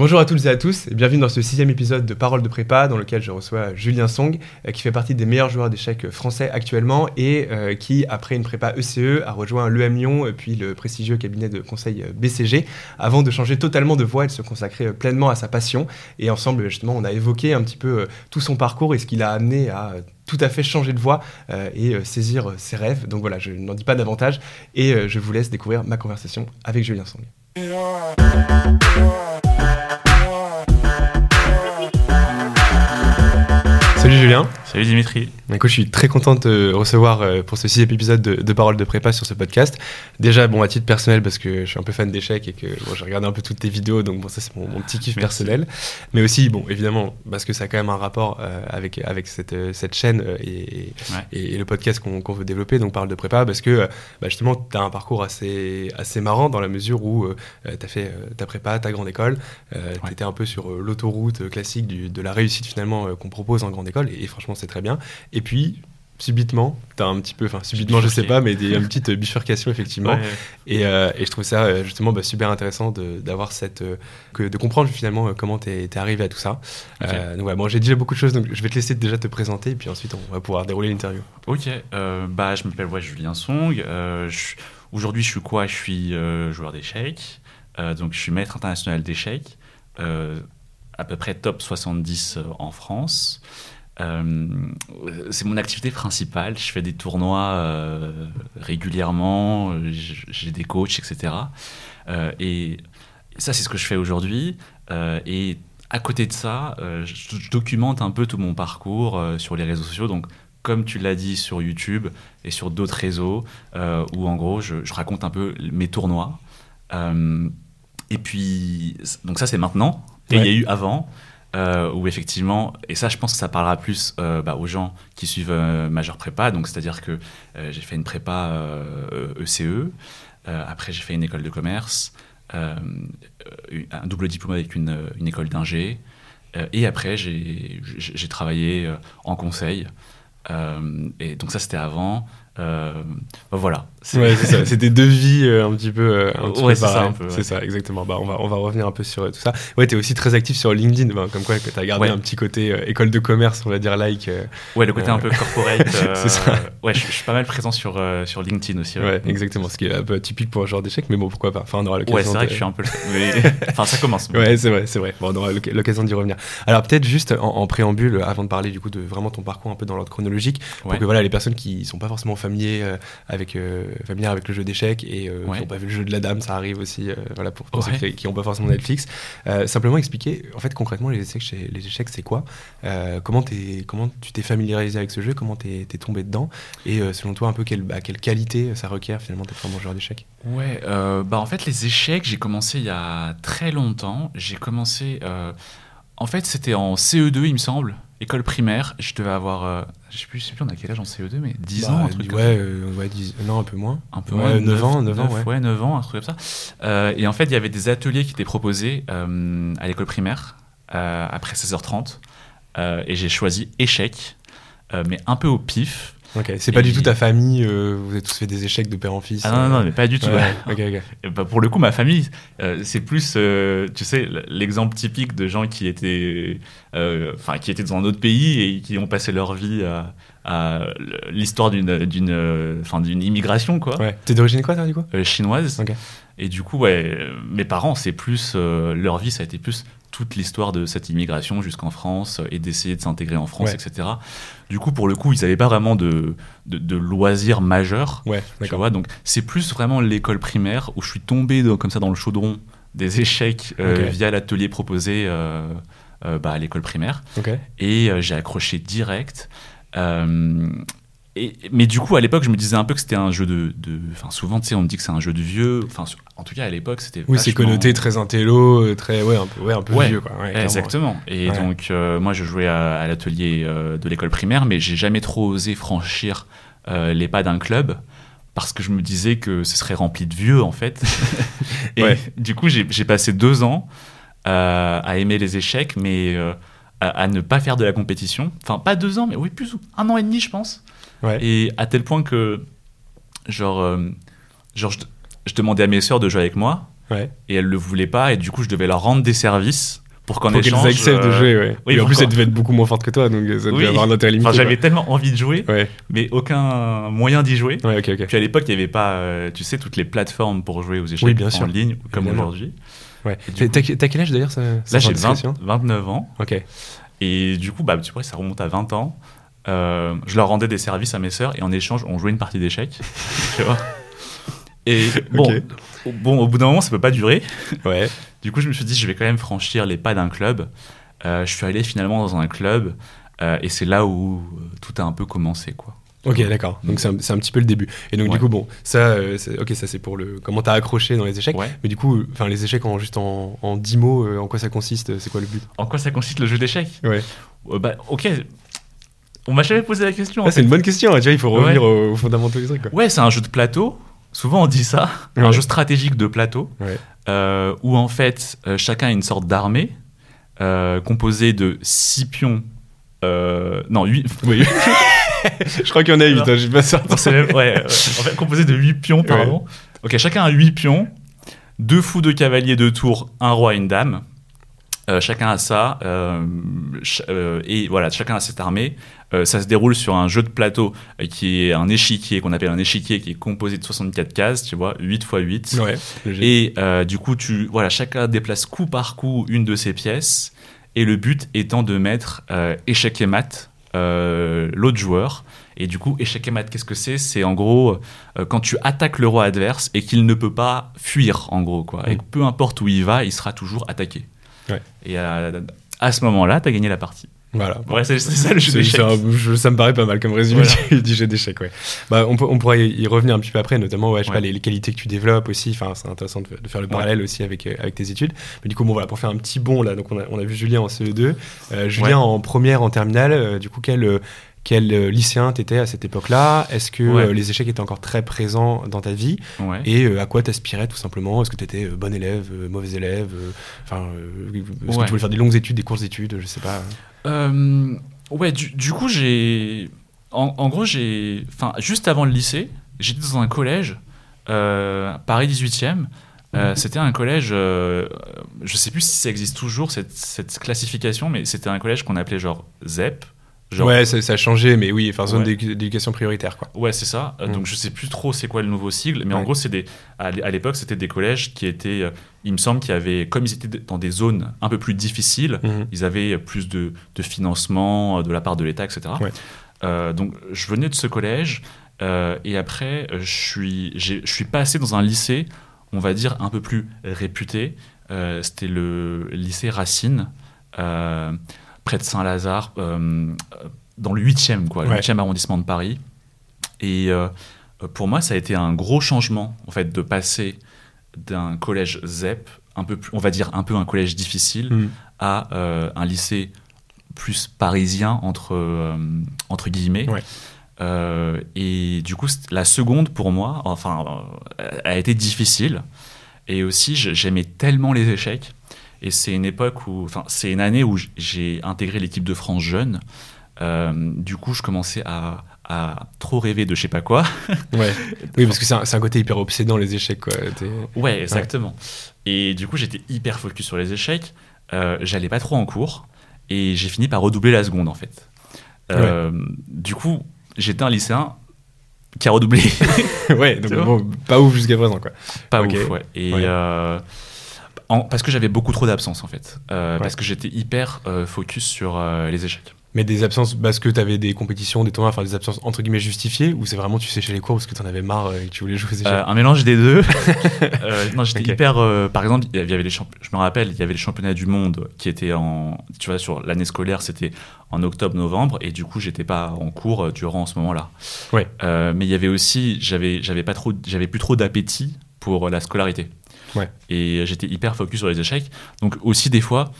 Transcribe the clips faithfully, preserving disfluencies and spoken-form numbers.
Bonjour à toutes et à tous et bienvenue dans ce sixième épisode de Paroles de Prépa dans lequel je reçois Julien Song euh, qui fait partie des meilleurs joueurs d'échecs français actuellement et euh, qui, après une prépa E C E, a rejoint l'E M Lyon euh, puis le prestigieux cabinet de conseil B C G avant de changer totalement de voie et de se consacrer euh, pleinement à sa passion. Et ensemble, justement, on a évoqué un petit peu euh, tout son parcours et ce qui l'a amené à euh, tout à fait changer de voie euh, et euh, saisir euh, ses rêves. Donc voilà, je n'en dis pas davantage et euh, je vous laisse découvrir ma conversation avec Julien Song. Salut Julien. Salut Dimitri. Écoute, je suis très content de te recevoir euh, pour ce sixième épisode de, de Paroles de Prépa sur ce podcast. Déjà, bon, à titre personnel, parce que je suis un peu fan d'échecs et que bon, j'ai regardé un peu toutes tes vidéos, donc bon, ça c'est mon, mon petit kiff Merci. personnel. Mais aussi, bon, évidemment, parce que ça a quand même un rapport euh, avec, avec cette, euh, cette chaîne euh, et, Ouais. et, et le podcast qu'on, qu'on veut développer, donc Paroles de Prépa, parce que euh, bah, justement, tu as un parcours assez, assez marrant dans la mesure où euh, tu as fait euh, ta prépa, ta grande école, euh, tu étais un peu sur euh, l'autoroute classique du, de la réussite finalement euh, qu'on propose en grande école, et, et franchement, c'est très bien. Et puis, subitement, t'as un petit peu, enfin subitement je sais pas, mais des, une petite bifurcation effectivement. Ouais. Et, euh, et je trouve ça euh, justement bah, super intéressant de, d'avoir cette, euh, que, de comprendre finalement euh, comment t'es, t'es arrivé à tout ça. Okay. Euh, donc voilà, bon, j'ai déjà beaucoup de choses, donc je vais te laisser déjà te présenter et puis ensuite on va pouvoir dérouler l'interview. Ok, euh, bah je m'appelle ouais, Julien Song. Euh, je, aujourd'hui je suis quoi? Je suis euh, joueur d'échecs, euh, donc je suis maître international d'échecs, euh, à peu près top soixante-dix euh, en France. Euh, c'est mon activité principale. Je fais des tournois euh, régulièrement, j'ai des coachs, et cetera. Euh, et ça, c'est ce que je fais aujourd'hui. Euh, et à côté de ça, euh, je, je documente un peu tout mon parcours euh, sur les réseaux sociaux. Donc, comme tu l'as dit, sur YouTube et sur d'autres réseaux, euh, où en gros, je, je raconte un peu mes tournois. Euh, et puis, donc ça, c'est maintenant. Et il ouais. y a eu avant. Euh, où effectivement, et ça je pense que ça parlera plus euh, bah, aux gens qui suivent euh, Majeure Prépa, donc c'est-à-dire que euh, j'ai fait une prépa euh, E C E, euh, après j'ai fait une école de commerce, euh, un double diplôme avec une, une école d'ingé, euh, et après j'ai, j'ai travaillé euh, en conseil, euh, et donc ça c'était avant. Euh, bah voilà. C'est... Ouais, c'est ça. C'était deux vies euh, un petit peu. Euh, un petit ouais, peu c'est ça un peu. Ouais. C'est ça, exactement. Bah, on va on va revenir un peu sur euh, tout ça. Ouais, t'es aussi très actif sur LinkedIn, bah, comme quoi que t'as gardé ouais. un petit côté euh, école de commerce, on va dire like. Euh, ouais, le côté euh, un peu corporate. Euh, c'est ça. Ouais, je, je suis pas mal présent sur euh, sur LinkedIn aussi. Ouais. ouais, exactement. Ce qui est un peu typique pour un joueur d'échecs, mais bon, pourquoi pas. Enfin, on aura l'occasion. Ouais, c'est vrai de... que je suis un peu. Mais... enfin, ça commence. Mais... Ouais, c'est vrai, c'est vrai. Bon, on aura l'occasion d'y revenir. Alors peut-être juste en, en préambule, avant de parler du coup de vraiment ton parcours un peu dans l'ordre chronologique, pour ouais. que voilà les personnes qui sont pas forcément familiers euh, avec euh, familières avec le jeu d'échecs et euh, ouais. qui n'ont pas vu le jeu de la dame, ça arrive aussi, euh, voilà pour, pour ouais. ceux qui n'ont pas forcément Netflix. Euh, simplement expliquer, en fait concrètement les échecs, les échecs c'est quoi, euh, comment, t'es, comment tu t'es familiarisé avec ce jeu, comment t'es, t'es tombé dedans et euh, selon toi un peu quelle, bah, quelle qualité ça requiert finalement d'être un bon joueur d'échecs. Ouais, euh, bah en fait les échecs j'ai commencé il y a très longtemps, j'ai commencé, euh, en fait c'était en C E deux il me semble. École primaire, je devais avoir, euh, je sais plus, je sais plus on a quel âge en C E deux, mais dix bah, ans, un truc ouais, euh, ouais, dix, non, un peu moins. Un peu ouais, moins, neuf ans, neuf ans, ouais. ouais, neuf ans, un truc comme ça. Euh, et en fait, il y avait des ateliers qui étaient proposés euh, à l'école primaire, euh, après seize heures trente, euh, et j'ai choisi échecs, euh, mais un peu au pif. Ok, c'est et... pas du tout ta famille, euh, vous avez tous fait des échecs de père en fils. Ah non, euh... non, non, mais pas du tout. Ouais, ok, ok. Et bah, pour le coup, ma famille, euh, c'est plus, euh, tu sais, l'exemple typique de gens qui étaient, enfin, euh, qui étaient dans un autre pays et qui ont passé leur vie à, à l'histoire d'une, d'une, enfin, d'une immigration, quoi. Ouais. T'es d'origine quoi, toi, du coup euh, Chinoise. Ok. Et du coup, ouais, mes parents, c'est plus, euh, leur vie, ça a été plus toute l'histoire de cette immigration jusqu'en France et d'essayer de s'intégrer en France, ouais. et cetera. Du coup, pour le coup, ils n'avaient pas vraiment de, de, de loisirs majeurs. Ouais, tu vois, donc, c'est plus vraiment l'école primaire où je suis tombé de, comme ça dans le chaudron des échecs euh, okay. via l'atelier proposé euh, euh, bah, à l'école primaire. Okay. Et euh, j'ai accroché direct. Euh, Et, mais du coup, à l'époque, je me disais un peu que c'était un jeu de... Enfin, souvent, tu sais, on me dit que c'est un jeu de vieux. Enfin, en tout cas, à l'époque, c'était Oui, vachement... c'est connoté très intello, très... Ouais, un peu, ouais, un peu ouais, vieux, quoi. Ouais, exactement. Et ouais. donc, euh, moi, je jouais à, à l'atelier euh, de l'école primaire, mais j'ai jamais trop osé franchir euh, les pas d'un club parce que je me disais que ce serait rempli de vieux, en fait. Et ouais. du coup, j'ai, j'ai passé deux ans euh, à aimer les échecs, mais euh, à, à ne pas faire de la compétition. Enfin, pas deux ans, mais oui, plus un an et demi, je pense. Ouais. Et à tel point que, genre, euh, genre je, je demandais à mes sœurs de jouer avec moi. Ouais. Et elles le voulaient pas, et du coup, je devais leur rendre des services pour qu'en Pour échange. qu'elles acceptent euh, de jouer, ouais. Oui, Et en plus, pourquoi elles devaient être beaucoup moins fortes que toi, donc ça devait Oui. avoir un intérêt limité. Enfin, j'avais quoi. tellement envie de jouer, Ouais, mais aucun moyen d'y jouer. ouais, ok, ok. Puis à l'époque, il n'y avait pas, euh, tu sais, toutes les plateformes pour jouer aux échecs Oui, bien en sûr. ligne, comme Évidemment. aujourd'hui. Ouais. Et du T'as, coup- t'as quel âge d'ailleurs ça, Là, sans j'ai vingt, indiscrétion vingt-neuf ans. Ok. Et du coup, bah, tu vois, ça remonte à vingt ans. Euh, je leur rendais des services à mes sœurs et en échange, on jouait une partie d'échecs. Tu vois. Et bon, Ok. au, bon, au bout d'un moment, ça peut pas durer. Ouais. Du coup, je me suis dit, je vais quand même franchir les pas d'un club. Euh, je suis allé finalement dans un club euh, et c'est là où euh, tout a un peu commencé, quoi. Ok, d'accord. Donc c'est un, c'est un petit peu le début. Et donc Ouais. du coup, bon, ça, euh, c'est, ok, ça c'est pour le comment t'as accroché dans les échecs. Ouais. Mais du coup, enfin les échecs en juste en, en dix mots, euh, en quoi ça consiste C'est quoi le but En quoi ça consiste le jeu d'échecs Ouais. Euh, bah, ok. On m'a jamais posé la question. en Ah, c'est fait. une bonne question. Tu vois, il faut revenir Ouais. aux, aux fondamentaux du truc. Quoi. Ouais, c'est un jeu de plateau. Souvent on dit ça. Ouais. Un jeu stratégique de plateau. Ouais. euh, où en fait euh, chacun a une sorte d'armée euh, composée de six pions. Euh, non, huit. Oui. Je crois qu'il y en a huit. Alors- Hein, j'ai pas ça. Non, c'est même- ouais, ouais. En fait, composé de huit pions, pardon. Ok, chacun a huit pions, deux fous, deux cavaliers, deux tours, un roi et une dame. Euh, chacun a ça, euh, ch- euh, et voilà, chacun a cette armée. Euh, ça se déroule sur un jeu de plateau euh, qui est un échiquier, qu'on appelle un échiquier, qui est composé de soixante-quatre cases, tu vois, huit fois huit. Ouais. logique. Et euh, du coup, tu, voilà, chacun déplace coup par coup une de ses pièces, et le but étant de mettre euh, échec et mat euh, l'autre joueur. Et du coup, échec et mat, qu'est-ce que c'est C'est en gros euh, quand tu attaques le roi adverse et qu'il ne peut pas fuir, en gros, quoi. Mm. Et que peu importe où il va, il sera toujours attaqué. Ouais. Et à, à ce moment-là, tu as gagné la partie. Voilà. Ouais, c'est, c'est ça le jeu C'est- d'échecs. c'est un- je- ça me paraît pas mal comme résumé Voilà. du, du jeu d'échecs. Ouais. Bah, on, peut, on pourrait y revenir un petit peu après, notamment ouais, je sais Ouais. pas, les, les qualités que tu développes aussi. Enfin, c'est intéressant de, de faire le Ouais. parallèle aussi avec, euh, avec tes études. Mais du coup, bon, voilà, pour faire un petit bond là, donc on a, on a vu Julien en C E deux, euh, Julien Ouais. en première, en terminale. euh, du coup, quel, euh, quel euh, lycéen t'étais à cette époque-là Est-ce que Ouais. euh, les échecs étaient encore très présents dans ta vie Ouais. Et euh, à quoi t'aspirais tout simplement Est-ce que t'étais euh, bon élève, euh, mauvais élève euh, Enfin, euh, est-ce que Ouais. tu voulais faire des longues études, des courtes études Je sais pas. Euh, ouais, du, du coup, j'ai. En, en gros, j'ai. Enfin, juste avant le lycée, j'étais dans un collège, euh, Paris dix-huitième. Euh, c'était un collège, euh, je sais plus si ça existe toujours, cette, cette classification, mais c'était un collège qu'on appelait genre Z E P. Genre, Ouais, ça, ça a changé, mais oui, enfin, zone Ouais. d'édu- d'éducation prioritaire, quoi. Ouais, c'est ça. Euh, Mm. Donc je sais plus trop c'est quoi le nouveau sigle, mais en Ouais. gros c'est des à l'é- à l'époque c'était des collèges qui étaient, euh, il me semble qu'il y avait, comme ils étaient dans des zones un peu plus difficiles, Mhm. ils avaient plus de, de financement euh, de la part de l'État, et cetera. Ouais. Euh, donc je venais de ce collège euh, et après euh, je suis j'ai- je suis passé dans un lycée, on va dire un peu plus réputé. Euh, c'était le lycée Racine, euh, près de Saint-Lazare. Euh, dans le huitième, quoi, le Ouais. huitième arrondissement de Paris. Et euh, pour moi, ça a été un gros changement, en fait, de passer d'un collège Z E P, un peu plus, on va dire un peu un collège difficile, Mhm. à euh, un lycée plus parisien, entre, euh, entre guillemets. Ouais. Euh, et du coup, c'est- la seconde, pour moi, enfin, euh, a été difficile. Et aussi, je- j'aimais tellement les échecs. Et c'est une époque où, enfin, c'est une année où j- j'ai intégré l'équipe de France jeune. Euh, du coup, je commençais à, à trop rêver de je sais pas quoi. Ouais. Oui, parce que c'est un, c'est un côté hyper obsédant, les échecs, quoi. T'es- Ouais, exactement. Et du coup, j'étais hyper focus sur les échecs. Euh, j'allais pas trop en cours. Et j'ai fini par redoubler la seconde, en fait. Euh, Du coup, j'étais un lycéen qui a redoublé. ouais, donc Tu vois bon, pas ouf jusqu'à présent, quoi. Pas Ok. ouf, ouais. Et Ouais. euh, en- parce que j'avais beaucoup trop d'absence, en fait. Euh, Ouais. Parce que j'étais hyper euh, focus sur euh, les échecs. Mais des absences parce que t'avais des compétitions, des tournois, enfin des absences entre guillemets justifiées, ou c'est vraiment tu séchais les cours parce que t'en avais marre et que tu voulais jouer aux échecs Euh, un mélange des deux. Euh, non, j'étais Ok. hyper. euh, par exemple, il y avait les champ- je me rappelle, il y avait les championnats du monde qui étaient en. Tu vois, sur l'année scolaire, c'était en octobre-novembre, et du coup, j'étais pas en cours euh, durant ce moment-là. Ouais. Euh, mais il y avait aussi, j'avais, j'avais pas trop, j'avais plus trop d'appétit pour la scolarité. Ouais. Et j'étais hyper focus sur les échecs. Donc aussi des fois.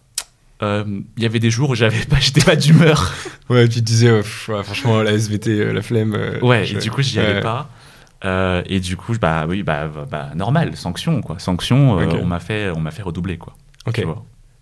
euh, Il y avait des jours où j'avais pas, j'étais pas d'humeur. Ouais, tu te disais, euh, pff, ouais, franchement, la S V T, euh, la flemme. euh, Ouais, je- et du coup, j'y allais ouais. pas. Euh, et du coup, bah oui, bah, bah, bah, normal, sanction, quoi. Sanction, euh, Ok. on m'a fait, on m'a fait redoubler, quoi. Ok. Tu vois.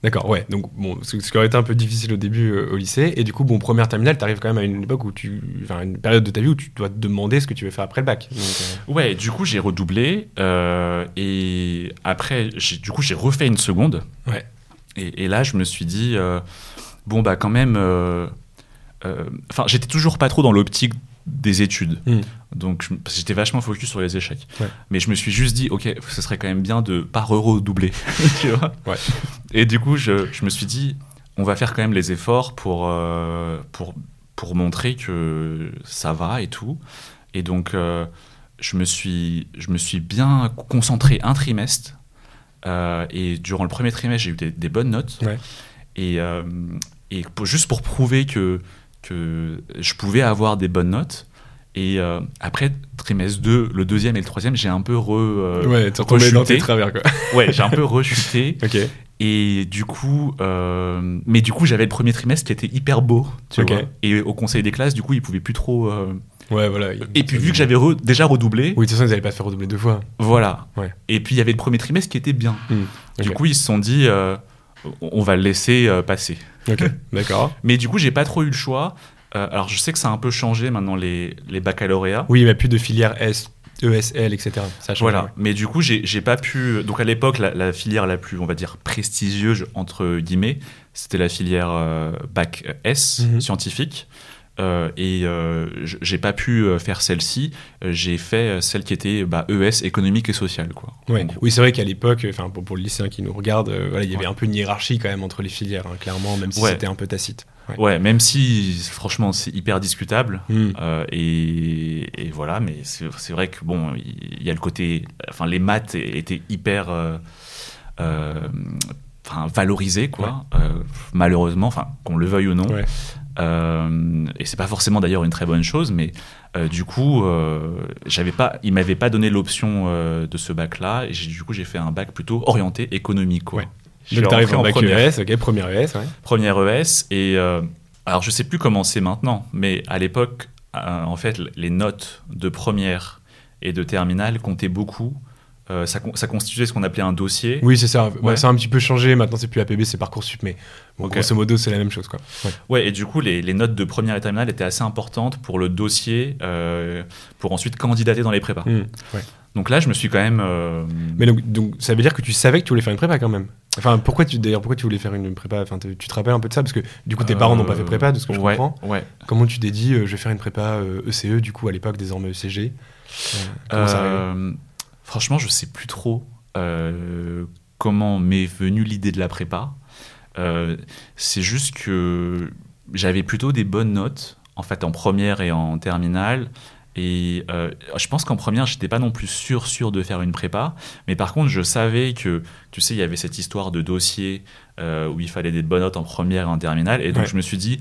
D'accord, ouais. Donc, bon, ce, ce qui aurait été un peu difficile au début euh, au lycée. Et du coup, bon, première terminale, t'arrives quand même à une époque où tu. Enfin, une période de ta vie où tu dois te demander ce que tu veux faire après le bac. Donc, euh... Ouais, du coup, j'ai redoublé. Euh, et après, j'ai, du coup, j'ai refait une seconde. Ouais. Et, et là, je me suis dit, euh, bon, bah, quand même. Enfin, euh, euh, j'étais toujours pas trop dans l'optique des études. Mmh. Donc, je, parce que j'étais vachement focus sur les échecs. Ouais. Mais je me suis juste dit, ok, ce serait quand même bien de pas redoubler. Tu vois ouais. Et du coup, je, je me suis dit, on va faire quand même les efforts pour, euh, pour, pour montrer que ça va et tout. Et donc, euh, je, me suis, je me suis bien concentré un trimestre. Euh, et durant le premier trimestre, j'ai eu des, des bonnes notes. Ouais. Et, euh, et pour, juste pour prouver que que je pouvais avoir des bonnes notes. Et euh, après, trimestre deux, le deuxième et le troisième, j'ai un peu re, euh, ouais, t'es retombé dans tes travers, quoi. Ouais, j'ai un peu rechuté. Okay. Et du coup, euh, mais du coup, j'avais le premier trimestre qui était hyper beau, tu okay. vois. Et au conseil des classes, du coup, ils pouvaient plus trop... Euh... Ouais, voilà. Et puis, vu que j'avais re, déjà redoublé... Oui, de toute façon, ils n'allaient pas te faire redoubler deux fois. Voilà. Ouais. Et puis, il y avait le premier trimestre qui était bien. Mmh. Okay. Du coup, ils se sont dit, euh, on va le laisser euh, passer. Ok, d'accord. Mais du coup, j'ai pas trop eu le choix. Euh, alors, je sais que ça a un peu changé maintenant, les, les baccalauréats. Oui, il n'y a plus de filière S, E S L, et cetera. Ça a changé, voilà, ouais. Mais du coup, j'ai, j'ai pas pu... Donc, à l'époque, la, la filière la plus, on va dire, prestigieuse, entre guillemets, c'était la filière euh, bac S, mm-hmm. scientifique. Euh, et euh, j'ai pas pu faire celle-ci. J'ai fait celle qui était bah, E S, économique et sociale, quoi. Ouais. Oui, c'est vrai qu'à l'époque, enfin pour, pour le lycéen qui nous regarde, euh, voilà, il y avait ouais. un peu une hiérarchie quand même entre les filières, hein, clairement, même si ouais. c'était un peu tacite. Ouais. ouais, même si franchement c'est hyper discutable. Mm. Euh, et, et voilà, mais c'est, c'est vrai que bon, il y, y a le côté, enfin les maths étaient hyper euh, euh, valorisées, quoi. Ouais. Euh, malheureusement, enfin qu'on le veuille ou non. Ouais. Euh, et c'est pas forcément d'ailleurs une très bonne chose, mais euh, du coup, euh, j'avais pas, il m'avait pas donné l'option euh, de ce bac-là, et j'ai, du coup, j'ai fait un bac plutôt orienté économique, quoi. Ouais. Donc t'arrives en bac première, E S, ok, première E S, ouais. Première E S, et euh, alors je sais plus comment c'est maintenant, mais à l'époque, euh, en fait, les notes de première et de terminale comptaient beaucoup. Euh, ça, ça constituait ce qu'on appelait un dossier. Oui, c'est ça. Ouais. Bah, ça a un petit peu changé. Maintenant, c'est plus A P B, c'est Parcoursup, mais bon, okay. grosso modo, c'est la même chose, quoi. Ouais, ouais et du coup, les, les notes de première et terminale étaient assez importantes pour le dossier, euh, pour ensuite candidater dans les prépas. Mmh, ouais. Donc là, je me suis quand même... Euh... Mais donc, donc, ça veut dire que tu savais que tu voulais faire une prépa, quand même. Enfin, pourquoi tu, d'ailleurs, pourquoi tu voulais faire une prépa? Enfin, tu te rappelles un peu de ça? Parce que, du coup, tes euh... parents n'ont pas fait prépa, de ce que je ouais, comprends. Ouais. Comment tu t'es dit, euh, je vais faire une prépa euh, E C E, du coup, à l'époque, désormais E C G? euh, Comment ça arrive? Franchement, je sais plus trop. Euh, comment m'est venue l'idée de la prépa. Euh, c'est juste que j'avais plutôt des bonnes notes en fait en première et en terminale, et euh, je pense qu'en première j'étais pas non plus sûr sûr de faire une prépa, mais par contre je savais que tu sais il y avait cette histoire de dossier euh, où il fallait des bonnes notes en première et en terminale, et donc ouais. je me suis dit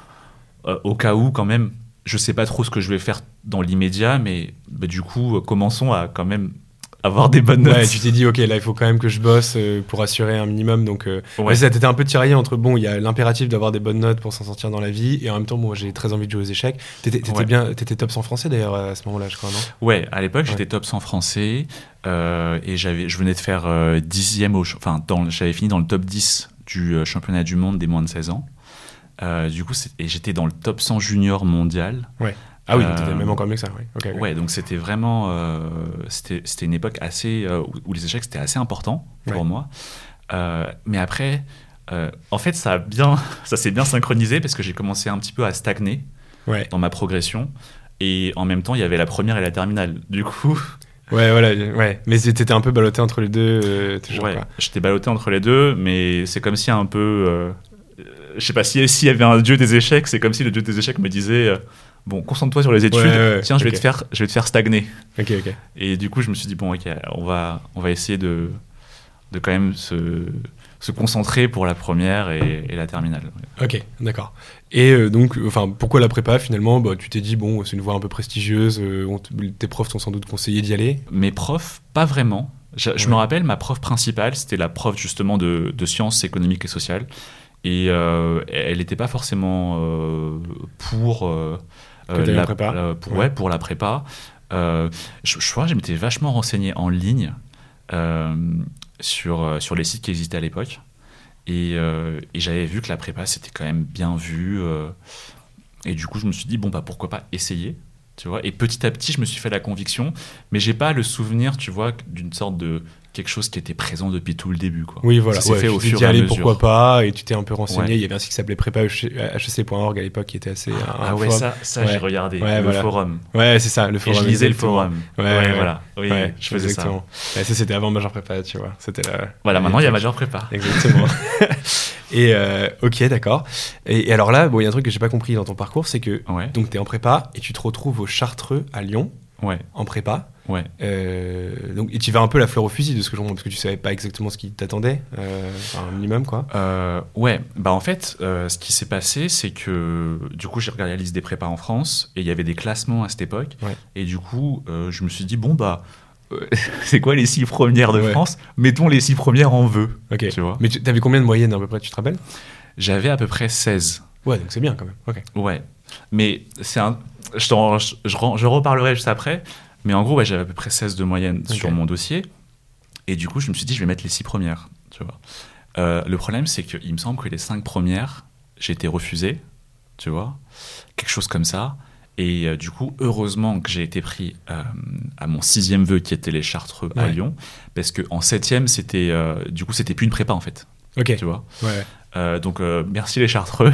euh, au cas où quand même, je sais pas trop ce que je vais faire dans l'immédiat, mais bah, du coup commençons à quand même avoir des bonnes notes. Ouais, tu t'es dit, ok, là, il faut quand même que je bosse euh, pour assurer un minimum. Donc, euh, ouais. Ouais, ça, t'étais un peu tiraillé entre, bon, il y a l'impératif d'avoir des bonnes notes pour s'en sortir dans la vie, et en même temps, bon, j'ai très envie de jouer aux échecs. T'étais, t'étais, ouais. bien, t'étais top cent français, d'ailleurs, à ce moment-là, je crois, non? Ouais, à l'époque, ouais. j'étais top cent français, euh, et j'avais, je venais de faire euh, dixième, au, enfin, dans, j'avais fini dans le top dix du euh, championnat du monde des moins de seize ans. Euh, du coup, c'est, et j'étais dans le top cent junior mondial. Ouais. Ah oui, donc t'étais euh, même encore mieux que ça, oui. Okay, okay. Ouais, donc c'était vraiment... Euh, c'était, c'était une époque assez... Euh, où les échecs, c'était assez important pour ouais. moi. Euh, mais après, euh, en fait, ça, a bien, ça s'est bien synchronisé parce que j'ai commencé un petit peu à stagner ouais. dans ma progression. Et en même temps, il y avait la première et la terminale. Du coup... Ouais, voilà, ouais. Mais t'étais un peu ballotté entre les deux, euh, toujours, ouais, quoi. J'étais ballotté entre les deux, mais c'est comme si un peu... Euh, je sais pas, s'il si y avait un dieu des échecs, c'est comme si le dieu des échecs me disait... Euh, Bon, concentre-toi sur les études. Ouais, ouais, Tiens, je vais okay. te faire, je vais te faire stagner. Ok, ok. Et du coup, je me suis dit bon, ok, on va, on va essayer de, de quand même se, se concentrer pour la première et, et la terminale. Ok, d'accord. Et euh, donc, enfin, pourquoi la prépa finalement? Bah, tu t'es dit bon, c'est une voie un peu prestigieuse. Euh, on t- tes profs t'ont sans doute conseillé d'y aller. Mes profs, pas vraiment. Je, ouais. je me rappelle, ma prof principale, c'était la prof justement de, de sciences économiques et sociales, et euh, elle n'était pas forcément euh, pour. Euh, Que la, la prépa. Euh, pour, ouais. ouais, pour la prépa. Euh, je, je crois que je m'étais vachement renseigné en ligne euh, sur, sur les sites qui existaient à l'époque. Et, euh, et j'avais vu que la prépa, c'était quand même bien vu. Euh, et du coup, je me suis dit, bon, bah, pourquoi pas essayer, tu vois. Et petit à petit, je me suis fait la conviction, mais j'ai pas le souvenir, tu vois, d'une sorte de quelque chose qui était présent depuis tout le début, quoi. Oui, voilà. Ça s'est Ouais, fait tu au t'es fur dit, et à allez, mesure. pourquoi pas, et tu t'es un peu renseigné. Ouais. Il y avait un site qui s'appelait prépa H E C point org à l'époque qui était assez. Ah un ouais, forum. ça, ça Ouais. j'ai regardé, Ouais, le voilà. forum. Ouais, c'est ça, le Et forum. je lisais le exactement. forum. Ouais, Ouais, ouais, voilà. Oui, ouais, je faisais exactement. ça. Ouais, ça, c'était avant Major Prépa, tu vois. C'était la... Voilà, les maintenant, il y a trucs. Major Prépa. Exactement. Et euh, ok, d'accord. Et, et alors là, bon, il y a un truc que j'ai pas compris dans ton parcours, c'est que Ouais, donc t'es en prépa et tu te retrouves au Chartreux à Lyon ouais, en prépa. ouais. Euh, donc et tu vas un peu la fleur au fusil de ce que je comprends parce que tu savais pas exactement ce qui t'attendait, euh, enfin, un minimum quoi. Euh, ouais, bah en fait, euh, ce qui s'est passé, c'est que du coup, j'ai regardé la liste des prépas en France et il y avait des classements à cette époque. Ouais. Et du coup, euh, je me suis dit, bon, bah, euh, c'est quoi les six premières de Ouais. France? Mettons les six premières en vœu. Ok. Tu vois. Mais tu avais combien de moyenne à peu près, tu te rappelles? J'avais à peu près seize. Ouais, donc c'est bien quand même. Ok. Ouais. Mais c'est un. Je, t'en- je, je, je reparlerai juste après. Mais en gros, ouais, j'avais à peu près seize de moyenne Ok. sur mon dossier. Et du coup, je me suis dit, je vais mettre les six premières. Tu vois. Euh, le problème, c'est qu'il me semble que les cinq premières, j'ai été refusé. Tu vois. Quelque chose comme ça. Et euh, du coup, heureusement que j'ai été pris euh, à mon sixième vœu, qui était les Chartreux à Ouais. Lyon. Parce qu'en septième, c'était, euh, du coup, c'était plus une prépa, en fait. Ok. Tu vois. Ouais. Euh, donc, euh, merci les Chartreux.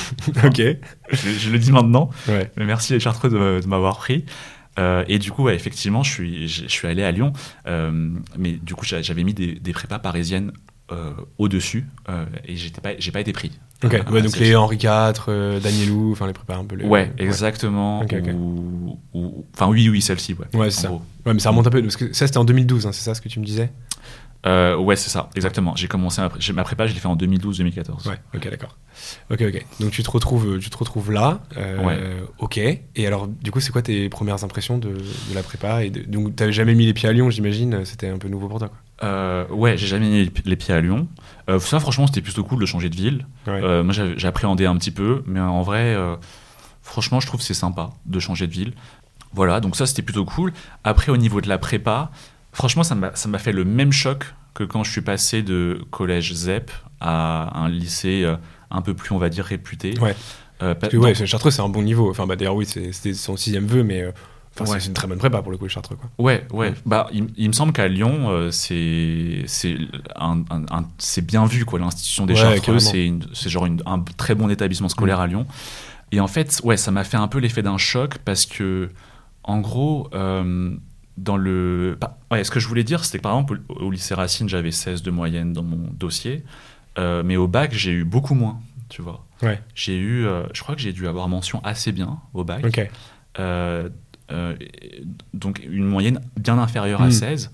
Ok. je, je le dis maintenant. Ouais. Mais merci les Chartreux de, de m'avoir pris. Euh, et du coup, ouais, effectivement, je suis, je, je suis allé à Lyon. Euh, mais du coup, j'a- j'avais mis des, des prépas parisiennes euh, au-dessus. Euh, et j'étais pas, j'ai pas été pris. Ok. Euh, Ouais, à donc cette- les Henri quatre, euh, Danielou, enfin les prépas un peu. Les... Ouais, exactement. Ok, ok. Ou- ou- Enfin, oui, oui, celle-ci, ouais. Ouais, c'est en ça. gros. Ouais, mais ça remonte un peu parce que ça c'était en deux mille douze, hein, c'est ça ce que tu me disais? Euh, ouais, c'est ça, exactement. J'ai commencé ma, pré- j'ai- ma prépa, je l'ai fait en deux mille douze deux mille quatorze. Ouais, ok, d'accord. Ok, ok. Donc tu te retrouves, tu te retrouves là. Euh, Ouais. Ok. Et alors, du coup, c'est quoi tes premières impressions de, de la prépa et de, donc t'avais jamais mis les pieds à Lyon, j'imagine. C'était un peu nouveau pour toi, quoi. Euh, ouais, j'ai jamais mis les pi- les pieds à Lyon. Euh, ça, franchement, c'était plutôt cool de changer de ville. Ouais. Euh, moi, j'avais- j'appréhendais un petit peu, mais en vrai, euh, franchement, je trouve que c'est sympa de changer de ville. Voilà, donc ça, c'était plutôt cool. Après, au niveau de la prépa, franchement, ça m'a ça m'a fait le même choc que quand je suis passé de collège Z E P à un lycée euh, un peu plus, on va dire, réputé. Ouais. Euh, Parce pa- que ouais, dans- Chartreux, c'est un bon niveau. Enfin, bah d'ailleurs, oui, c'est- c'était son sixième vœu, mais euh, enfin, Ouais. c'est une très bonne prépa pour le coup, les Chartreux, quoi. Ouais, ouais. Ouais. Bah, il, il me semble qu'à Lyon, euh, c'est c'est un, un- un- c'est bien vu, quoi. L'institution des Ouais, Chartreux, carrément. c'est une- c'est genre une- un très bon établissement scolaire Mm. à Lyon. Et en fait, ouais, ça m'a fait un peu l'effet d'un choc parce que, en gros, euh, dans le. Bah, ouais, ce que je voulais dire, c'était que par exemple, au, au lycée Racine, j'avais seize de moyenne dans mon dossier, euh, mais au bac, j'ai eu beaucoup moins, tu vois. Ouais. J'ai eu, euh, je crois que j'ai dû avoir mention assez bien au bac. Ok. Euh, euh, donc une moyenne bien inférieure à Mm. seize.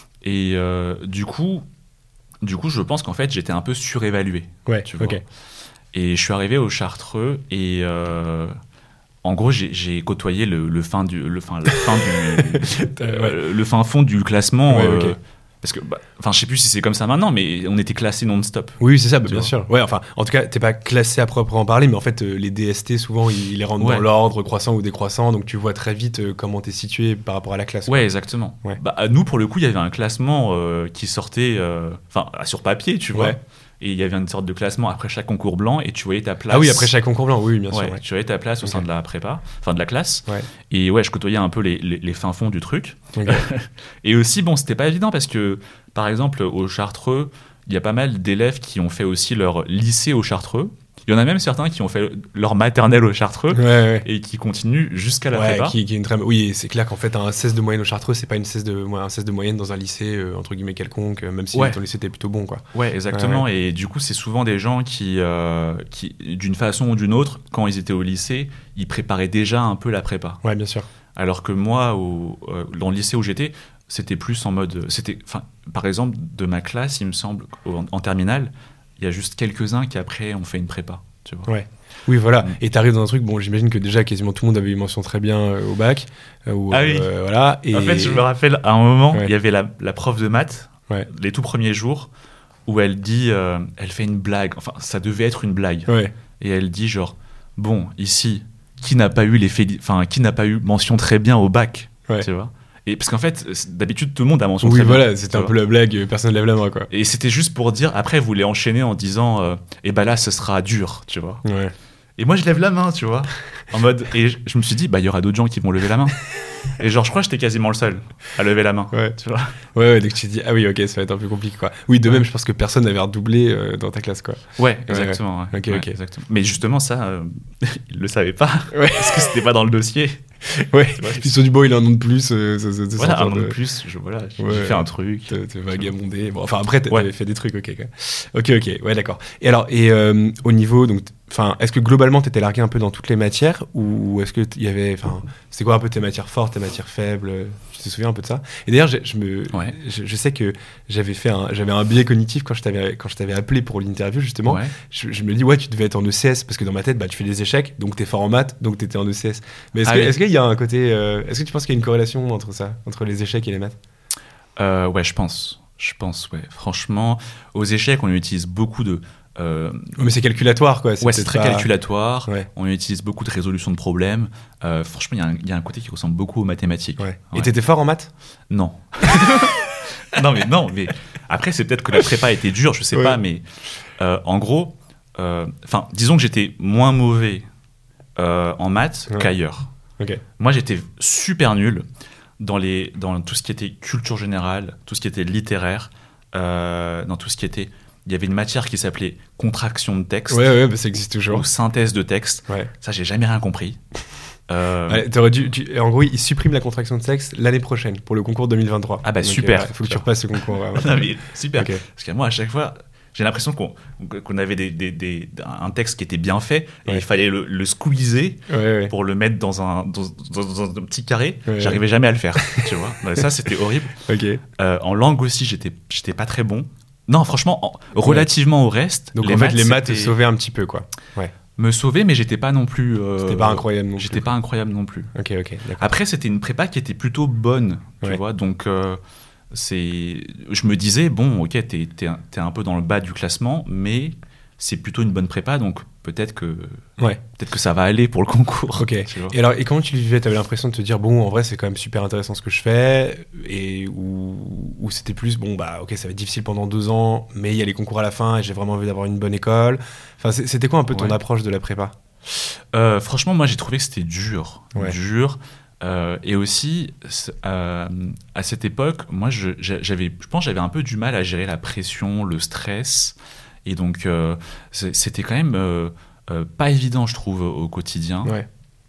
Et euh, du coup, du coup, je pense qu'en fait, j'étais un peu surévalué. Ouais. Tu vois. Ok. Et je suis arrivé au Chartreux et euh, en gros, j'ai, j'ai côtoyé le, le fin du, le fin, le fin du, euh, le fin fond du classement. Ouais, euh, ok. Parce que, bah, enfin, je sais plus si c'est comme ça maintenant, mais on était classés non-stop. Oui, c'est ça, bah, Tu bien vois. sûr. Ouais, enfin, en tout cas, t'es pas classé à proprement parler, mais en fait, euh, les D S T, souvent, ils, ils les rendent Ouais. dans l'ordre croissant ou décroissant, donc tu vois très vite euh, comment t'es situé par rapport à la classe. Ouais, exactement. Ouais. Bah, à nous, pour le coup, il y avait un classement euh, qui sortait, euh, enfin, sur papier, tu vois. Ouais. Et il y avait une sorte de classement après chaque concours blanc, et tu voyais ta place. Ah oui, après chaque concours blanc, oui, bien sûr. Ouais, Ouais. tu voyais ta place au sein Ok. de la prépa, enfin de la classe. Ouais. Et ouais, je côtoyais un peu les, les, les fins fonds du truc. Ok. Et aussi, bon, c'était pas évident parce que, par exemple, au Chartreux, il y a pas mal d'élèves qui ont fait aussi leur lycée au Chartreux. Il y en a même certains qui ont fait leur maternelle au Chartreux Ouais, ouais. et qui continuent jusqu'à la Ouais, prépa. qui, qui est une très... Oui, c'est clair qu'en fait, un seize de moyenne au Chartreux, c'est pas une seize de, un seize de moyenne dans un lycée, euh, entre guillemets, quelconque, euh, même si Ouais. ton lycée était plutôt bon, quoi. Ouais, exactement. Ouais, Et du coup, c'est souvent des gens qui, euh, qui, d'une façon ou d'une autre, quand ils étaient au lycée, ils préparaient déjà un peu la prépa. Ouais, bien sûr. Alors que moi, au, euh, dans le lycée où j'étais, c'était plus en mode... C'était, enfin, par exemple, de ma classe, il me semble, en, en terminale, il y a juste quelques-uns qui, après, ont fait une prépa. Tu vois. Ouais. Oui, voilà. Mm. Et t'arrives dans un truc, bon, j'imagine que déjà quasiment tout le monde avait une mention très bien euh, au bac. euh, ou, Ah oui. euh, voilà. Et... En fait, je me rappelle, à un moment, Ouais. il y avait la, la prof de maths, Ouais. les tout premiers jours, où elle dit... euh, elle fait une blague. Enfin, ça devait être une blague. Ouais. Et elle dit genre, bon, ici, qui n'a pas eu les féli- enfin, qui n'a pas eu mention très bien au bac, Ouais. tu vois. Et parce qu'en fait, d'habitude, tout le monde a mention Oui, très bien. voilà, c'était un peu la blague, personne ne lève la main, quoi. Et c'était juste pour dire, après, vous voulez enchaîner en disant, euh, et bah là, ce sera dur, tu vois. Ouais. Et moi, je lève la main, tu vois. En mode, et je, je me suis dit, bah, il y aura d'autres gens qui vont lever la main. Et genre, je crois que j'étais quasiment le seul à lever la main, Ouais. tu vois. Ouais, ouais, donc tu te dis, ah oui, ok, ça va être un peu compliqué, quoi. Oui, de Ouais. même, je pense que personne n'avait redoublé euh, dans ta classe, quoi. Ouais, exactement. Ouais, Ok, ouais, ok. exactement. Mais justement, ça, euh, ils le savaient pas. Ouais. Parce que c'était pas dans le dossier. Ouais, Ouais. ils se sont dit, bon, il a un nom de plus, euh, ça, ça, ça Voilà, s'entend un an de de- plus, je, voilà, j'ai Ouais. j'ai fait un truc. Te, te vagabonder. Bon, enfin, après, t'as- Ouais. t'avais fait des trucs, ok, quoi. Ok, ok, ouais, d'accord. Et alors, et euh, au niveau, donc, enfin, est-ce que globalement, t'étais largué un peu dans toutes les matières, ou est-ce que il y avait, enfin, c'était quoi un peu tes matières fortes, tes matières faibles? Tu te souviens un peu de ça? Et d'ailleurs, j'ai- je me, Ouais. je, je sais que j'avais fait un, j'avais un biais cognitif quand je t'avais, quand je t'avais appelé pour l'interview, justement. Ouais. Je, je me dis, ouais, tu devais être en E C S, parce que dans ma tête, bah, tu fais des échecs, donc t'es fort en maths, donc t'étais en E C S. Mais est-ce Ah que- oui. est-ce qu'il y a un côté, euh, est-ce que tu penses qu'il y a une corrélation entre ça, entre les échecs et les maths? Euh, ouais, je pense. Je pense, ouais. Franchement, aux échecs, on utilise beaucoup de. euh, Ouais, mais c'est calculatoire, quoi. ouais, c'est peut-être très pas- calculatoire. Ouais. On utilise beaucoup de résolution de problèmes. Euh, franchement, il y a un- il y, a un côté qui ressemble beaucoup aux mathématiques. Ouais. Et Ouais. t'étais fort en maths? Non. non, mais non, mais après, c'est peut-être que la prépa était dure, je sais Ouais. pas, mais euh, en gros, euh, enfin, disons que j'étais moins mauvais euh, en maths Ouais. qu'ailleurs. Ok. Moi, j'étais super nul dans, les, dans tout ce qui était culture générale, tout ce qui était littéraire, euh, dans tout ce qui était. Il y avait une matière qui s'appelait contraction de texte Ouais, ouais, bah, ça existe toujours. ou synthèse de texte. Ouais. Ça, j'ai jamais rien compris. Euh, Ouais, t'aurais dû, tu- en gros, ils suppriment la contraction de sexe l'année prochaine pour le concours deux mille vingt-trois. Ah bah, Donc, super. euh, faut que tu repasses ce concours. ouais, ouais. non, mais super. Ok. Parce que moi, à chaque fois, j'ai l'impression qu'on qu'on avait des, des- des- un texte qui était bien fait et Ouais. il fallait le, le squeezer Ouais, ouais. pour le mettre dans un, dans, dans- dans un petit carré. Ouais. J'arrivais jamais à le faire, tu vois. Ouais, ça, c'était horrible. Ok. Euh, en langue aussi, j'étais j'étais pas très bon. Non, franchement, en- relativement au reste, Donc les en fait, maths, les maths te c'était- sauvaient un petit peu, quoi. Ouais. me sauvaient, mais j'étais pas non plus. euh, C'était pas incroyable non plus. J'étais pas incroyable non plus. Ok, ok, d'accord. Après, c'était une prépa qui était plutôt bonne, tu Ouais. vois. Donc, euh, c'est, je me disais, bon, ok, t'es, t'es, un- t'es un peu dans le bas du classement, mais c'est plutôt une bonne prépa, donc peut-être que, Ouais. peut-être que ça va aller pour le concours. Ok. tu vois. Et alors, et comment tu le vivais? T'avais l'impression de te dire, bon, en vrai, c'est quand même super intéressant ce que je fais, et ou, ou c'était plus, bon, bah, ok, ça va être difficile pendant deux ans, mais il y a les concours à la fin, et j'ai vraiment envie d'avoir une bonne école. Enfin, c'est- c'était quoi un peu ton Ouais. approche de la prépa? Euh, franchement, moi, j'ai trouvé que c'était dur. Ouais. Dur. Euh, et aussi, c'est- euh, à cette époque, moi, je, j'a- j'avais, je pense que j'avais un peu du mal à gérer la pression, le stress. Et donc, euh, c'est- c'était quand même euh, euh, pas évident, je trouve, au quotidien. Ouais.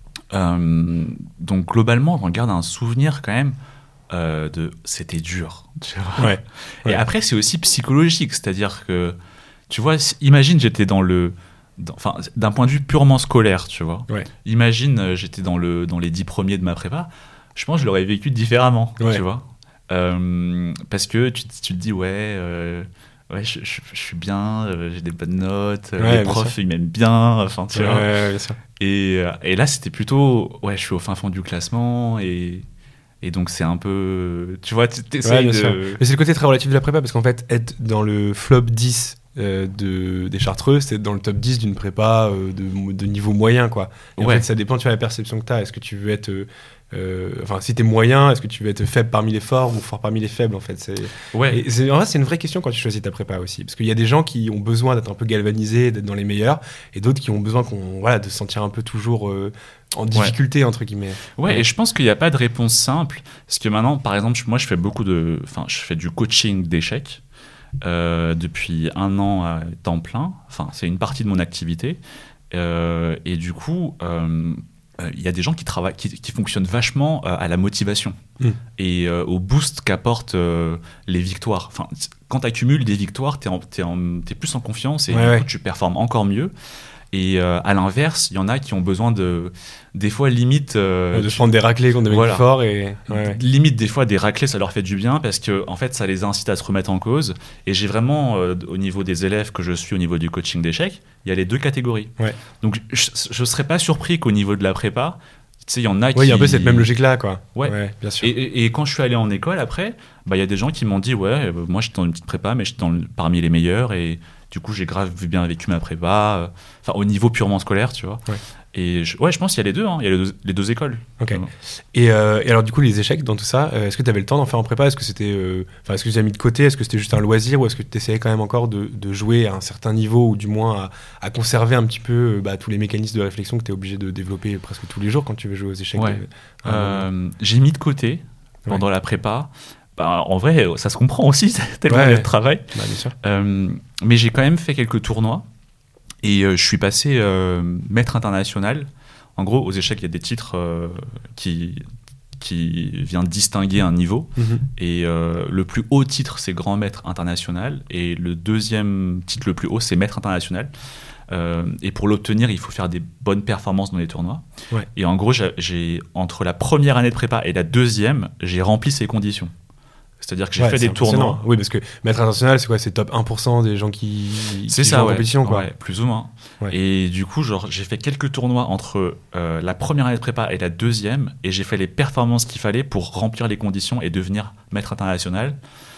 Euh, donc, globalement, on garde un souvenir quand même euh, de c'était dur. Tu vois. Ouais. Ouais. Et après, c'est aussi psychologique. C'est-à-dire que, tu vois, si- imagine, j'étais dans le. dans- Enfin, d'un point de vue purement scolaire, tu vois. Ouais. Imagine, euh, j'étais dans, le, dans les dix premiers de ma prépa. Je pense que je l'aurais vécu différemment, Ouais. tu vois. Euh, parce que tu, te- tu te dis, ouais, euh, ouais je, je- je suis bien, euh, j'ai des bonnes notes, euh, Ouais, les bien profs, sûr. ils m'aiment bien, enfin, tu Ouais, vois. ouais, bien sûr. Et, euh, et là, c'était plutôt, ouais, je suis au fin fond du classement et, et donc c'est un peu, tu vois, tu Ouais, essayes bien de. sûr. Mais c'est le côté très relatif de la prépa, parce qu'en fait, être dans le flop dix euh, de, des Chartreux, c'est être dans le top dix d'une prépa euh, de, de niveau moyen, quoi. Et en Ouais. fait, ça dépend, tu vois, la perception que tu as. Est-ce que tu veux être... euh, euh, enfin, si t'es moyen, est-ce que tu veux être faible parmi les forts ou fort parmi les faibles, en fait? C'est... Ouais. Et c'est, en vrai, c'est une vraie question quand tu choisis ta prépa aussi. Parce qu'il y a des gens qui ont besoin d'être un peu galvanisés, d'être dans les meilleurs, et d'autres qui ont besoin qu'on, voilà, de se sentir un peu toujours euh, en difficulté, entre guillemets. Ouais, et je pense qu'il n'y a pas de réponse simple. Parce que maintenant, par exemple, moi, je fais beaucoup de. Enfin, je fais du coaching d'échecs euh, depuis un an à temps plein. Enfin, c'est une partie de mon activité. Euh, et du coup, euh, euh, il y a des gens qui, travaillent, qui, qui fonctionnent vachement euh, à la motivation Mm. et euh, au boost qu'apportent euh, les victoires. Enfin, quand tu accumules des victoires, tu es plus en confiance et Ouais, du ouais. coup, tu performes encore mieux. Et euh, à l'inverse, il y en a qui ont besoin de, des fois, limite. euh, de se tu- prendre des raclés contre des mecs Voilà. forts et... Ouais, ouais. Limite, des fois, des raclés, ça leur fait du bien parce que, en fait, ça les incite à se remettre en cause. Et j'ai vraiment, euh, au niveau des élèves que je suis, au niveau du coaching d'échecs, il y a les deux catégories. Ouais. Donc, je ne serais pas surpris qu'au niveau de la prépa, tu sais, il y en a qui. Ouais, il y a un peu cette même logique-là, quoi. Ouais. bien sûr. Et, et- et quand je suis allé en école après, bah, il y a des gens qui m'ont dit, ouais, euh, moi, j'étais dans une petite prépa, mais j'étais dans le- parmi les meilleurs et, Du coup, j'ai grave bien vécu ma prépa, enfin, euh, au niveau purement scolaire, tu vois. Ouais. Et je, ouais, je pense qu'il y a les deux, hein. Il y a les deux, les deux écoles. Ok. Et, euh, et alors, du coup, les échecs dans tout ça, euh, est-ce que tu avais le temps d'en faire en prépa? Est-ce que c'était, euh, enfin, est-ce que tu as mis de côté? Est-ce que c'était juste un loisir? Ou est-ce que tu essayais quand même encore de, de jouer à un certain niveau, ou du moins à, à conserver un petit peu euh, bah, tous les mécanismes de réflexion que tu es obligé de développer presque tous les jours quand tu veux jouer aux échecs? Ouais. de... euh, j'ai mis de côté pendant Ouais. la prépa. Bah, en vrai, ça se comprend aussi, tellement Ouais, il y a ouais. de travail. Bah, bien sûr. Euh, mais j'ai quand même fait quelques tournois et euh, je suis passé euh, maître international. En gros, aux échecs, il y a des titres euh, qui, qui viennent distinguer un niveau. Mm-hmm. Et euh, le plus haut titre, c'est grand maître international. Et le deuxième titre le plus haut, c'est maître international. Euh, et pour l'obtenir, il faut faire des bonnes performances dans les tournois. Ouais. Et en gros, j'ai, j'ai, entre la première année de prépa et la deuxième, j'ai rempli ces conditions. C'est-à-dire que j'ai Ouais, fait c'est des tournois. impressionnant. Oui, parce que maître international, c'est quoi? C'est top un pour cent des gens qui, C'est qui ça, jouent en ouais. compétition, quoi. Ouais, plus ou moins. Ouais. Et du coup, genre, j'ai fait quelques tournois entre euh, la première année de prépa et la deuxième, et j'ai fait les performances qu'il fallait pour remplir les conditions et devenir maître international.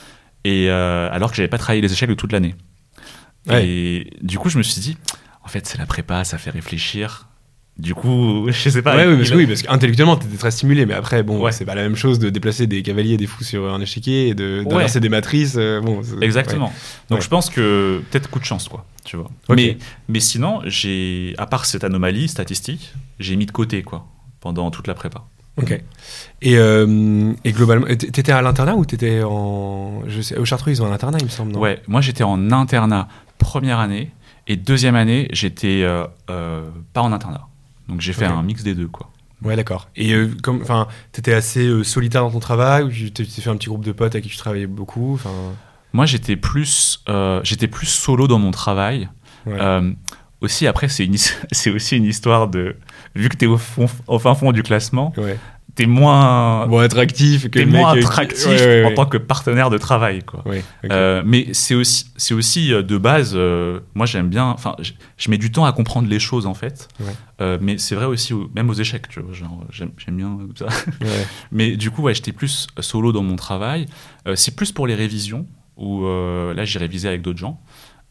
Et euh, alors que j'avais pas travaillé les échecs de toute l'année. Ouais. Et du coup, je me suis dit, en fait, c'est la prépa, ça fait réfléchir. Du coup, je sais pas. Ouais, oui, parce il que a- oui, parce qu'intellectuellement, t'étais très stimulé, mais après, bon, Ouais. c'est pas la même chose de déplacer des cavaliers et des fous sur un échiquier et de, d'inverser Ouais. des matrices. euh, bon, c'est- Exactement. ouais. Donc Ouais. je pense que peut-être coup de chance, quoi. Tu vois. Ok. Mais, mais sinon, j'ai, à part cette anomalie statistique, j'ai mis de côté, quoi, pendant toute la prépa. Ok. Et, euh, et globalement, t- t'étais à l'internat ou t'étais en. Je sais, au Chartreux, ils ont un internat, il me semble, non? Ouais, moi j'étais en internat première année et deuxième année, j'étais euh, euh, pas en internat. Donc j'ai fait Ok. un mix des deux, quoi. Ouais, d'accord. Et euh, comme, enfin, t'étais assez euh, solitaire dans ton travail ou tu t'es tu t'es fait un petit groupe de potes avec qui tu travaillais beaucoup? Enfin, Moi j'étais plus, euh, j'étais plus solo dans mon travail. ouais. Euh, aussi, après, c'est, une, his- c'est aussi une histoire de. Vu que t'es au, fond, au fin fond du classement, ouais. t'es moins, Bon, attractif que t'es le mec. moins euh, qui- attractif ouais, ouais, en ouais. tant que partenaire de travail, quoi. Ouais, ok. Euh, mais c'est aussi, c'est aussi euh, de base, euh, moi j'aime bien, enfin, je, je mets du temps à comprendre les choses en fait. Ouais. Euh, mais c'est vrai aussi, au- même aux échecs, tu vois, genre, j'aime, j'aime bien comme ça. Ouais. Mais du coup, ouais, j'étais plus solo dans mon travail. Euh, c'est plus pour les révisions, où euh, là j'ai révisé avec d'autres gens.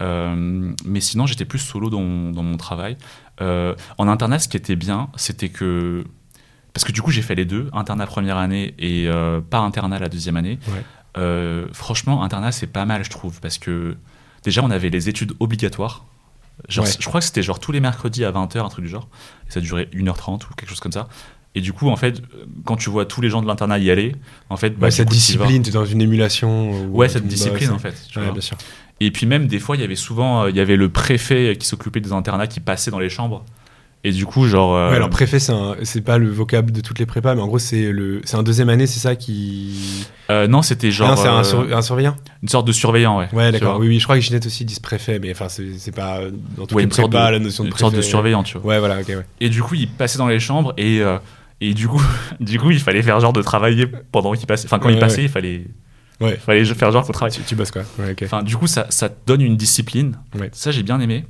Euh, mais sinon, j'étais plus solo dans, dans mon travail. Euh, en internat, ce qui était bien, c'était que. Parce que du coup, j'ai fait les deux, internat première année et euh, pas internat la deuxième année. Ouais. Euh, franchement, internat, c'est pas mal, je trouve, parce que déjà, on avait les études obligatoires. Genre, Ouais. Je crois que c'était genre tous les mercredis à vingt heures, un truc du genre. Et ça durait une heure trente ou quelque chose comme ça. Et du coup, en fait, quand tu vois tous les gens de l'internat y aller, en fait, bah, Ouais, du cette coup, t'y vas. discipline, t'es dans une émulation. où Ouais, tout cette le monde discipline, bosse. en fait. tu Ouais, vois. bien sûr. Et puis même, des fois, il y avait souvent, euh, il y avait le préfet qui s'occupait des internats qui passait dans les chambres. Et du coup, genre... euh, Ouais, alors préfet, c'est, un- c'est pas le vocable de toutes les prépas, mais en gros, c'est, le, c'est un deuxième année, c'est ça qui. euh, non, c'était Ah genre non, c'est un, euh, sur- un surveillant? une sorte de surveillant, ouais. Ouais, Tu d'accord. vois. Oui, oui, je crois que Ginette aussi disent préfet, mais enfin, c'est, c'est pas euh, dans toutes Ouais, les une sorte prépas, de- la notion de Une préfet. sorte de surveillant, tu vois. Ouais, voilà, ok, ouais. Et du coup, il passait dans les chambres et, euh, et du, coup, du coup, il fallait faire genre de travailler pendant qu'il passait. Enfin, quand Ouais, il passait, ouais. il fallait, Ouais. fallait faire genre qu'on travaille. Tu, tu bosses quoi? Ouais, ok. Enfin, du coup, ça, ça te donne une discipline. Ouais. Ça, j'ai bien aimé.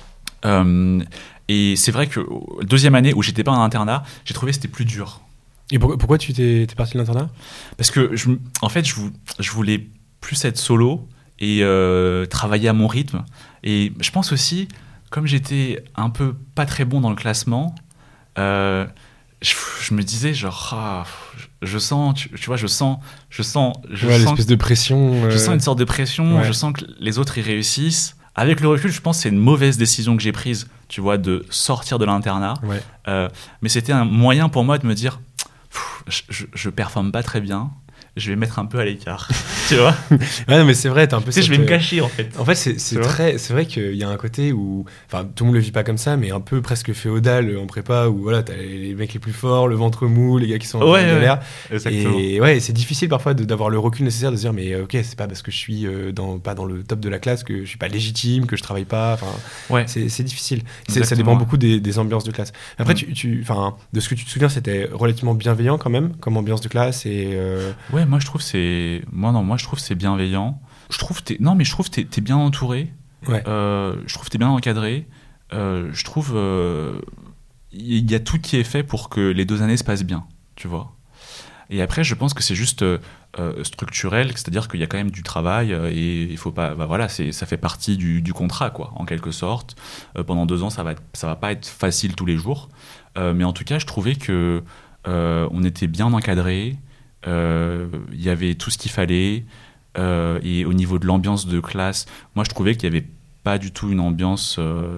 Euh, et c'est vrai que euh, deuxième année où j'étais pas en internat, j'ai trouvé que c'était plus dur. Et pour- pourquoi tu t'es, t'es parti de l'internat? Parce que, je, en fait, je, vou- je voulais plus être solo et euh, travailler à mon rythme. Et je pense aussi, comme j'étais un peu pas très bon dans le classement, euh, je, je me disais genre, ah, je, je sens, tu, tu vois, je sens, je sens, je Ouais, sens, l'espèce de pression. je euh, sens une sorte de pression. ouais. Je sens que les autres y réussissent. Avec le recul, je pense que c'est une mauvaise décision que j'ai prise, tu vois, de sortir de l'internat. Ouais. Euh, mais c'était un moyen pour moi de me dire, Pff, je, je, je performe pas très bien, je vais mettre un peu à l'écart, tu vois. Ouais, non, mais c'est vrai, t'as un peu Tu sais, je cette, vais me euh, cacher en fait. En fait, c'est, c'est Tu vois très, c'est vrai qu'il y a un côté où, enfin, tout le monde le vit pas comme ça, mais un peu presque féodal en prépa où voilà, t'as les, les mecs les plus forts, le ventre mou, les gars qui sont en Ouais, galère. Exactement. Et ouais, c'est difficile parfois de, d'avoir le recul nécessaire de se dire, mais euh, ok, c'est pas parce que je suis euh, dans, pas dans le top de la classe que je suis pas légitime, que je travaille pas. Enfin, Ouais. c'est, c'est difficile. C'est, ça Exactement, dépend ouais. beaucoup des, des ambiances de classe. Après, Mm. tu, tu, enfin, de ce que tu te souviens, c'était relativement bienveillant quand même comme ambiance de classe et. euh, Ouais, moi je trouve c'est, moi non, moi je trouve c'est bienveillant. Je trouve t'es, non mais je trouve t'es, t'es bien entouré. Ouais. Euh, je trouve t'es bien encadré. Euh, je trouve il y, y a tout qui est fait pour que les deux années se passent bien, tu vois. Et après, je pense que c'est juste euh, euh, structurel, c'est-à-dire qu'il y a quand même du travail euh, et il faut pas. Bah voilà, c'est, ça fait partie du, du contrat, quoi, en quelque sorte. Euh, pendant deux ans, ça va, être, ça va pas être facile tous les jours, euh, mais en tout cas, je trouvais que euh, on était bien encadré. Il euh, y avait tout ce qu'il fallait. Euh, et au niveau de l'ambiance de classe, moi, je trouvais qu'il y avait pas du tout une ambiance euh,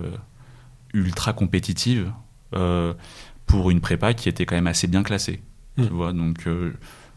ultra compétitive euh, pour une prépa qui était quand même assez bien classée. Mmh. Tu vois, donc euh,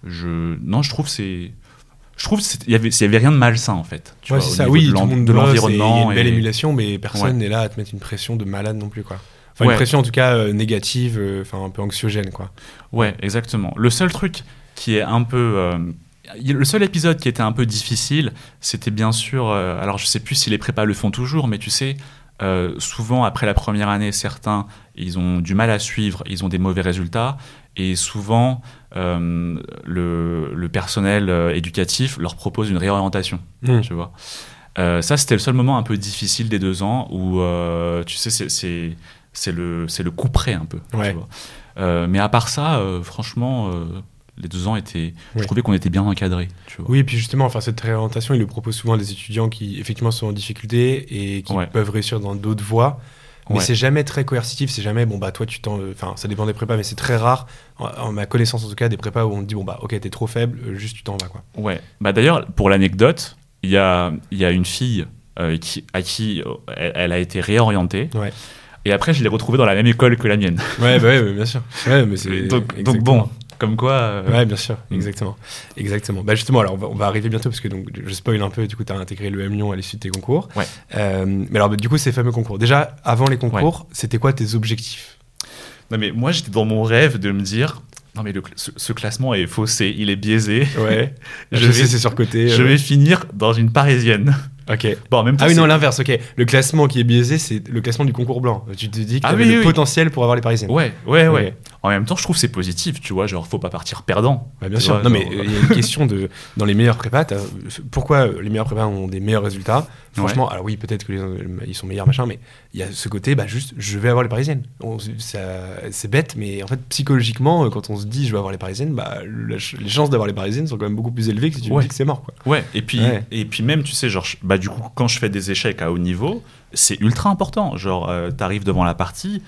je non, je trouve c'est je trouve il y avait il y avait rien de malsain en fait. Tu ouais, vois, c'est au ça. niveau Oui, de, tout le monde de l'environnement. Il y a une belle et... émulation, mais personne n'est ouais. là à te mettre une pression de malade non plus, quoi. Enfin, ouais. une pression en tout cas euh, négative, enfin euh, un peu anxiogène, quoi. Ouais, exactement. Le seul truc qui est un peu euh, le seul épisode qui était un peu difficile, c'était bien sûr. Euh, alors, je sais plus si les prépas le font toujours, mais tu sais, euh, souvent après la première année, certains ils ont du mal à suivre, ils ont des mauvais résultats, et souvent euh, le, le personnel euh, éducatif leur propose une réorientation. Mmh. Tu vois. Euh, ça, c'était le seul moment un peu difficile des deux ans où, euh, tu sais, c'est, c'est, c'est le c'est le coup près un peu. Ouais. Tu vois. Euh, mais à part ça, euh, franchement. Euh, les deux ans étaient, oui. je trouvais qu'on était bien encadrés. Tu vois. Oui, et puis justement, enfin, cette réorientation, il le propose souvent à des étudiants qui effectivement sont en difficulté et qui ouais. peuvent réussir dans d'autres voies. Mais ouais. c'est jamais très coercitif, c'est jamais, bon bah toi tu t'en... Enfin, ça dépend des prépas, mais c'est très rare, en, en ma connaissance en tout cas, des prépas où on te dit, bon bah ok, t'es trop faible, euh, juste tu t'en vas, quoi. Ouais, bah d'ailleurs, pour l'anecdote, il y a, y a une fille euh, qui, à qui euh, elle, elle a été réorientée. Ouais. Et après, je l'ai retrouvée dans la même école que la mienne. Ouais, bah ouais, bien sûr. Ouais, mais c'est donc, donc bon... Comme quoi. Euh... Ouais, bien sûr, exactement. Exactement. Bah justement, alors on va, on va arriver bientôt parce que donc, je spoil un peu, du coup, tu as intégré l'E M Lyon à l'issue de tes concours. Ouais. Euh, mais alors, bah, du coup, ces fameux concours. Déjà, avant les concours, ouais. c'était quoi tes objectifs ? Non, mais moi, j'étais dans mon rêve de me dire. Non, mais le, ce, ce classement est faussé, il est biaisé. Ouais. je, je sais, vais, c'est surcoté. Je ouais. vais finir dans une parisienne. Ok. Bon, en même temps, ah oui, c'est... non, l'inverse, ok. Le classement qui est biaisé, c'est le classement du concours blanc. Tu te dis que tu ah, avais oui, le oui. potentiel pour avoir les parisiennes. Ouais, ouais, ouais. ouais. En même temps, je trouve que c'est positif, tu vois. Genre, faut pas partir perdant. Ouais, bien sûr. Vois, non, genre... mais il euh, y a une question de. Dans les meilleurs prépas, t'as... pourquoi les meilleurs prépas ont des meilleurs résultats ? Franchement, ouais. alors oui, peut-être qu'ils les... sont meilleurs, machin, mais il y a ce côté, bah juste, je vais avoir les parisiennes. On, ça, c'est bête, mais en fait, psychologiquement, quand on se dit, je vais avoir les parisiennes, bah, la, les chances d'avoir les parisiennes sont quand même beaucoup plus élevées que si tu ouais. me dis que c'est mort, quoi. Ouais, et puis, ouais. et puis même, tu sais, genre, bah, du coup, quand je fais des échecs à haut niveau, c'est ultra important. Genre, euh, t'arrives devant la partie.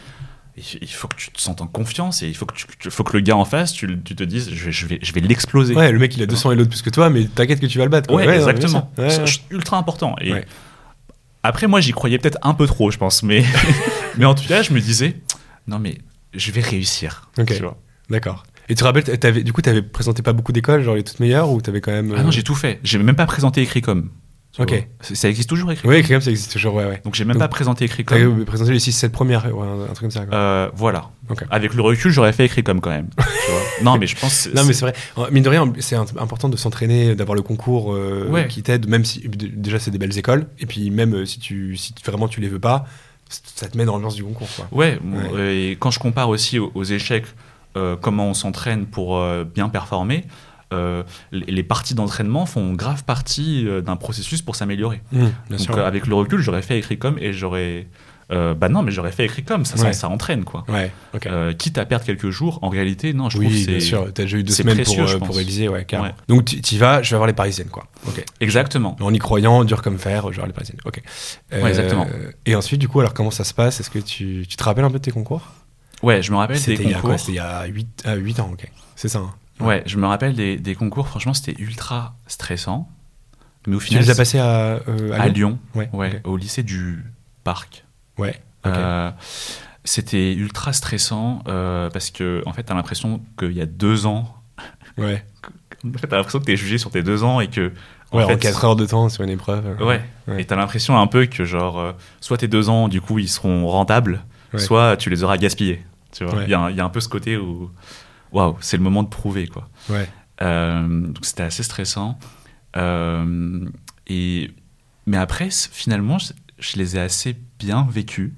Il faut que tu te sentes en confiance et il faut que, tu, faut que le gars en face, tu, tu te dises, je vais, je, vais, je vais l'exploser. Ouais, le mec, il a deux cents et l'autre plus que toi, mais t'inquiète que tu vas le battre. Quoi. Ouais, ouais, exactement. Ouais, c'est ouais. ultra important. Et ouais. après, moi, j'y croyais peut-être un peu trop, je pense. Mais, mais en tout cas, je me disais, non, mais je vais réussir. Ok, tu vois. D'accord. Et tu te rappelles, t'avais, du coup, t'avais présenté pas beaucoup d'écoles, genre les toutes meilleures, ou t'avais quand même... Euh... Ah non, j'ai tout fait. J'ai même pas présenté Écricom. Ok. Vois. Ça existe toujours, Écricom ? Oui, Écricom, ça existe toujours, ouais, ouais. Donc, j'ai même Donc, pas présenté Écricom. T'avais présenté les six sept premières, ouais, un, un truc comme ça. Quoi. Euh, voilà. Okay. Avec le recul, j'aurais fait Écricom quand même. Tu vois. Non, mais je pense... C'est, non, mais c'est vrai. Mine de rien, c'est important de s'entraîner, d'avoir le concours euh, ouais. qui t'aide, même si... Déjà, c'est des belles écoles, et puis même euh, si, tu, si vraiment tu les veux pas, ça te met dans l'ambiance du concours, quoi. Ouais, ouais. Et quand je compare aussi aux, aux échecs, euh, comment on s'entraîne pour euh, bien performer, euh, les, les parties d'entraînement font grave partie euh, d'un processus pour s'améliorer. Mmh, Donc sûr, euh, ouais. avec le recul, j'aurais fait Écricom et j'aurais... Euh, bah non, mais j'aurais fait Écricom, ça, ouais. ça, ça entraîne, quoi. Ouais, okay. euh, quitte à perdre quelques jours, en réalité, non, je oui, trouve que c'est... Oui, bien sûr, t'as déjà eu deux c'est semaines précieux, pour, euh, pour réviser, ouais, carrément. Ouais. Donc tu y vas, je vais avoir les parisiennes, quoi. Okay. Exactement. En y croyant, dur comme fer, je vais avoir les parisiennes, ok. Euh, ouais, exactement. Et ensuite, du coup, alors comment ça se passe ? Est-ce que tu, tu te rappelles un peu de tes concours ? Ouais, je me rappelle c'était des concours. C'était il y a huit, ah, huit ans, ok. C'est ça, hein. Ouais, je me rappelle des, des concours, franchement, c'était ultra stressant. Mais au final, tu les as passés à, euh, à, à Lyon, Lyon ouais, ouais okay. au lycée du Parc. Ouais, ok. Euh, c'était ultra stressant euh, parce que, en fait, t'as l'impression qu'il y a deux ans. Ouais. En fait, t'as l'impression que t'es jugé sur tes deux ans et que. En ouais, fait, en quatre heures de temps sur une épreuve. Euh, ouais. ouais. Et t'as l'impression un peu que, genre, euh, soit tes deux ans, du coup, ils seront rentables, ouais. soit tu les auras gaspillés. Tu vois, il ouais. y, y a un peu ce côté où. Waouh, c'est le moment de prouver, quoi. Ouais. Euh, donc c'était assez stressant. Euh, et mais après, finalement, je, je les ai assez bien vécus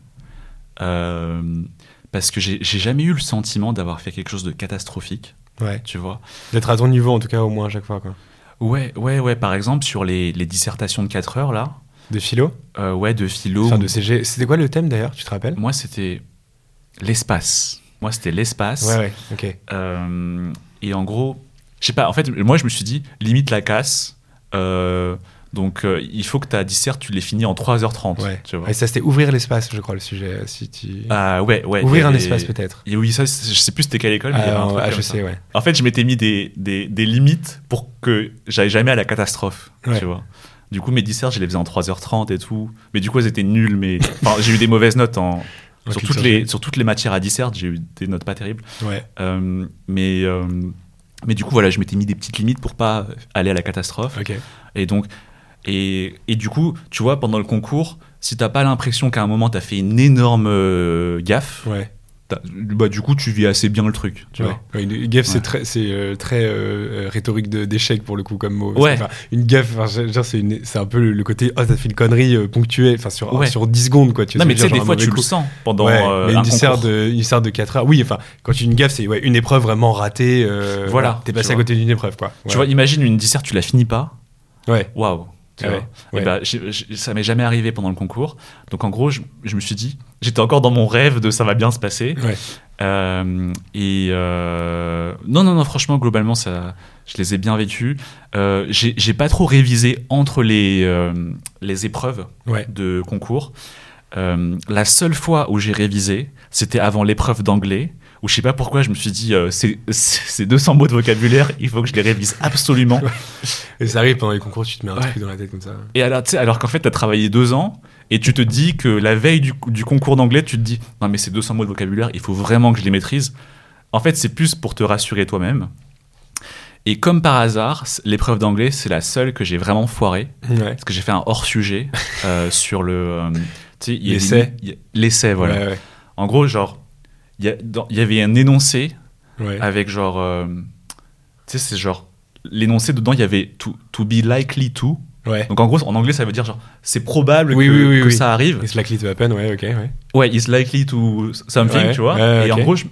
euh, parce que j'ai, j'ai jamais eu le sentiment d'avoir fait quelque chose de catastrophique. Ouais. Tu vois. D'être à ton niveau, en tout cas, au moins à chaque fois, quoi. Ouais, ouais, ouais. Par exemple, sur les, les dissertations de quatre heures là. De philo. Euh, ouais, de philo. Enfin, de C G. C'était quoi le thème d'ailleurs, tu te rappelles ? Moi, c'était l'espace. Moi, c'était l'espace. Ouais, ouais, ok. Euh, et en gros, je sais pas, en fait, moi, je me suis dit, limite la casse. Euh, donc, euh, il faut que ta disserte, tu l'aies fini en trois heures trente. Ouais. Tu vois. Et ça, c'était ouvrir l'espace, je crois, le sujet. Si tu... Ah, ouais, ouais. Ouvrir un et, espace, peut-être. Et oui, ça, je sais plus c'était quelle école, mais il y avait un Ah, truc ah, comme je ça. sais, ouais. En fait, je m'étais mis des, des, des limites pour que j'aille jamais à la catastrophe. Ouais. Tu vois. Du coup, mes dissertes, je les faisais en trois heures trente et tout. Mais du coup, elles étaient nulles. Mais... Enfin, j'ai eu des mauvaises notes en... En sur, culture toutes les, G. sur toutes les matières à disserte. J'ai eu des notes pas terribles. Ouais. Euh, mais, euh, mais du coup, voilà, je m'étais mis des petites limites pour pas aller à la catastrophe. Ok. Et donc, et, et du coup, tu vois, pendant le concours, si t'as pas l'impression qu'à un moment, t'as fait une énorme euh, gaffe, Ouais. bah, du coup, tu vis assez bien le truc. Tu Ouais. vois. Ouais, une gaffe, Ouais. c'est très, c'est, euh, très euh, rhétorique de, d'échec pour le coup comme mot. Ouais. Enfin, une gaffe, enfin, je veux dire, c'est, une, c'est un peu le, le côté, oh, t'as fait une connerie euh, ponctuée, enfin, sur, Ouais. sur dix secondes, quoi. Tu Non, vois, mais tu sais, genre des un fois, mauvais tu coup. le sens pendant Ouais, euh, mais un une disserte concours. de, une disserte de quatre heures. Oui, enfin, quand tu une gaffe, c'est ouais, une épreuve vraiment ratée. Euh, Voilà, T'es tu passé à vois. côté d'une épreuve, quoi. Tu vois, imagine une disserte, tu la finis pas. Ouais. Waouh. Tu Ah vois. ouais, Et ouais. bah, j'ai- j'ai- ça m'est jamais arrivé pendant le concours. Donc en gros, je, je me suis dit, j'étais encore dans mon rêve de ça va bien se passer. Ouais. Euh, et euh, non, non, non, franchement, globalement, ça, je les ai bien vécus. Euh, j'ai j'ai pas trop révisé entre les, euh, les épreuves Ouais. de concours. Euh, la seule fois où j'ai révisé, c'était avant l'épreuve d'anglais, où je sais pas pourquoi je me suis dit, euh, c'est c'est- c'est deux cents mots de vocabulaire, il faut que je les révise absolument. Et ça arrive pendant les concours, tu te mets un Ouais. truc dans la tête comme ça. Et alors, tu sais, alors qu'en fait, tu as travaillé deux ans et tu te dis que la veille du, du concours d'anglais, tu te dis non, mais ces deux cents mots de vocabulaire, il faut vraiment que je les maîtrise. En fait, c'est plus pour te rassurer toi-même. Et comme par hasard, c- l'épreuve d'anglais, c'est la seule que j'ai vraiment foirée. Ouais. Parce que j'ai fait un hors-sujet euh, sur le. euh, tu sais, il y a des- L'essai. il y a- L'essai, voilà. Ouais, ouais. En gros, genre, il y, a- dans- il y avait un énoncé Ouais. avec genre. euh, tu sais, c'est genre. L'énoncé dedans, il y avait to, to be likely to. Ouais. Donc en gros, en anglais, ça veut dire genre, c'est probable Oui, que, oui, oui, que oui. ça arrive. It's likely to happen, ouais, ok, ouais. Ouais, is likely to something, Ouais, tu vois. ouais, et ok. en gros, je,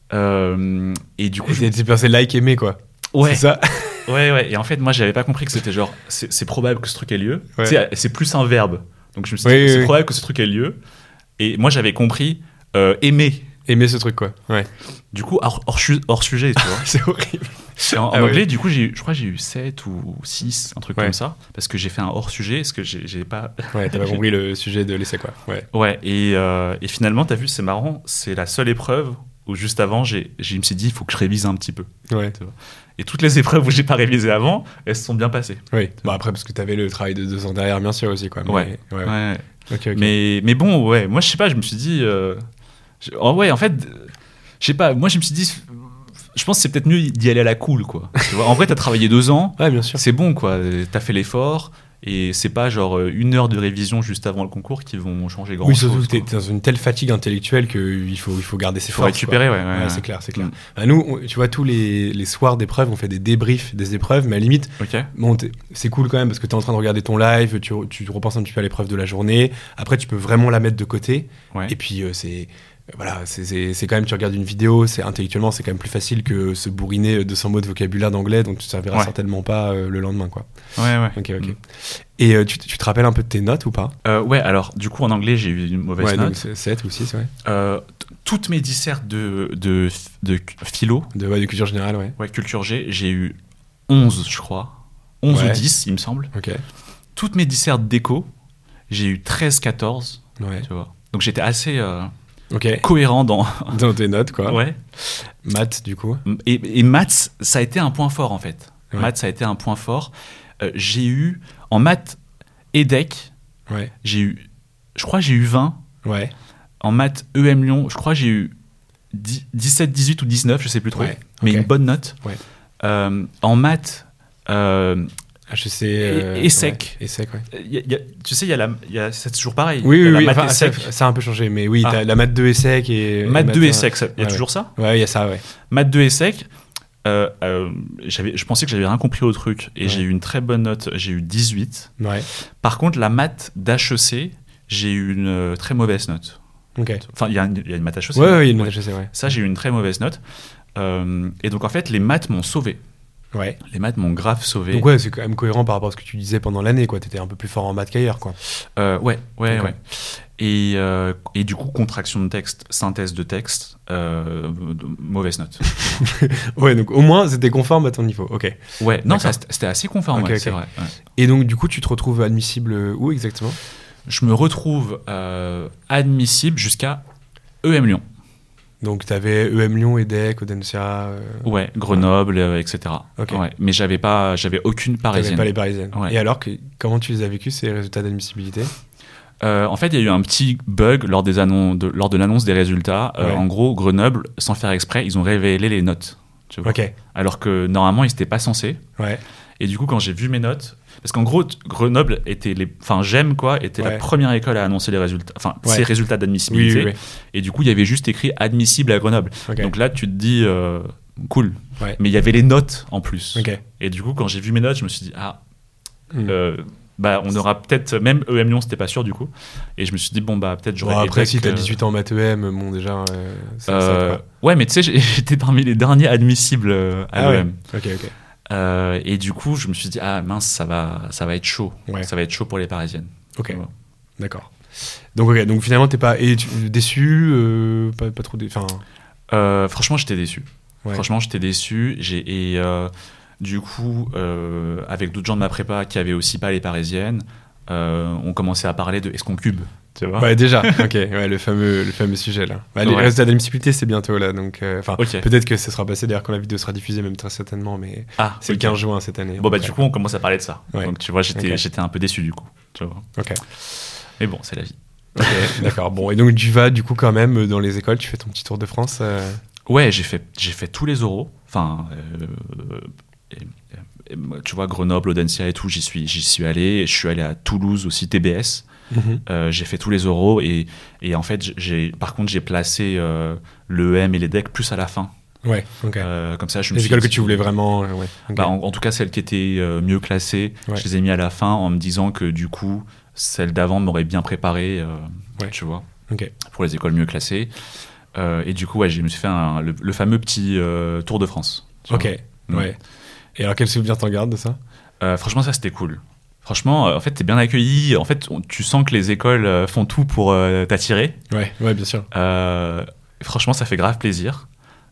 euh, et du coup, Et je, t'es pensé like aimer, quoi. ouais, C'est ça. ouais, ouais. Et en fait, moi, j'avais pas compris que c'était genre, c'est c'est probable que ce truc ait lieu. Ouais. Tu sais, c'est plus un verbe. Donc je me suis Oui, dit, oui, c'est oui. probable que ce truc ait lieu. Et moi, j'avais compris euh, aimer. Aimer ce truc, quoi. Ouais. Du coup, hors, hors, chu- hors sujet, tu vois. C'est horrible. Et en, en Ah ouais. anglais, du coup, j'ai eu- je crois que j'ai eu sept ou six, un truc Ouais. comme ça. Parce que j'ai fait un hors sujet, parce que j'ai j'ai pas. Ouais, t'as pas compris le sujet de l'essai, quoi. Ouais. Ouais, et, euh, et finalement, t'as vu, c'est marrant, c'est la seule épreuve où juste avant, j'ai, j'ai- je me suis dit, il faut que je révise un petit peu. Ouais. Et toutes les épreuves où j'ai pas révisé avant, elles se sont bien passées. Oui. Bon, après, parce que t'avais le travail de deux ans derrière, bien sûr, aussi, quoi. Mais- Ouais. ouais. ouais. Ouais. Ok, ok. Mais, mais bon, ouais, moi, je sais pas, je me suis dit. euh, je- oh, ouais, en fait, euh, je sais pas, moi, je me suis dit, je pense que c'est peut-être mieux d'y aller à la cool, quoi. Tu vois, en vrai, t'as travaillé deux ans, Ouais, bien sûr. c'est bon, quoi. T'as fait l'effort. Et c'est pas genre euh, une heure de révision juste avant le concours qui vont changer grand Oui, chose. surtout que t'es t'es dans une telle fatigue intellectuelle qu'il faut, il faut garder ses Il faut forces. récupérer, quoi. ouais. ouais, Ouais, ouais. c'est clair, c'est clair. Mm. Bah, nous, on- tu vois, tous les, les soirs d'épreuves, on fait des débriefs des épreuves, mais à la limite, Ok. bon, t'es- c'est cool quand même parce que tu es en train de regarder ton live, tu, tu repenses un petit peu à l'épreuve de la journée. Après, tu peux vraiment la mettre de côté. Ouais. Et puis, euh, c'est. euh, Voilà, c'est- c'est c'est quand même, tu regardes une vidéo, c'est intellectuellement, c'est quand même plus facile que se bourriner deux cents mots de vocabulaire d'anglais, donc tu ne serviras Ouais. certainement pas euh, le lendemain, quoi. Ouais, ouais. Ok, ok. Mm. Et euh, tu, tu te rappelles un peu de tes notes ou pas? Euh, ouais, alors, du coup, en anglais, j'ai eu une mauvaise Ouais, donc note. c'est sept ou six, ouais. Euh, t- toutes mes dissertes de, de, de philo, De, ouais, de culture générale, ouais. ouais, culture G, j'ai eu onze, je crois. onze Ouais. ou dix, il me semble. Ok. Toutes mes dissertes d'éco, j'ai eu treize, quatorze, Ouais. tu vois. Donc j'étais assez euh, Ok. cohérent dans... Dans tes notes, quoi. ouais. Maths, du coup. Et, et maths, ça a été un point fort, en fait. Ouais. Maths, ça a été un point fort. Euh, j'ai eu, en maths E D E C, Ouais. j'ai eu, je crois que j'ai eu vingt. Ouais. En maths E M Lyon, je crois que j'ai eu dix- dix-sept, dix-huit ou dix-neuf, je sais plus trop. Ouais, Mais ok. une bonne note. Ouais. Euh, en maths, euh, H E C. euh, Et- et sec. Ouais. Et sec, ouais. y a- y a- tu sais, il y a la, y a- c'est toujours pareil. Oui, Il y a oui, la oui. maths Enfin, et ça, sec. ça a un peu changé, mais oui, Ah. t'as la maths deux et sec et. Maths et deux et un- sec, il y a ouais, toujours ça. Ouais, il y a ça, ouais. Maths deux et sec, euh, euh, j'avais, je pensais que j'avais rien compris au truc et Ouais. j'ai eu une très bonne note, j'ai eu dix-huit. Ouais. Par contre, la maths d'H E C, j'ai eu une euh, très mauvaise note. Ok. Enfin, il y, a une- il y a une maths H E C. Ouais, ouais, il y a une Ouais. H E C, ouais. Ça, j'ai eu une très mauvaise note. Euh, et donc, en fait, les maths m'ont sauvé. Ouais. Les maths m'ont grave sauvé. Donc ouais, c'est quand même cohérent par rapport à ce que tu disais pendant l'année, quoi. T'étais un peu plus fort en maths qu'ailleurs, quoi. Euh, ouais, ouais, Okay. ouais. Et, euh, et du coup, contraction de texte, synthèse de texte, euh, mauvaise note. Ouais, donc au moins c'était conforme à ton niveau. Ok. Ouais, non, D'accord. ça, c'était assez conforme, Ok, ouais, ok. c'est vrai. Ouais. Et donc du coup, tu te retrouves admissible où exactement? Je me retrouve euh, admissible jusqu'à E M Lyon. Donc t'avais E M Lyon, EDEC, Audencia. Euh... Ouais, Grenoble, euh, et cetera. Ok. Ouais, mais j'avais pas, j'avais aucune T'avais parisienne. pas les parisiennes. Ouais. Et alors, que, comment tu les as vécus ces résultats d'admissibilité? Euh, en fait, il y a eu un petit bug lors, des annonces, de, lors de l'annonce des résultats. Euh, Ouais. En gros, Grenoble, sans faire exprès, ils ont révélé les notes. Tu vois. Ok. Alors que normalement, ils n'étaient pas censés. Ouais. Et du coup, quand j'ai vu mes notes, parce qu'en gros, t- Grenoble était les, enfin GEM quoi, était Ouais. la première école à annoncer les résultats, enfin Ouais. ses résultats Oui, d'admissibilité. oui, oui. Et du coup, il y avait juste écrit admissible à Grenoble. Ok. Donc là, tu te dis euh, cool. Ouais. Mais il y avait les notes en plus. Ok. Et du coup, quand j'ai vu mes notes, je me suis dit ah, Hmm. euh, bah on aura peut-être même E M Lyon, c'était pas sûr du coup. Et je me suis dit bon bah peut-être j'aurais. Bon, après, EDEC, si t'as euh, dix-huit ans en maths E M, bon, déjà, euh, ça, ça euh, quoi. ouais, mais tu sais, j'ai- j'étais parmi les derniers admissibles euh, à Ah ouais. l'E M. Ok, ok. Euh, et du coup, je me suis dit, ah mince, ça va, ça va être chaud. Ouais. Ça va être chaud pour les Parisiennes. Ok. Tu vois. D'accord. Donc, ok, donc finalement, t'es pas et tu- déçu, euh, pas, pas trop dé... Enfin, Euh, franchement, j'étais déçu. ouais. Franchement, j'étais déçu. J'ai, et euh, du coup, euh, avec d'autres gens de ma prépa qui avaient aussi pas les Parisiennes, euh, on commençait à parler de est-ce qu'on cube, tu vois. Ouais, déjà. Ok, ouais, le fameux, le fameux sujet là. Bah, les Ouais. résultats d'admissibilité, c'est bientôt là, donc, euh, enfin, Ok. peut-être que ça sera passé d'ailleurs quand la vidéo sera diffusée, même très certainement, mais Ah, c'est ok. le quinze juin cette année. Bon bah Ouais. du coup, on commence à parler de ça. Ouais. Donc tu vois, j'étais, Ok. j'étais un peu déçu du coup. Tu vois. Ok. Mais bon, c'est la vie. Ok, d'accord. Bon, et donc tu vas du coup quand même dans les écoles, tu fais ton petit tour de France. euh, Ouais, j'ai fait, j'ai fait tous les oraux. Enfin, euh, et- et- et- tu vois, Grenoble, Audencia et tout, j'y suis, j'y suis allé. Je suis allé à Toulouse aussi, T B S. Euh, j'ai fait tous les oraux et, et en fait, j'ai, par contre, j'ai placé euh, l'E M et les D E C plus à la fin. Ouais, ok. Euh, comme ça, je me les suis écoles que dit- tu voulais vraiment, euh, ouais. ok. Bah, en, en tout cas, celles qui étaient euh, mieux classées, Ouais. je les ai mis à la fin en me disant que du coup, celles d'avant m'auraient bien préparé, euh, Ouais. tu vois, Ok. pour les écoles mieux classées. Euh, et du coup, ouais, je me suis fait un- le, le fameux petit euh, Tour de France. tu Ok, vois. ouais. Et alors, quel souvenir t'en gardes de ça? Euh, franchement, ça c'était cool. Franchement, euh, en fait, t'es bien accueilli. En fait, on- tu sens que les écoles euh, font tout pour euh, t'attirer. Ouais, ouais, bien sûr. Euh, franchement, ça fait grave plaisir.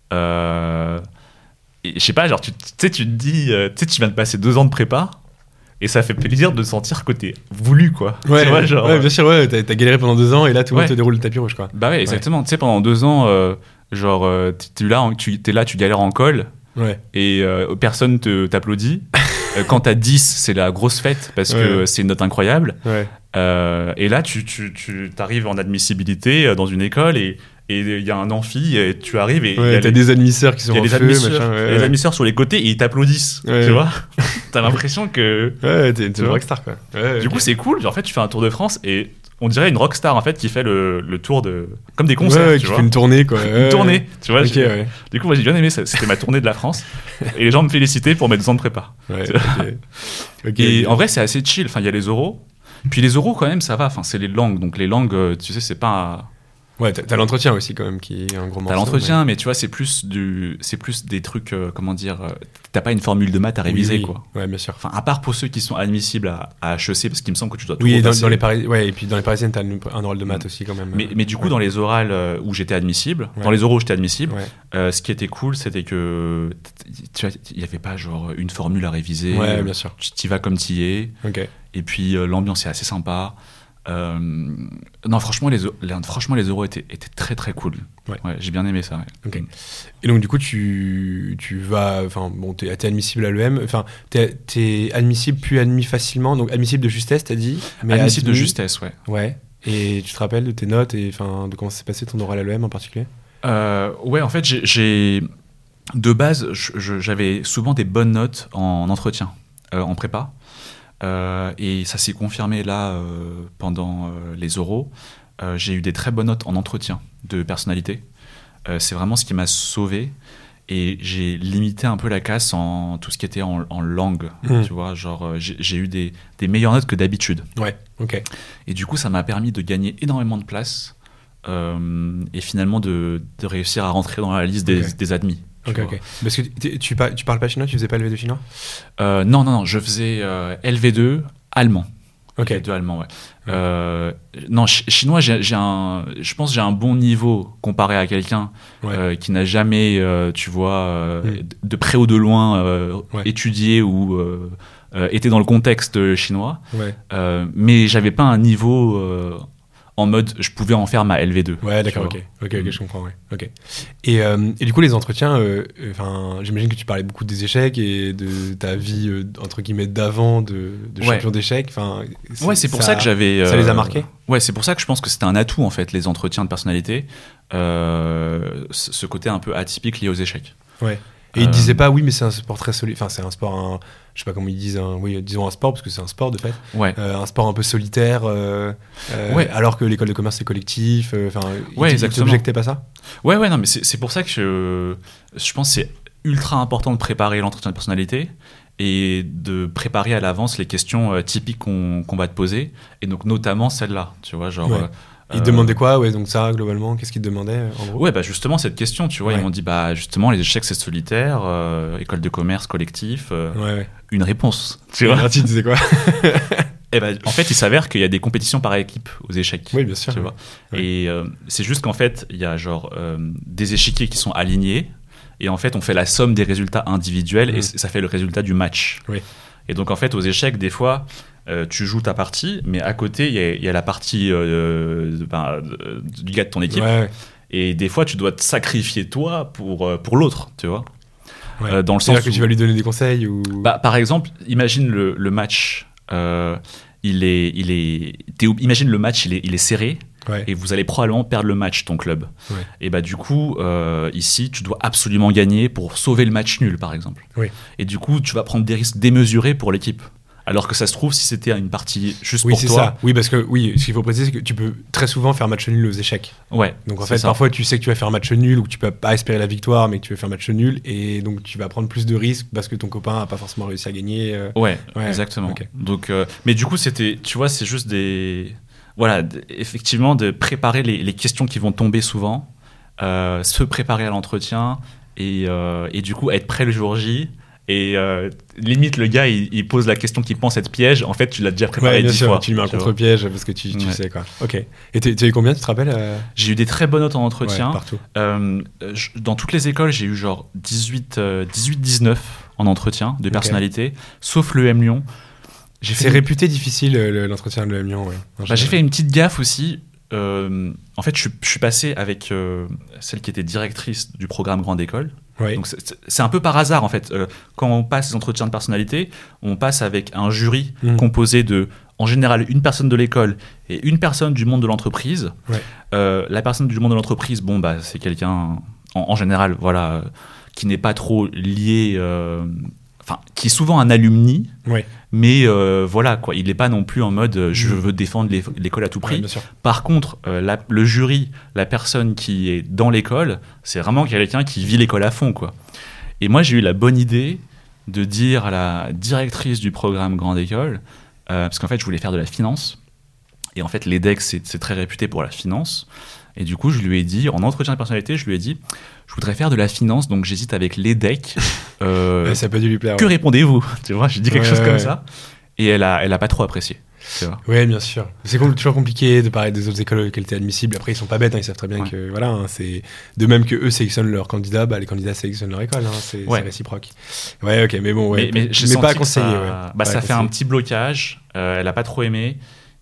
Euh, et je sais pas, genre, tu tu sais, tu te dis, euh, tu sais, tu viens de passer deux ans de prépa. Et ça fait plaisir de sentir que t'es voulu, quoi. Ouais, Tu vois, genre, ouais, bien sûr, ouais. T'as, t'as galéré pendant deux ans et là, tout le monde Ouais. te déroule le tapis rouge, quoi. Bah ouais, exactement. Tu sais, pendant deux ans, euh, genre, euh, t'es là, en- tu t'es là, tu galères en colle. Ouais. Et euh, personne te t'applaudit. Euh, quand t'as dix, c'est la grosse fête parce que Ouais. c'est une note incroyable. Ouais. Euh, et là, tu, tu, tu arrives en admissibilité euh, dans une école et il y a un amphi et tu arrives et il y Ouais, a t'as les, des admisseurs qui sont il y a en les feu, admisseurs, machin. il y a Ouais, les ouais. admisseurs sur les côtés et ils t'applaudissent. Ouais. Tu vois. T'as l'impression que. Ouais, t'es, t'es Tu une vois. rockstar, quoi. Ouais, Du ok. coup, c'est cool. En fait, tu fais un tour de France et on dirait une rockstar en fait qui fait le, le tour de. Comme des concerts, ouais, tu qui vois. fait une tournée, quoi. Une Ouais, tournée, tu vois. Ok, j'ai- ouais. Du coup, moi j'ai bien aimé ça. C'était ma tournée de la France. Et les gens me félicitaient pour mes deux ans de prépa. Ouais, Tu ok. Ok, Et ok. en vrai, c'est assez chill. Enfin, il y a les oraux. Puis les oraux, quand même, ça va. Enfin, c'est les langues. Donc les langues, euh, tu sais, c'est pas. Ouais, t'as, t'as l'entretien aussi, quand même, qui est un gros morceau. T'as l'entretien, mais tu vois, c'est plus du, c'est plus des trucs, euh, comment dire. euh, T'as pas une formule de maths à mais- réviser, Oui, oui. quoi. Ouais, bien sûr. Enfin, à part pour ceux qui sont admissibles à, à H E C, parce qu'il me semble que tu dois tout Oui, et dans, repasser. dans les Paris... ouais, et puis dans les parisiennes, t'as une- un oral de maths aussi, quand même. Mais, mais du coup, Ouais. dans les orales euh, où j'étais admissible, Ouais. dans les oraux où j'étais admissible, Ouais, euh, ce qui était cool, c'était que t- tu vois, il y avait pas genre une formule à réviser. ouais, bien sûr. Tu t'y vas comme t'y es. Ok. Et puis euh, l'ambiance est assez sympa. Euh, non, franchement, les, o- les- franchement, les oraux étaient, étaient très très cool. Ouais. J'ai bien aimé ça. ouais. Ok. Et donc, du coup, tu, tu vas. Enfin, bon, t'es, t'es admissible à l'E M. Enfin, t'es, t'es admissible puis admis facilement. Donc, admissible de justesse, t'as dit. Mais Admissible de admis- justesse, ouais. Ouais. Et tu te rappelles de tes notes et enfin, de comment s'est passé ton oral à l'E M en particulier? Euh, ouais, en fait, j'ai- j'ai. De base, je- je- j'avais souvent des bonnes notes en entretien, euh, en prépa. Euh, et ça s'est confirmé là euh, pendant euh, les oraux. Euh, j'ai eu des très bonnes notes en entretien de personnalité. Euh, c'est vraiment ce qui m'a sauvé. Et j'ai limité un peu la casse en tout ce qui était en, en langue. Mmh. Tu vois, genre, euh, j'ai j'ai eu des, des meilleures notes que d'habitude. Ouais. Ok. Et du coup, ça m'a permis de gagner énormément de place euh, et finalement de, de réussir à rentrer dans la liste des, Ok. des admis. Ok, vois. ok. Parce que tu, tu, par- tu parles pas chinois, tu faisais pas L V deux chinois? Euh, non, non, non, je faisais euh, L V deux allemand. Ok. L V deux allemand, ouais. ouais. Euh, non, ch- chinois, j'ai, j'ai un, je pense que j'ai un bon niveau comparé à quelqu'un Ouais. euh, qui n'a jamais, euh, tu vois, euh, Mm. de près ou de loin euh, Ouais. étudié ou euh, euh, été dans le contexte chinois. Ouais. Euh, mais j'avais pas un niveau euh, en mode je pouvais en faire ma L V deux. Ouais, d'accord, ok. Ok, ok, je comprends, ouais. Ok. Et, euh, et du coup, les entretiens, euh, enfin, j'imagine que tu parlais beaucoup des échecs et de ta vie, euh, entre guillemets, d'avant, de, de Ouais. champion d'échecs. Enfin, Ouais, c'est pour ça, que j'avais. Ça les a euh, marqués? Ouais, c'est pour ça que je pense que c'était un atout en fait, les entretiens de personnalité, euh, ce ce côté un peu atypique lié aux échecs. Ouais. Et ils Euh, disaient pas, oui, mais c'est un sport très solide. Enfin, c'est un sport, un, je sais pas comment ils disent, un, oui, disons un sport, parce que c'est un sport de fait. Ouais. Euh, un sport un peu solitaire, euh, euh, Ouais. alors que l'école de commerce c'est collectif. euh, Enfin, ils Ouais, t- ils exactement. t'objectaient pas ça? Ouais, ouais, non, mais c'est c'est pour ça que je, je pense que c'est ultra important de préparer l'entretien de personnalité et de préparer à l'avance les questions euh, typiques qu'on qu'on va te poser, et donc notamment celle-là, tu vois, genre. Ouais. euh, Ils te euh, demandaient quoi? Ouais, donc ça, globalement, qu'est-ce qu'ils te demandaient, euh, en gros? Ouais, bah justement, cette question, tu vois, Ouais. ils m'ont dit, bah justement, les échecs c'est solitaire, euh, école de commerce, collectif, euh, Ouais, ouais. une réponse, tu Et vois. alors, tu disais quoi? Et ben, en fait, il s'avère qu'il y a des compétitions par équipe aux échecs. Oui, bien sûr. Tu vois. Ouais. Et euh, c'est juste qu'en fait, il y a genre euh, des échiquiers qui sont alignés, et en fait, on fait la somme des résultats individuels, Mhm. et c- ça fait le résultat du match. Oui. Et donc, en fait, aux échecs, des fois, euh, tu joues ta partie, mais à côté, il y a, il y a la partie euh, de- ben, de- du gars de ton équipe. Ouais, ouais. Et des fois, tu dois te sacrifier toi pour, euh, pour l'autre, tu vois. Ouais. Euh, dans le C'est-à-dire sens que tu où- vas lui donner des conseils ou... Bah, par exemple, imagine le, le match. euh, il est, il est, t'es ob- imagine le match, il est, il est serré, Ouais. et vous allez probablement perdre le match, ton club. Ouais. Et bah du coup, euh, ici, tu dois absolument gagner pour sauver le match nul, par exemple. Oui. Et du coup, tu vas prendre des risques démesurés pour l'équipe. Alors que ça se trouve, si c'était une partie juste Oui, pour c'est toi, ça. Oui, parce que oui, ce qu'il faut préciser, c'est que tu peux très souvent faire match nul aux échecs. ouais. Donc en c'est fait, ça. parfois tu sais que tu vas faire match nul ou que tu peux pas espérer la victoire, mais que tu vas faire match nul, et donc tu vas prendre plus de risques parce que ton copain a pas forcément réussi à gagner. euh. Ouais, Ouais, exactement. ok. Donc, euh, mais du coup, c'était, tu vois, c'est juste des, voilà, d- effectivement, de préparer les, les questions qui vont tomber souvent, euh, se préparer à l'entretien, et, euh, et du coup être prêt le jour J. Et euh, limite, le gars, il, il pose la question qu'il pense être piège. En fait, tu l'as déjà préparé Ouais, bien dix sûr, fois. tu lui mets un tu vois. contre-piège parce que tu, tu Ouais. sais quoi. Ok. Et tu as eu combien, tu te rappelles euh J'ai eu des très bonnes notes en entretien. Ouais, partout. Euh, je- dans toutes les écoles, j'ai eu genre dix-huit, dix-neuf en entretien de personnalité, sauf l'E M Lyon. J'ai C'est fait, réputé difficile euh, le- l'entretien de l'E M Lyon, ouais. En bah, j'ai général. fait une petite gaffe aussi. Euh, en fait, je, suis- je suis passé avec euh, celle qui était directrice du programme Grande École. Ouais. Donc c'est- c'est c'est un peu par hasard en fait. Euh, quand on passe les entretiens de personnalité, on passe avec un jury Mhm. composé de, en général, une personne de l'école et une personne du monde de l'entreprise. Ouais. Euh, la personne du monde de l'entreprise, bon bah c'est quelqu'un en, en général, voilà, euh, qui n'est pas trop lié, euh, enfin qui est souvent un alumni. Ouais. Mais euh, voilà quoi, il n'est pas non plus en mode euh, je Mhm. veux défendre l'é- l'école à tout prix. Ouais, bien sûr. Par contre, euh, la- le jury, la personne qui est dans l'école, c'est vraiment quelqu'un qui vit l'école à fond, quoi. Et moi, j'ai eu la bonne idée de dire à la directrice du programme Grande École, euh, parce qu'en fait, je voulais faire de la finance, et en fait, l'E D E C, c'est, c'est très réputé pour la finance, et du coup, je lui ai dit, en entretien de personnalité, je lui ai dit, je voudrais faire de la finance, donc j'hésite avec l'E D E C. Euh, Ouais, ça a pas dû lui plaire. que ouais. répondez-vous? Tu vois, j'ai dit quelque Ouais, chose ouais, comme ouais. ça, et elle a, elle a pas trop apprécié. Tu vois. Ouais, bien sûr. C'est com- toujours compliqué de parler des autres écoles auxquelles t'es admissible. Après, ils sont pas bêtes, hein, ils savent très bien Ouais. que voilà, hein, c'est de même que eux sélectionnent leurs candidats, bah les candidats sélectionnent leur école. Hein, c'est Ouais. c'est réciproque. Ouais, ok, mais bon, ouais, mais, mais j'ai mais senti pas à que conseiller. ça, ouais. bah, Pas à ça fait un conseiller. petit blocage. Euh, elle a pas trop aimé.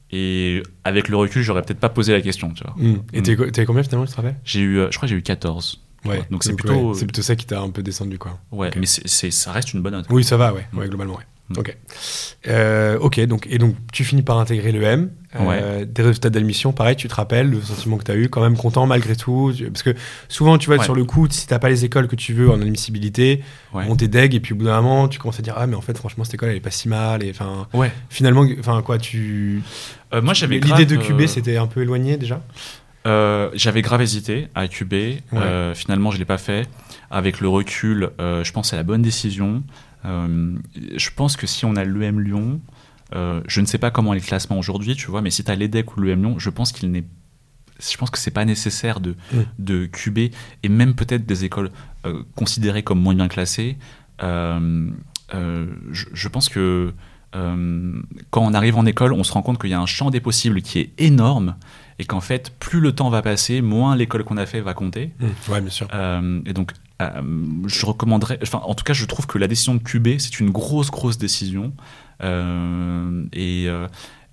Et avec le recul, j'aurais peut-être pas posé la question. Tu vois. Mm. Et Mm. t'es co- t'avais combien finalement, tu te rappelles? J'ai eu, euh, je crois que j'ai eu quatorze. Ouais. Donc c'est plutôt- ouais, c'est plutôt ça qui t'a un peu descendu, quoi. Ouais, Ok. mais c'est, c'est- ça reste une bonne note. Oui, ça va, ouais, ouais Mm. globalement, ouais. Mm. Ok. Euh, ok, donc et donc tu finis par intégrer l'E M. Euh, Des résultats d'admission, pareil, tu te rappelles le sentiment que tu as eu, quand même content malgré tout, tu- parce que souvent, tu vois, Ouais. sur le coup, si t'as pas les écoles que tu veux en admissibilité, Ouais. on t'est deg et puis au bout d'un moment, tu commences à dire ah mais en fait franchement cette école elle est pas si mal et enfin Ouais. finalement, enfin quoi, tu Euh, moi, j'avais l'idée grave, de Q B euh, c'était un peu éloigné déjà. Euh, j'avais grave hésité à Q B. Euh, finalement, je l'ai pas fait. Avec le recul, euh, je pense que c'est la bonne décision. Euh, je pense que si on a l'E M Lyon, euh, je ne sais pas comment est le classement aujourd'hui, tu vois, mais si tu as l'E D E C ou l'E M Lyon, je pense qu'il n'est je pense que c'est pas nécessaire de, Mm. de Q B, et même peut-être des écoles euh, considérées comme moins bien classées. Euh, euh, je, je pense que euh, quand on arrive en école, on se rend compte qu'il y a un champ des possibles qui est énorme, et qu'en fait, plus le temps va passer, moins l'école qu'on a fait va compter. Mmh. Ouais, bien sûr. Euh, et donc, euh, je recommanderais. Enfin, en tout cas, je trouve que la décision de Q B, c'est une grosse, grosse décision. Euh, et, euh,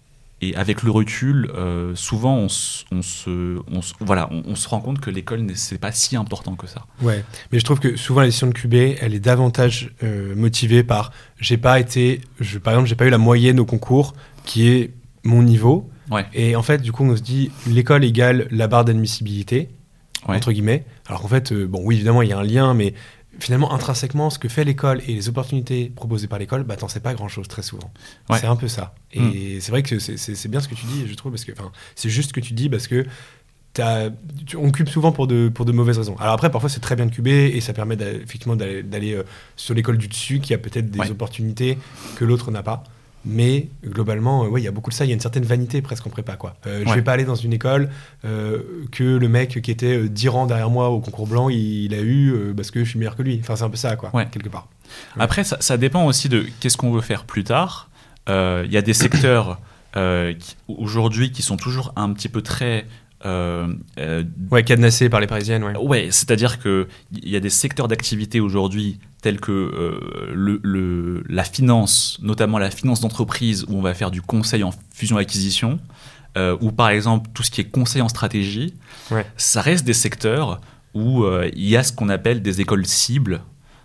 et avec le recul, euh, souvent, on, s- on se, on, se- voilà, on, on se rend compte que l'école, n'est- c'est pas si important que ça. Ouais, mais je trouve que souvent la décision de Q B, elle est davantage euh, motivée par j'ai pas été, je, par exemple, j'ai pas eu la moyenne au concours qui est mon niveau. Ouais. Et en fait, du coup, on se dit l'école égale la barre d'admissibilité, Ouais. entre guillemets. Alors qu'en fait, euh, bon, oui, évidemment, il y a un lien, mais finalement, intrinsèquement, ce que fait l'école et les opportunités proposées par l'école, bah, t'en sais pas grand-chose très souvent. Ouais. C'est un peu ça. Et c'est vrai que c'est, c'est, c'est bien ce que tu dis, je trouve, parce que, enfin, c'est juste ce que tu dis, parce que t'as- tu- on cube souvent pour de, pour de mauvaises raisons. Alors après, parfois, c'est très bien de cuber et ça permet d'a- effectivement d'aller, d'aller euh, sur l'école du dessus qui a peut-être des Ouais. opportunités que l'autre n'a pas. Mais globalement, euh, ouais, il y a beaucoup de ça. Il y a une certaine vanité presque en prépa, quoi. Euh, Je Ouais. vais pas aller dans une école euh, que le mec qui était euh, dix rangs derrière moi au concours blanc, il, il a eu euh, parce que je suis meilleur que lui. Enfin, c'est un peu ça, quoi, Ouais. quelque part. Après, ça, ça dépend aussi de qu'est-ce qu'on veut faire plus tard. Euh, Il y a des secteurs euh, qui, aujourd'hui qui sont toujours un petit peu très... euh, euh, Ouais, cadenassé par les Parisiennes, ouais. Ouais, c'est-à-dire qu'il y a des secteurs d'activité aujourd'hui tels que euh, le, le- la finance, notamment la finance d'entreprise, où on va faire du conseil en fusion-acquisition, euh, ou par exemple tout ce qui est conseil en stratégie. Ouais. Ça reste des secteurs où euh, il y a ce qu'on appelle des écoles cibles.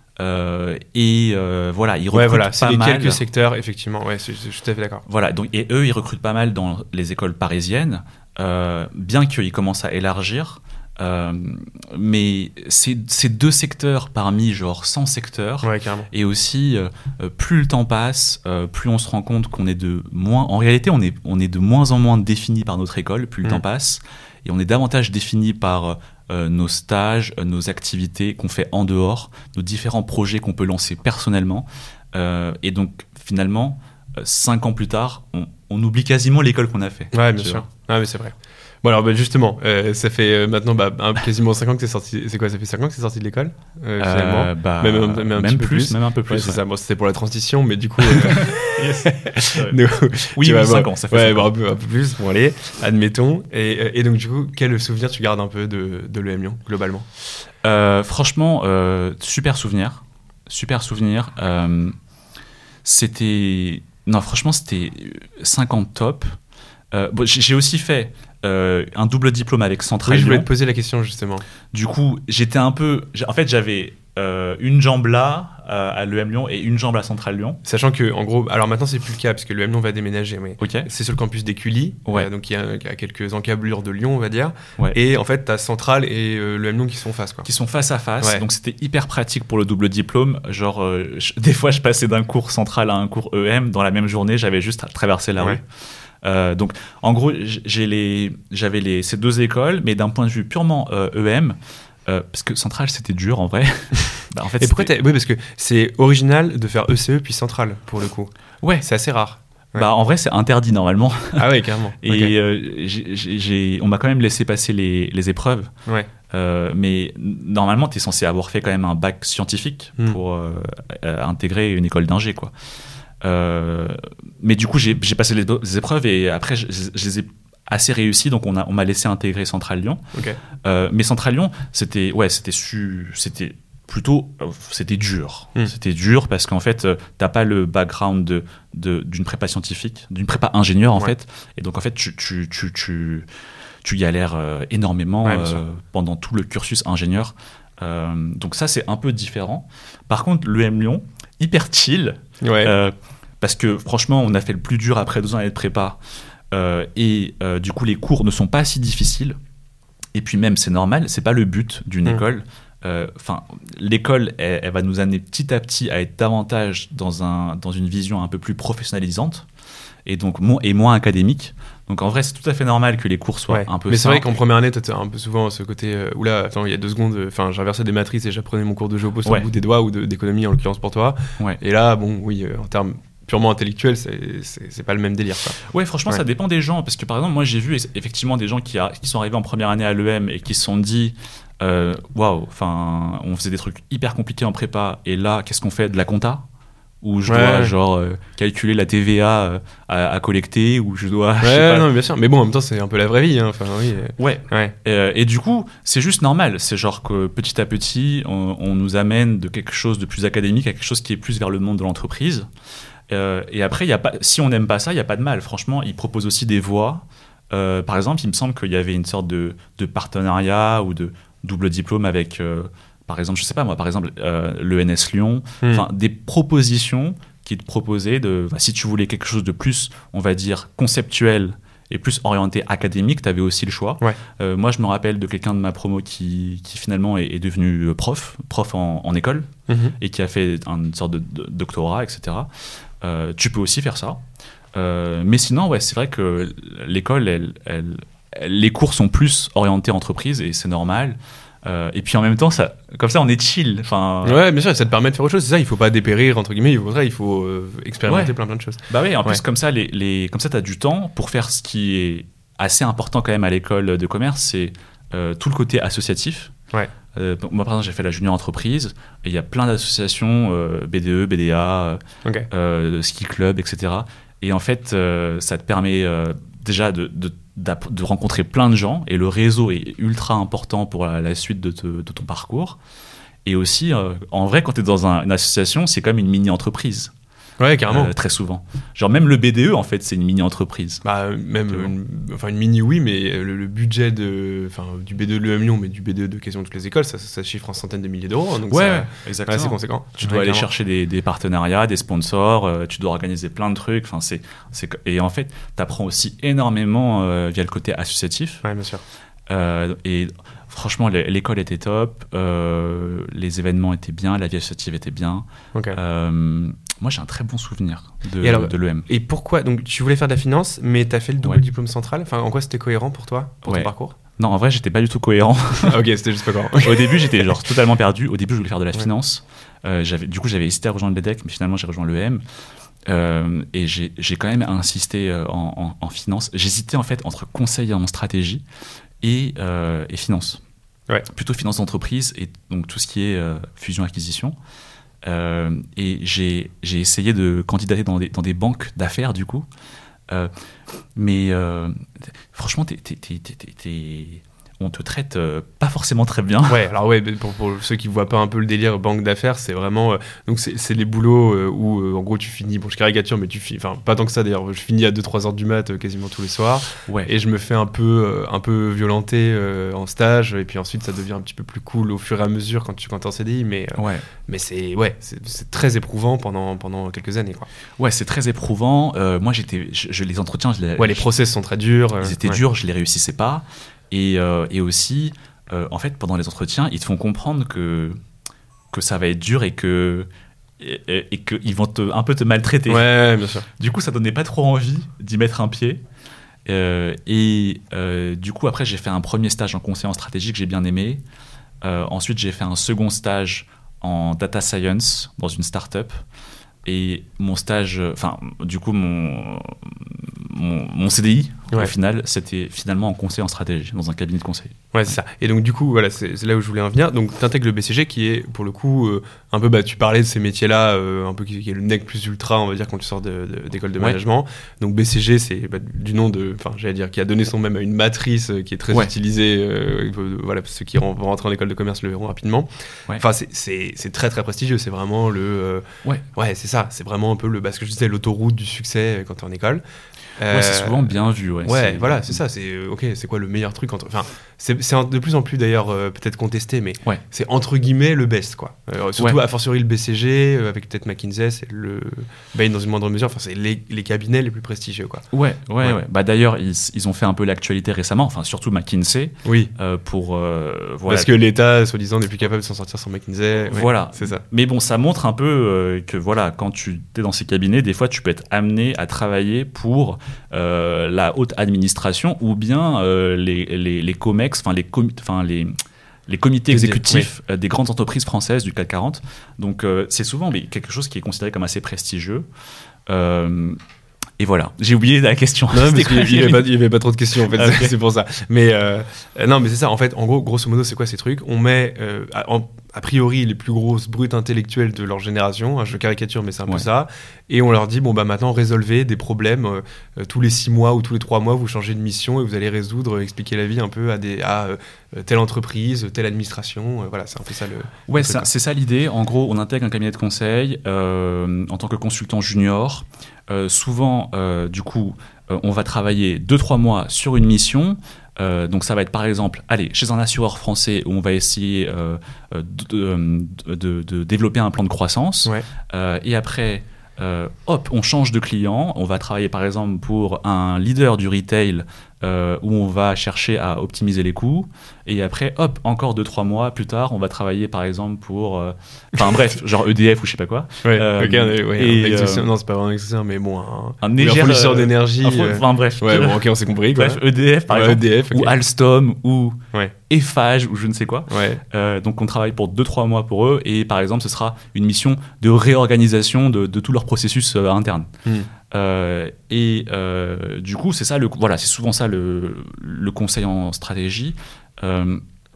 Euh, et euh, voilà, ils recrutent Ouais, voilà, c'est pas les mal. quelques secteurs, effectivement. Ouais, c'est- je suis tout à fait d'accord. Voilà, donc, et eux, ils recrutent pas mal dans les écoles parisiennes, euh, bien qu'ils commencent à élargir. Euh, mais c'est c'est deux secteurs parmi genre cent secteurs. Ouais, carrément. Et aussi, euh, euh, plus le temps passe, euh, plus on se rend compte qu'on est de moins. En réalité, on est, on est de moins en moins défini par notre école, plus le Mm. temps passe. Et on est davantage défini par euh, nos stages, euh, nos activités qu'on fait en dehors, nos différents projets qu'on peut lancer personnellement. Euh, et donc, finalement, euh, cinq ans plus tard, on, on oublie quasiment l'école qu'on a fait. Ouais, bien Tu sûr. vois. Ah, mais c'est vrai. Bon, alors, bah, justement, euh, ça fait euh, maintenant bah, un- quasiment cinq ans que t'es sorti. C'est quoi, ça fait cinq ans que t'es sorti de l'école, euh, finalement Euh, bah, Même un- même un petit peu plus, plus. même un peu plus. Ouais, c'est ouais. ça. Bon, c'était pour la transition, mais du coup. euh, Yes. Ouais. nous- Oui, tu oui, vas cinq voir. ans, ça fait Ouais, cinq bon, ans. un, peu, un peu plus. Bon, allez, admettons. Et, et donc, du coup, quel souvenir tu gardes un peu de, de l'E M Lyon, globalement? Euh, franchement, euh, super souvenir. Super souvenir. Euh, c'était. Non, franchement, c'était cinquante top. Euh, bon, j'ai j'ai aussi fait euh, un double diplôme avec Centrale Oui, je voulais Lyon. te poser la question, justement. Du coup, j'étais un peu. j'ai- En fait, j'avais euh, une jambe là euh, à l'E M Lyon et une jambe à Centrale Lyon. Sachant que, en gros, alors maintenant, c'est plus le cas, parce que l'E M Lyon va déménager, mais. Ok. C'est sur le campus d'Écully, Ouais. euh, donc il y, a, il y a quelques encablures de Lyon, on va dire. Ouais. Et en fait, t'as Centrale et euh, l'E M Lyon qui sont en face, quoi. Qui sont face à face. Ouais. Donc c'était hyper pratique pour le double diplôme. Genre, euh, je- des fois, je passais d'un cours central à un cours E M. Dans la même journée, j'avais juste à traverser la Ouais. rue. Euh, donc, en gros, j'ai les, j'avais les, ces deux écoles, mais d'un point de vue purement euh, E M, euh, parce que central, c'était dur en vrai. Bah, en fait, Et pourquoi c'était- t'as... Oui, parce que c'est original de faire E C E puis Centrale, pour le coup. Ouais. C'est assez rare. Ouais. Bah, en vrai, c'est interdit normalement. Ah ouais, carrément. Et Ok. euh, j'ai- j'ai- j'ai- on m'a quand même laissé passer les, les épreuves. Ouais. Euh, mais n- normalement, tu es censé avoir fait quand même un bac scientifique Hmm. pour euh, euh, intégrer une école d'ingé, quoi. Euh, mais du coup, j'ai j'ai passé les, do- les épreuves et après, je, je- je les ai assez réussies, donc on a- on m'a laissé intégrer Centrale Lyon. Ok. Euh, mais Centrale Lyon, c'était ouais, c'était su, c'était plutôt, euh, c'était dur. Hmm. C'était dur parce qu'en fait, euh, t'as pas le background de de- d'une prépa scientifique, d'une prépa ingénieur en Ouais. fait, et donc en fait, tu tu tu tu, tu galères euh, énormément Ouais, bien sûr. euh, pendant tout le cursus ingénieur. Euh, donc ça, c'est un peu différent. Par contre, l'E M Lyon, hyper chill. Ouais. Euh, parce que franchement, on a fait le plus dur après deux ans d'année de prépa. Euh, et euh, du coup, les cours ne sont pas si difficiles. Et puis même, c'est normal, c'est pas le but d'une Mm. école. Enfin, l'école, elle, elle va nous amener petit à petit à être davantage dans, un, dans une vision un peu plus professionnalisante et donc mo- et moins académique. Donc en vrai, c'est tout à fait normal que les cours soient Ouais. un peu Mais c'est vrai simples. qu'en première année, t'as un peu souvent ce côté euh, oula, attends, il y a deux secondes, enfin, j'inversais des matrices et j'apprenais mon cours de géopo sur Ouais. le bout des doigts ou de- d'économie en l'occurrence pour toi. Ouais. Et là, bon, oui, euh, en termes purement intellectuel, c'est, c'est, c'est pas le même délire. Quoi. Ouais, franchement, ouais. ça dépend des gens. Parce que par exemple, moi, j'ai vu effectivement des gens qui, a, qui sont arrivés en première année à l'E M et qui se sont dit waouh, wow, enfin, on faisait des trucs hyper compliqués en prépa, et là, qu'est-ce qu'on fait, de la compta? Où je ouais. dois genre euh, calculer la T V A euh, à, à collecter, où je dois. Ouais, je sais pas. non, bien sûr. Mais bon, en même temps, c'est un peu la vraie vie. Hein. Enfin, oui. Ouais. ouais. Euh, et du coup, c'est juste normal. C'est genre que petit à petit, on, on nous amène de quelque chose de plus académique à quelque chose qui est plus vers le monde de l'entreprise. Euh, et après, y a pas, si on n'aime pas ça, il n'y a pas de mal. Franchement, ils proposent aussi des voies. Euh, par exemple, il me semble qu'il y avait une sorte de, de partenariat ou de double diplôme avec. Euh, Par exemple, je sais pas moi, par exemple, euh, l'E N S Lyon, enfin mmh. des propositions qui te proposaient de, bah, si tu voulais quelque chose de plus, on va dire, conceptuel et plus orienté académique, tu avais aussi le choix. Ouais. Euh, moi, je me rappelle de quelqu'un de ma promo qui, qui finalement est, est devenu prof, prof en, en école, mmh. et qui a fait une sorte de, de doctorat, et cetera. Euh, tu peux aussi faire ça. Euh, mais sinon, ouais, c'est vrai que l'école, elle, elle, elle, les cours sont plus orientés entreprise, et c'est normal. Euh, et puis en même temps, ça, comme ça, on est chill. Enfin, ouais, bien sûr, ça te permet de faire autre chose. C'est ça, il faut pas dépérir entre guillemets. Il faut, il faut euh, expérimenter ouais. plein plein de choses. Bah oui, en ouais. plus comme ça, les, les, comme ça, t'as du temps pour faire ce qui est assez important quand même à l'école de commerce, c'est euh, tout le côté associatif. Ouais. Euh, donc moi, par exemple, j'ai fait la junior entreprise. Et il y a plein d'associations, euh, B D E, B D A, okay. euh, ski club, et cetera. Et en fait, euh, ça te permet euh, déjà de, de de rencontrer plein de gens, et le réseau est ultra important pour la, la suite de, te, de ton parcours. Et aussi, euh, en vrai, quand tu es dans un, une association, c'est comme une mini-entreprise. Ouais, carrément. Euh, très souvent. Genre, même le B D E, en fait, c'est une mini-entreprise. Bah, même, une, enfin, une mini, oui, mais le, le budget de, enfin, du B D E de l'E M Lyon, mais du B D E de quasiment toutes les écoles, ça, ça, ça chiffre en centaines de milliers d'euros. Donc ouais, ça, exactement. Ouais, c'est conséquent. Tu dois ouais, aller clairement. chercher des, des partenariats, des sponsors, euh, tu dois organiser plein de trucs. Enfin, c'est, c'est, et en fait, tu apprends aussi énormément euh, via le côté associatif. Ouais, bien sûr. Euh, et franchement, l'école était top, euh, les événements étaient bien, la vie associative était bien. Okay. Euh, moi, j'ai un très bon souvenir de, alors, de l'E M. Et pourquoi? Donc, tu voulais faire de la finance, mais tu as fait le double ouais. diplôme central. Enfin, en quoi c'était cohérent pour toi, pour ouais. ton parcours? Non, en vrai, j'étais pas du tout cohérent. Ok, c'était juste pas cohérent. Au début, j'étais genre totalement perdu. Au début, je voulais faire de la ouais. finance. Euh, j'avais, du coup, j'avais hésité à rejoindre l'E D E C, mais finalement, j'ai rejoint l'E M. Euh, et j'ai, j'ai quand même insisté en, en, en finance. J'hésitais en fait entre conseil en stratégie et, euh, et finance. Ouais. Plutôt finance d'entreprise, et donc tout ce qui est euh, fusion-acquisition. Euh, et j'ai, j'ai essayé de candidater dans des, dans des banques d'affaires, du coup. Euh, mais euh, franchement, t'es, t'es, t'es, t'es, t'es, on te traite euh, pas forcément très bien. Ouais, alors ouais, pour, pour ceux qui voient pas un peu le délire banque d'affaires, c'est vraiment euh, donc c'est, c'est les boulots euh, où euh, en gros tu finis, bon je caricature, mais tu finis, enfin pas tant que ça d'ailleurs, je finis à deux trois heures du mat euh, quasiment tous les soirs. Ouais. Et je me fais un peu euh, un peu violenter euh, en stage, et puis ensuite ça devient un petit peu plus cool au fur et à mesure quand tu quand t'es en C D I, mais euh, ouais. mais c'est ouais, c'est, c'est très éprouvant pendant pendant quelques années quoi. Ouais, c'est très éprouvant. Euh, moi j'étais, je, je, les entretiens, je les, ouais, les process sont très durs. Ils euh, étaient ouais. durs, je les réussissais pas. Et, euh, et aussi, euh, en fait, pendant les entretiens, ils te font comprendre que, que ça va être dur et que et, et, et qu'ils vont te, un peu te maltraiter. Ouais, bien sûr. Du coup, ça donnait pas trop envie d'y mettre un pied. Euh, et euh, du coup, après, j'ai fait un premier stage en conseil en stratégie que j'ai bien aimé. Euh, ensuite, j'ai fait un second stage en data science dans une start-up. Et mon stage, enfin, du coup, mon, mon, mon C D I, ouais. au final, c'était finalement en conseil en stratégie, dans un cabinet de conseil. Ouais, c'est ça. Et donc, du coup, voilà, c'est, c'est là où je voulais en venir. Donc, tu intègres le B C G qui est, pour le coup, euh, un peu, bah, tu parlais de ces métiers-là, euh, un peu qui, qui est le nec plus ultra, on va dire, quand tu sors de, de, d'école de ouais. management. Donc, B C G, c'est bah, du nom de, enfin, j'allais dire, qui a donné son même à une matrice euh, qui est très ouais. utilisée. Euh, euh, voilà, ceux qui vont rentrer en école de commerce le verront rapidement. Ouais. Enfin, c'est, c'est, c'est très, très prestigieux. C'est vraiment le. Euh, ouais. Ouais, c'est ça. C'est vraiment un peu le, bah, ce que je disais, l'autoroute du succès quand tu es en école. Euh, ouais, c'est souvent bien vu. Ouais, ouais c'est... voilà, c'est ça. C'est ok. C'est quoi le meilleur truc entre... Enfin, c'est, c'est de plus en plus d'ailleurs euh, peut-être contesté, mais ouais. c'est entre guillemets le best, quoi. Euh, surtout ouais. a fortiori le B C G euh, avec peut-être McKinsey, c'est le Bain dans une moindre mesure. Enfin, c'est les, les cabinets les plus prestigieux, quoi. Ouais, ouais, ouais. ouais. Bah d'ailleurs, ils, ils ont fait un peu l'actualité récemment. Enfin, surtout McKinsey. Oui. Euh, pour euh, voilà. Parce que l'État, soi-disant, n'est plus capable de s'en sortir sans McKinsey. Ouais, voilà. C'est ça. Mais bon, ça montre un peu euh, que voilà, quand tu es dans ces cabinets, des fois, tu peux être amené à travailler pour euh, la haute administration ou bien euh, les, les, les COMEX, enfin les, com- les, les comités Des- exécutifs euh, des grandes entreprises françaises du C A C quarante. Donc euh, c'est souvent mais, quelque chose qui est considéré comme assez prestigieux. Euh, et voilà, j'ai oublié la question. Non, C'était parce quoi, qu'il n'y avait, pas- il y avait pas trop de questions en fait, Ah, ok. c'est, c'est pour ça. Mais euh, euh, non, mais c'est ça. En fait, en gros, grosso modo, c'est quoi ces trucs? On met euh, a, en- a priori les plus grosses brutes intellectuelles de leur génération. Hein, je caricature, mais c'est un peu Ouais. ça. Et on leur dit bon bah maintenant résolvez des problèmes euh, euh, tous les six mois ou tous les trois mois, vous changez de mission et vous allez résoudre, euh, expliquer la vie un peu à des à euh, telle entreprise, telle administration. Euh, voilà, c'est un peu ça le. Ouais, le truc, ça- quoi. c'est ça l'idée. En gros, on intègre un cabinet de conseil euh, en tant que consultant junior. Euh, souvent, euh, du coup, euh, on va travailler deux trois mois sur une mission. Euh, donc ça va être par exemple, allez, chez un assureur français où on va essayer euh, euh, de, de- de- de développer un plan de croissance. Ouais. Euh, et après, euh, hop, on change de client. On va travailler par exemple pour un leader du retail euh, où on va chercher à optimiser les coûts. Et après, hop, encore deux trois mois plus tard, on va travailler par exemple pour... euh, Enfin bref, genre E D F ou je sais pas quoi. Ouais, Euh, ok, un- ouais, et, un exhausteur- euh, non, c'est pas vraiment un exhausteur, mais bon, un, Un oui, un Niger, fournisseur euh, d'énergie. Enfin, euh, enfin, bref. Ouais, bon, ok, on s'est compris quoi. Bref, E D F par Ouais, exemple. E D F, ok. Ou Alstom ou Ouais. Eiffage ou je ne sais quoi. Ouais. Euh, donc on travaille pour deux trois mois pour eux et par exemple ce sera une mission de réorganisation de, de tout leur processus euh, interne. Hmm. Euh, et euh, du coup c'est ça le voilà c'est souvent ça le, le conseil en stratégie. Euh,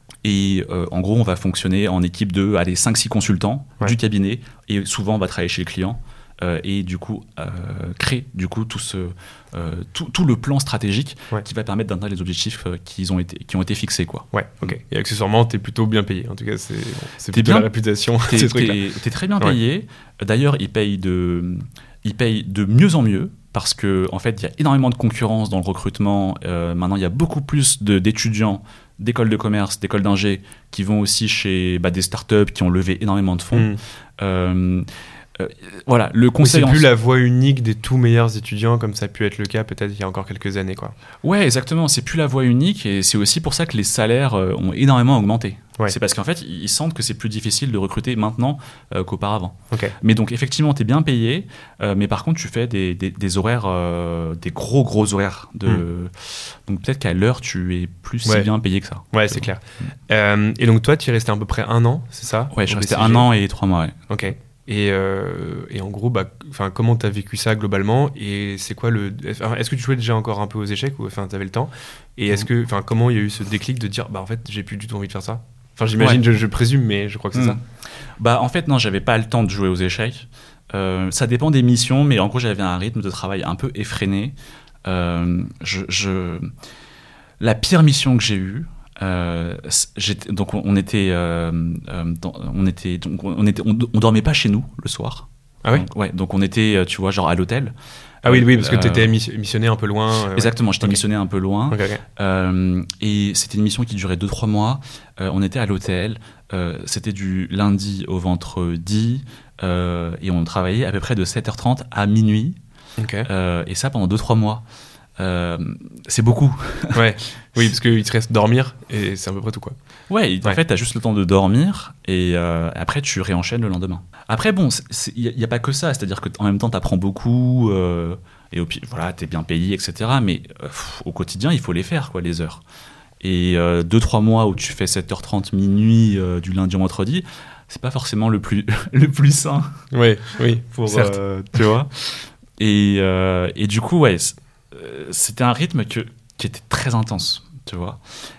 et euh, en gros on va fonctionner en équipe de allez cinq six consultants Ouais. du cabinet et souvent on va travailler chez le client. Euh, et du coup euh, créer du coup tout ce euh, tout, tout le plan stratégique Ouais. qui va permettre d'atteindre les objectifs euh, qu'ils ont été qui ont été fixés quoi. Ouais, ok. Et accessoirement, t'es plutôt bien payé. En tout cas, c'est, bon, c'est T'es plutôt bien- la réputation. T'es, ces trucs-là. t'es- t'es très bien Ouais. payé. D'ailleurs, ils payent de, ils payent de mieux en mieux parce que en fait, il y a énormément de concurrence dans le recrutement. Euh, maintenant, il y a beaucoup plus de, d'étudiants d'écoles de commerce, d'écoles d'ingé qui vont aussi chez bah, des startups qui ont levé énormément de fonds. Hmm. Euh, euh, voilà, le Mais conseil. c'est en- plus la voie unique des tout meilleurs étudiants, comme ça a pu être le cas peut-être il y a encore quelques années, quoi. Ouais, exactement. C'est plus la voie unique et c'est aussi pour ça que les salaires euh, ont énormément augmenté. Ouais. C'est parce qu'en fait, ils sentent que c'est plus difficile de recruter maintenant euh, qu'auparavant. Ok. Mais donc, effectivement, tu es bien payé, euh, mais par contre, tu fais des, des, des horaires, euh, des gros, gros horaires. De... Mm. Donc, peut-être qu'à l'heure, tu es plus Ouais. si bien payé que ça. Ouais, c'est clair. Euh, et donc toi, tu y es resté à peu près un an, c'est ça? Ouais, je suis au resté B C G? un an et trois mois. Ouais. Ok. Et, euh, et en gros, bah, enfin, comment t'as vécu ça globalement? Et c'est quoi le... enfin, est-ce que tu jouais déjà encore un peu aux échecs ou enfin, t'avais le temps? Et est-ce que, enfin, comment il y a eu ce déclic de dire, bah en fait, j'ai plus du tout envie de faire ça? Enfin, j'imagine, Ouais. je, je présume, mais je crois que c'est Mm. ça. Bah, en fait, non, j'avais pas le temps de jouer aux échecs. Euh, ça dépend des missions, mais en gros, j'avais un rythme de travail un peu effréné. Euh, je, je... La pire mission que j'ai eue, euh, j'étais, donc on était, euh, euh, dans- on était, donc on était, on, on dormait pas chez nous le soir. Ah oui? Donc, ouais, donc on était, euh, tu vois, genre à l'hôtel. Ah oui, oui, parce que Euh, t'étais mis- missionné un peu loin. euh, ouais. Exactement, j'étais Ok. missionné un peu loin. Ok, ok. Euh, et c'était une mission qui durait deux trois mois. Euh, on était à l'hôtel. Euh, c'était du lundi au vendredi. Euh, et on travaillait à peu près de sept heures trente à minuit. Ok. Euh, et ça pendant deux trois mois. Euh, c'est beaucoup. Ouais. Oui, parce qu'il te reste dormir et c'est à peu près tout, quoi. Ouais, en Ouais. fait, tu as juste le temps de dormir et euh, après, tu réenchaînes le lendemain. Après, bon, il n'y a, a pas que ça. C'est-à-dire qu'en même temps, tu apprends beaucoup euh, et au, pi- voilà, tu es bien payé, et cetera. Mais euh, pff, au quotidien, il faut les faire, quoi, les heures. Et euh, deux trois mois où tu fais sept heures trente minuit euh, du lundi au vendredi, c'est pas forcément le plus, le plus sain. Oui, oui, Pour, certes. euh, tu vois. Et, euh, et du coup, ouais, c- euh, c'était un rythme que, qui était très intense, tu vois.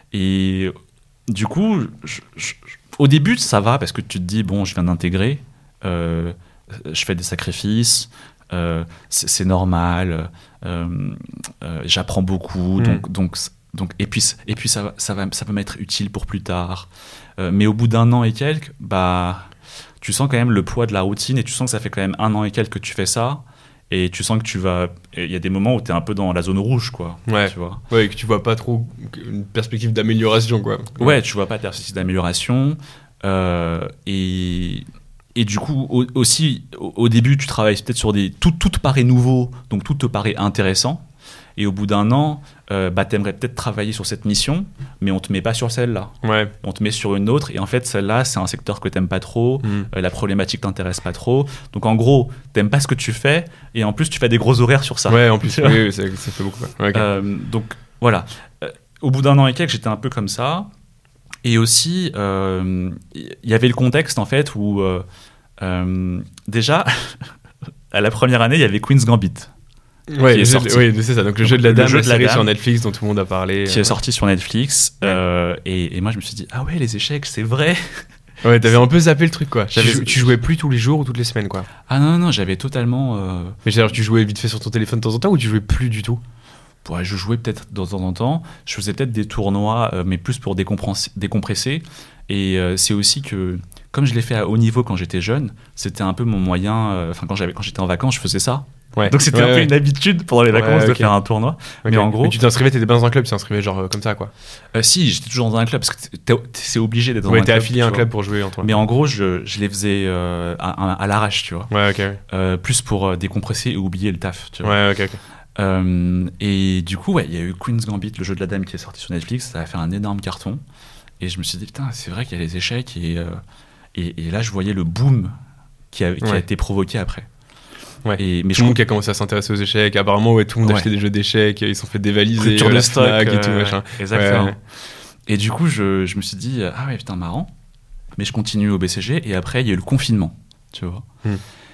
Et du coup, je- je- je- au début, ça va parce que tu te dis, bon, je viens d'intégrer, euh, je fais des sacrifices, euh, c'est c'est normal, euh, euh, j'apprends beaucoup, Mm. donc, donc, donc, et puis, et puis ça, va- ça, va, ça va m'être utile pour plus tard. Euh, mais au bout d'un an et quelques, bah, tu sens quand même le poids de la routine et tu sens que ça fait quand même un an et quelques que tu fais ça. Et tu sens que tu vas. Il y a des moments où tu es un peu dans la zone rouge, quoi. Ouais. Tu vois. Ouais, et que tu vois pas trop une perspective d'amélioration, quoi. Ouais, tu vois pas de perspective d'amélioration. Euh, et, et du coup, au, aussi, au, au début, tu travailles peut-être sur des. Tout, tout te paraît nouveau, donc tout te paraît intéressant. Et au bout d'un an, euh, bah, tu aimerais peut-être travailler sur cette mission, mais on te met pas sur celle-là. Ouais. On te met sur une autre, et en fait, celle-là, c'est un secteur que t'aimes pas trop, Mm. euh, la problématique t'intéresse pas trop. Donc en gros, t'aimes pas ce que tu fais, et en plus, tu fais des gros horaires sur ça. Ouais, en plus, Tu vois. oui, oui, ça, ça fait beaucoup. quoi. Ouais, ok. Euh, donc voilà. Euh, au bout d'un an et quelques, j'étais un peu comme ça. Et aussi, il euh, y avait le contexte en fait où euh, euh, déjà à la première année, il y avait Queen's Gambit. Ouais, le jeu, oui, c'est ça. Donc le Donc, jeu de la dame, le jeu de la série dame, sur Netflix dont tout le monde a parlé. Qui euh... est sorti sur Netflix. Ouais. Euh, et, et moi, je me suis dit, ah ouais, les échecs, c'est vrai. Ouais, t'avais un peu zappé le truc, quoi. Tu, J'avais... jou- tu jouais plus tous les jours ou toutes les semaines, quoi. Ah non, non, j'avais totalement. Euh... Mais genre, tu jouais vite fait sur ton téléphone de temps en temps ou tu jouais plus du tout? Ouais, je jouais peut-être de temps en temps. Je faisais peut-être des tournois, euh, mais plus pour décompresser. décompresser. Et euh, c'est aussi que, comme je l'ai fait à haut niveau quand j'étais jeune, c'était un peu mon moyen. Enfin, euh, quand, j'avais, quand j'étais en vacances, je faisais ça. Ouais. Donc c'était ouais, un peu ouais. une habitude pendant les vacances ouais, de okay. faire un tournoi. Okay. Mais en gros, mais tu t'inscrivais, t'étais pas dans un club, tu t'inscrivais genre euh, comme ça, quoi. Euh, si, j'étais toujours dans un club parce que t'es, t'es, c'est obligé d'être dans ouais, un club. Ouais, t'es affilié à un vois. club pour jouer en toi. Mais en gros, je, je les faisais euh, à, à, à l'arrache, tu vois. Ouais, ok. Ouais. Euh, plus pour euh, décompresser et oublier le taf, tu vois. Ouais, ok, ok. Euh, et du coup, ouais, il y a eu Queen's Gambit, le jeu de la dame qui est sorti sur Netflix. Ça a fait un énorme carton. Et je me suis dit, putain, c'est vrai qu'il y a les échecs. Et, euh, et, et là, je voyais le boom qui a, qui ouais. a été provoqué après. Ouais. Et, mais tout le monde qui a commencé à s'intéresser aux échecs. Apparemment, ouais, tout le monde ouais. achetait des jeux d'échecs. Ils se sont fait dévaliser. Culture euh, de la stock. Fnac Euh, et tout, machin. Exactement. Ouais. Et du coup, je, je me suis dit, ah ouais, putain, marrant. Mais je continue au B C G. Et après, il y a eu le confinement, tu vois. Hmm.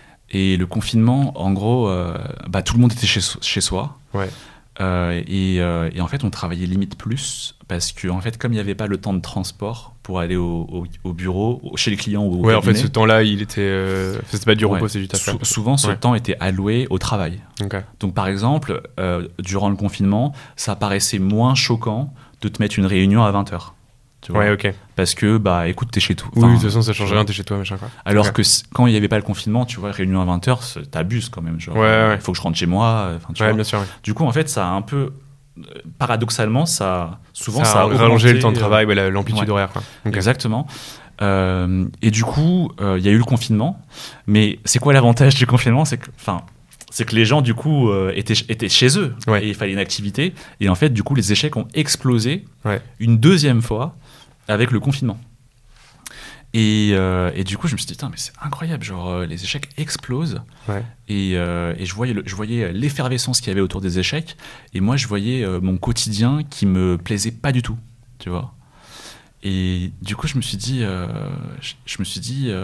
Et le confinement, en gros, euh, bah, tout le monde était chez, chez soi. Ouais. Euh, et, euh, et en fait, on travaillait limite plus parce que, en fait, comme il n'y avait pas le temps de transport pour aller au, au, au bureau, chez les clients ou au Ouais, cabinet, en fait, ce temps-là, il était. Euh... C'était pas du repos, ouais, c'est du taf. sou- souvent, ce ouais. temps était alloué au travail. Okay. Donc, par exemple, euh, durant le confinement, ça paraissait moins choquant de te mettre une réunion à vingt heures. Tu vois, ouais, ok. Parce que, bah, écoute, t'es chez toi. Oui, Enfin, de toute façon, ça change rien, t'es chez toi, machin, quoi. alors okay. que c- quand il n'y avait pas le confinement, tu vois, réunion à vingt heures, t'abuses quand même. Genre, ouais, ouais. il faut que je rentre chez moi. Tu ouais, vois. bien sûr. Ouais. Du coup, en fait, ça a un peu. Paradoxalement, ça, souvent, ça, ça a augmenté, rallongé le temps de travail, ouais, l'amplitude ouais. horaire. Quoi. Okay. Exactement. Euh, et du coup, il euh, y a eu le confinement. Mais c'est quoi l'avantage du confinement? C'est que, enfin, c'est que les gens, du coup, euh, étaient, étaient chez eux. Ouais. Et il fallait une activité. Et en fait, du coup, les échecs ont explosé ouais. une deuxième fois avec le confinement. Et, euh, et du coup, je me suis dit, mais c'est incroyable, genre euh, les échecs explosent. Ouais. Et, euh, et je voyais, le, je voyais l'effervescence qu'il y avait autour des échecs. Et moi, je voyais euh, mon quotidien qui me plaisait pas du tout, tu vois. Et du coup, je me suis dit, euh, je, je me suis dit, euh,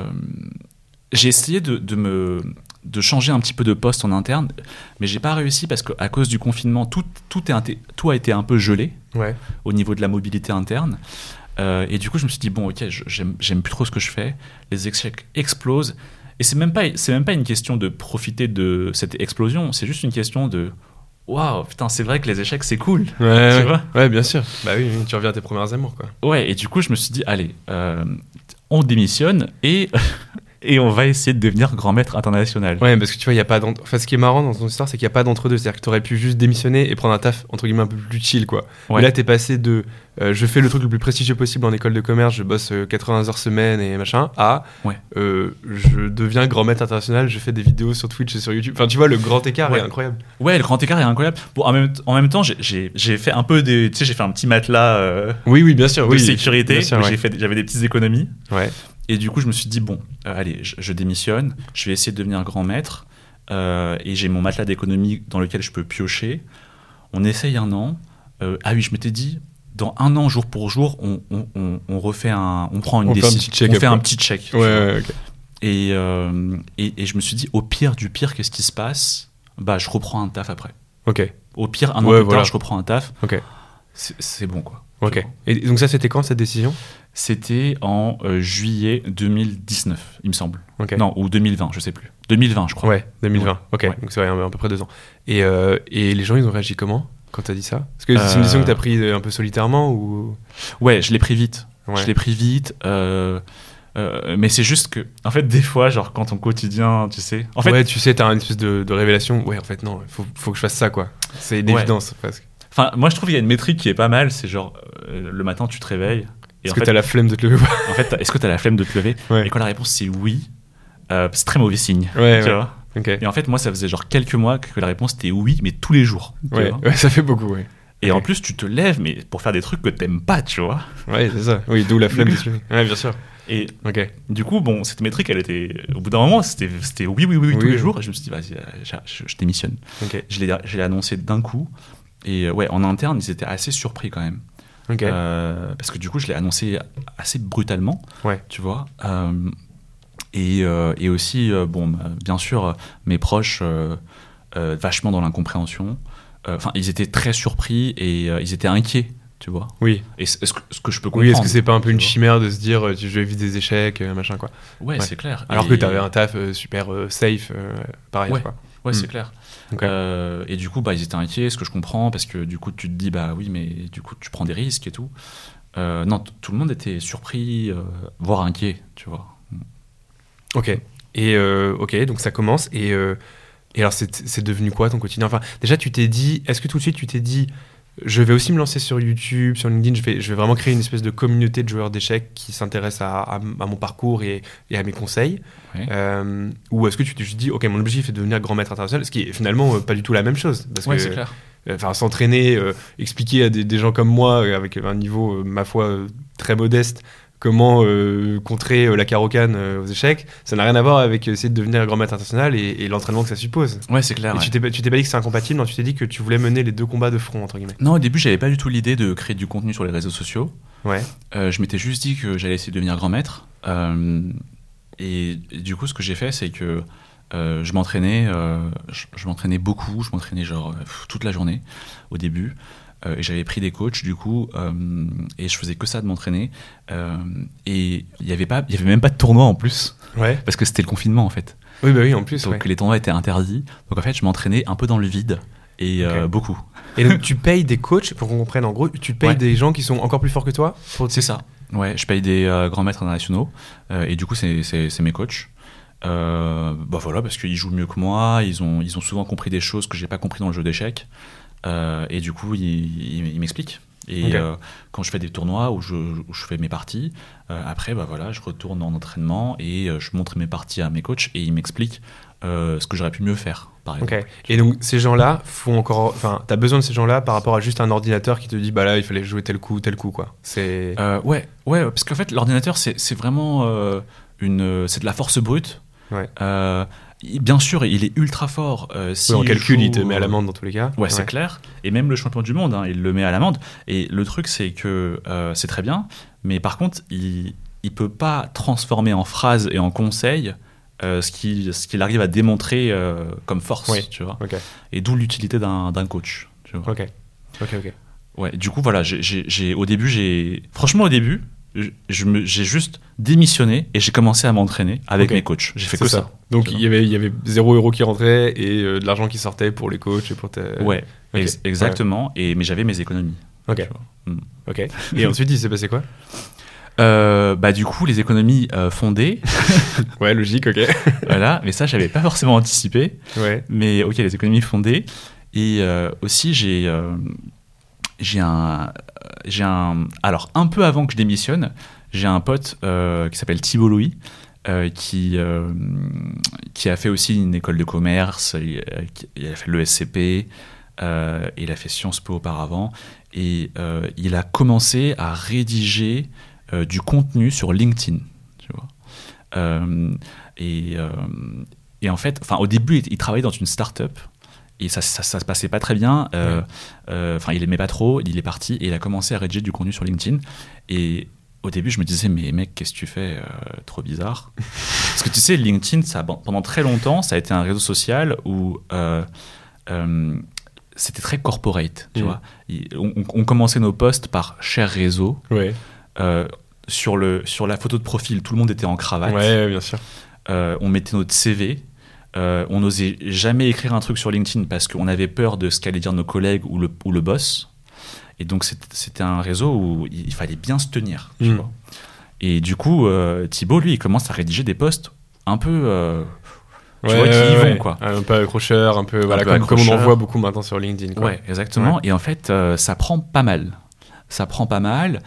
j'ai essayé de, de me, de changer un petit peu de poste en interne, mais j'ai pas réussi parce qu'à cause du confinement, tout, tout, est, tout a été un peu gelé ouais. au niveau de la mobilité interne. Euh, et du coup, je me suis dit, bon, ok, je, j'aime, j'aime plus trop ce que je fais. Les échecs explosent. Et c'est même pas, c'est même pas une question de profiter de cette explosion. C'est juste une question de, waouh, putain, c'est vrai que les échecs, c'est cool. Ouais, tu ouais. vois ouais, bien sûr. Bah oui, tu reviens à tes premières amours, quoi. Ouais, et du coup, je me suis dit, allez, euh, on démissionne et, et on va essayer de devenir grand maître international. Ouais, parce que tu vois, il y a pas d'entre... enfin, ce qui est marrant dans ton histoire, c'est qu'il n'y a pas d'entre-deux. C'est-à-dire que tu aurais pu juste démissionner et prendre un taf, entre guillemets, un peu plus chill, quoi. Ouais. Mais là, t'es passé de euh, je fais le truc le plus prestigieux possible en école de commerce, je bosse euh, quatre-vingts heures semaine et machin, à ouais. euh, je deviens grand maître international, je fais des vidéos sur Twitch et sur YouTube. Enfin, tu vois, le grand écart ouais. est incroyable. Ouais, le grand écart est incroyable. Bon, en même, en même temps, j'ai, j'ai, j'ai fait un peu des. Tu sais, j'ai fait un petit matelas euh, oui, oui, bien sûr, de oui, sécurité. Bien sûr, où ouais. j'ai fait, j'avais des petites économies. Ouais. Et du coup, je me suis dit, bon, euh, allez, je, je démissionne, je vais essayer de devenir grand maître. Euh, et j'ai mon matelas d'économie dans lequel je peux piocher. On essaye un an. Euh, ah oui, je m'étais dit, dans un an, jour pour jour, on, on, on, on refait un. On prend une on décision. Fait un petit check on fait quoi. un petit check. Ouais, ouais, okay. Et, euh, et, et je me suis dit, au pire du pire, qu'est-ce qui se passe? Bah, je reprends un taf après. Ok. Au pire, un an ouais, plus voilà. tard, je reprends un taf. Ok. C'est, c'est bon, quoi. Ok. Et donc, ça, c'était quand cette décision? C'était en euh, juillet deux mille dix-neuf, il me semble. Okay. Non, ou deux mille vingt, je sais plus. deux mille vingt, je crois. Ouais, deux mille vingt. Ouais. Ok, Ouais. donc c'est ouais, à peu près deux ans. Et, euh, et les gens, ils ont réagi comment quand t'as dit ça? Parce que c'est une décision que t'as prise un peu solitairement ou... Ouais, je l'ai pris vite. Ouais. Je l'ai pris vite. Euh, euh, mais c'est juste que, en fait, des fois, genre, quand ton quotidien, tu sais. En fait, ouais, tu sais, t'as une espèce de, de révélation. Ouais, en fait, non, il faut, faut que je fasse ça, quoi. C'est une ouais. évidence, presque. Enfin, moi, je trouve qu'il y a une métrique qui est pas mal. C'est genre, euh, le matin, tu te réveilles. Est-ce que t'as la flemme de te lever? En fait, est-ce que t'as la flemme de te lever? Ouais. Et quand la réponse c'est oui, euh, c'est très mauvais signe. Ouais, tu ouais. vois. Okay. Et en fait, moi, ça faisait genre quelques mois que la réponse était oui, mais tous les jours. Ouais. ouais, ça fait beaucoup, ouais. Et okay. en plus, tu te lèves, mais pour faire des trucs que t'aimes pas, tu vois. Ouais, c'est ça. Oui, d'où la flemme de se lever. Ouais, bien sûr. Et okay. du coup, bon, cette métrique, elle était. Au bout d'un moment, c'était, c'était oui, oui, oui, oui, tous oui, les oui. jours. Et je me suis dit, vas-y, je, je, je démissionne. Okay. Je, l'ai, je l'ai annoncé d'un coup. Et ouais, en interne, ils étaient assez surpris quand même. Ok. Euh, parce que du coup, je l'ai annoncé assez brutalement, Ouais. tu vois. Euh, et, euh, et aussi, euh, bon, bah, bien sûr, mes proches, euh, euh, vachement dans l'incompréhension. Enfin, ils étaient très surpris et euh, ils étaient inquiets, tu vois. Oui. Et c- ce que, ce que je peux comprendre. Oui, est-ce que c'est pas un peu tu une vois. chimère de se dire, euh, je vais vivre des échecs, euh, machin, quoi. Ouais, Ouais. c'est clair. Alors Et- que t'avais un taf euh, super euh, safe euh, par ailleurs, Ouais. quoi. Ouais, Mm. c'est clair. Ok. Euh, et du coup, bah, ils étaient inquiets, ce que je comprends, parce que du coup, tu te dis, bah oui, mais du coup, tu prends des risques et tout. Euh, non, t- tout le monde était surpris, euh, voire inquiet, tu vois. Ok. Et euh, ok, donc ça commence. Et, euh, et alors, c'est, c'est devenu quoi ton quotidien? Enfin, déjà, tu t'es dit, est-ce que tout de suite, tu t'es dit, je vais aussi me lancer sur YouTube, sur LinkedIn, je vais, je vais vraiment créer une espèce de communauté de joueurs d'échecs qui s'intéressent à, à, à mon parcours et, et à mes conseils? Ouais. Euh, ou est-ce que tu t'es juste dit, ok, mon objectif est de devenir grand maître international, ce qui est finalement euh, pas du tout la même chose, parce Ouais, que c'est clair. enfin, s'entraîner, euh, expliquer à des, des gens comme moi, euh, avec un niveau, euh, ma foi, euh, très modeste, comment euh, contrer euh, la carocane euh, aux échecs, ça n'a rien à voir avec essayer de devenir grand maître international et, et l'entraînement que ça suppose. Ouais, c'est clair. Et ouais. tu t'es, pas- tu t'es pas dit que c'est incompatible, non, tu t'es dit que tu voulais mener les deux combats de front, entre guillemets. Non, au début, j'avais pas du tout l'idée de créer du contenu sur les réseaux sociaux. Ouais. Euh, je m'étais juste dit que j'allais essayer de devenir grand maître. Euh, et, et du coup, ce que j'ai fait, c'est que euh, je m'entraînais, euh, je, je m'entraînais beaucoup. Je m'entraînais genre euh, toute la journée au début. Euh, et j'avais pris des coachs du coup, euh, et je faisais que ça de m'entraîner. Euh, et il y avait pas, il y avait même pas de tournoi en plus, Ouais. parce que c'était le confinement en fait. Oui, bah oui, en plus. Donc Ouais. les tournois étaient interdits. Donc en fait, je m'entraînais un peu dans le vide et Ok. euh, beaucoup. Et donc, tu payes des coachs, pour qu'on comprenne en gros, tu payes Ouais. des gens qui sont encore plus forts que toi pour... C'est ça. Ouais, je paye des euh, grands maîtres internationaux euh, et du coup, c'est, c'est, c'est mes coachs. Euh, bah voilà, parce qu'ils jouent mieux que moi, ils ont, ils ont souvent compris des choses que j'ai pas compris dans le jeu d'échecs. Euh, et du coup, ils, ils, ils m'expliquent. Et Ok. euh, quand je fais des tournois où je, où je fais mes parties, euh, après, bah voilà, je retourne en entraînement et euh, je montre mes parties à mes coachs et ils m'expliquent euh, ce que j'aurais pu mieux faire, par exemple. Ok. Et donc, ces gens-là font encore... Enfin, t'as besoin de ces gens-là par rapport à juste un ordinateur qui te dit, bah là, il fallait jouer tel coup, tel coup, quoi. C'est... Euh, ouais, ouais, parce qu'en fait, l'ordinateur, c'est, c'est vraiment euh, une, c'est de la force brute. Ouais. Euh, il- bien sûr, il est ultra fort. Euh, Oui, si en calcul, joue, il te met à euh, l'amende dans tous les cas. Ouais, c'est clair. Et même le champion du monde, hein, il le met à l'amende. Et le truc, c'est que euh, c'est très bien, mais par contre, il il peut pas transformer en phrase et en conseil euh, ce qu'il ce qu'il arrive à démontrer euh, comme force, Oui. tu vois. Ok, Et d'où l'utilité d'un d'un coach. Tu vois. ok, ok, ok. Ouais. Du coup, voilà. J'ai, j'ai, j'ai- au début, j'ai franchement au début, je, je me, j'ai juste démissionné et j'ai commencé à m'entraîner avec Ok. mes coachs. J'ai fait C'est que ça. Donc, Tu il y avait, il y avait zéro euro qui rentrait et euh, de l'argent qui sortait pour les coachs et pour tes... Ouais, ok. ex- exactement. Et mais j'avais mes économies. Ok, tu vois. Mm. ok. Et ensuite, il s'est passé quoi? Euh, bah du coup, les économies euh, fondées, Ouais, logique, ok. voilà. Mais ça, j'avais pas forcément anticipé. Ouais. Mais ok, les économies fondées. Et euh, aussi, j'ai euh, j'ai un j'ai un alors un peu avant que je démissionne, j'ai un pote euh, qui s'appelle Thibault Louis. Euh, qui, euh, qui a fait aussi une école de commerce, il, euh, il a fait l'E S C P, euh, il a fait Sciences Po auparavant, et euh, il a commencé à rédiger euh, du contenu sur LinkedIn, tu vois. Euh, et, euh, et en fait, enfin, au début, il, il travaillait dans une start-up, et ça, ça, ça se passait pas très bien. Euh, Ouais. euh, Enfin, il aimait pas trop, il est parti, et il a commencé à rédiger du contenu sur LinkedIn, et au début, je me disais, mais mec, qu'est-ce que tu fais euh, trop bizarre. Parce que tu sais, LinkedIn, ça, pendant très longtemps, ça a été un réseau social où euh, euh, c'était très corporate. Tu Mm. vois. Il- on, on commençait nos posts par cher réseau. Ouais. Euh, sur, le, sur la photo de profil, tout le monde était en cravate. Ouais, ouais, bien sûr. Euh, on mettait notre C V. Euh, on n'osait jamais écrire un truc sur LinkedIn parce qu'on avait peur de ce qu'allaient dire nos collègues ou le, ou le boss. Et donc, c'était, c'était un réseau où il fallait bien se tenir. Tu Mm. vois. Et du coup, euh, Thibault, lui, il commence à rédiger des posts un peu. euh, tu vois, qui y vont, quoi. Un peu accrocheur, un peu, voilà, peu comme, comme on en accrocheur. voit beaucoup maintenant sur LinkedIn. Quoi. Ouais, exactement. Ouais. Et en fait, euh, ça prend pas mal. Ça prend pas mal.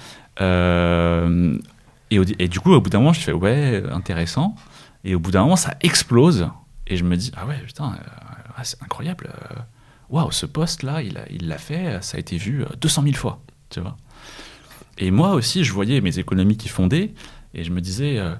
Euh, et, au- et du coup, au bout d'un moment, je fais ouais, intéressant. Et au bout d'un moment, ça explose. Et je me dis, ah ouais, putain, euh, ah, c'est incroyable. euh, Waouh, ce post-là, il, a- il l'a fait, ça a été vu euh, deux cent mille fois. Tu vois. Et moi aussi, je voyais mes économies qui fondaient. Et je me disais, euh,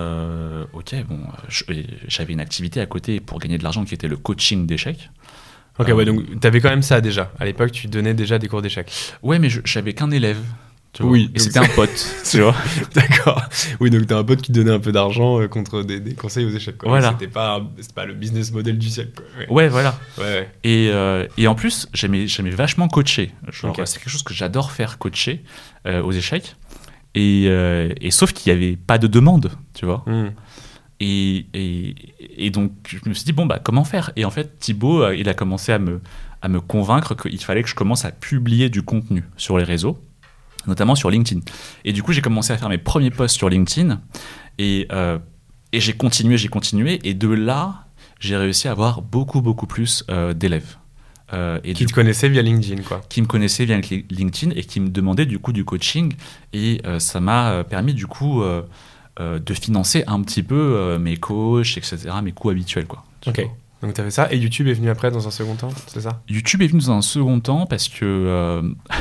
euh, ok, bon, je- j'avais une activité à côté pour gagner de l'argent qui était le coaching d'échecs. Ok, Euh, ouais, donc t'avais quand même ça déjà. À l'époque, tu donnais déjà des cours d'échecs. Ouais, mais je- j'avais qu'un élève. Tu vois. Oui, Et donc c'était un pote, tu vois. D'accord. Oui, donc t'as un pote qui te donnait un peu d'argent euh, contre des, des conseils aux échecs. Quoi. Voilà. C'était pas, un- c'était pas le business model du siècle. Quoi. Ouais. Ouais, voilà. Ouais, ouais. Et, euh, et en plus, j'aimais, j'aimais vachement coacher. Genre, Ok. c'est quelque chose que j'adore faire, coacher euh, aux échecs. Et, euh, et sauf qu'il n'y avait pas de demande, tu vois. Hmm. Et, et, et donc, je me suis dit, bon, bah, comment faire? Et en fait, Thibaut, euh, il a commencé à me, à me convaincre qu'il fallait que je commence à publier du contenu sur les réseaux, notamment sur LinkedIn. Et du coup, j'ai commencé à faire mes premiers posts sur LinkedIn. Et, euh, et j'ai continué, j'ai continué. Et de là, j'ai réussi à avoir beaucoup, beaucoup plus euh, d'élèves. Euh, et Qui du te connaissait via LinkedIn, quoi. qui me connaissaient via LinkedIn et qui me demandaient du coup du coaching. Et euh, ça m'a euh, permis du coup euh, euh, de financer un petit peu euh, mes coachs, et cetera, mes coûts habituels, quoi. Tu Ok. vois. Donc t'avais ça. Et YouTube est venu après dans un second temps, c'est ça? YouTube est venu dans un second temps parce que euh,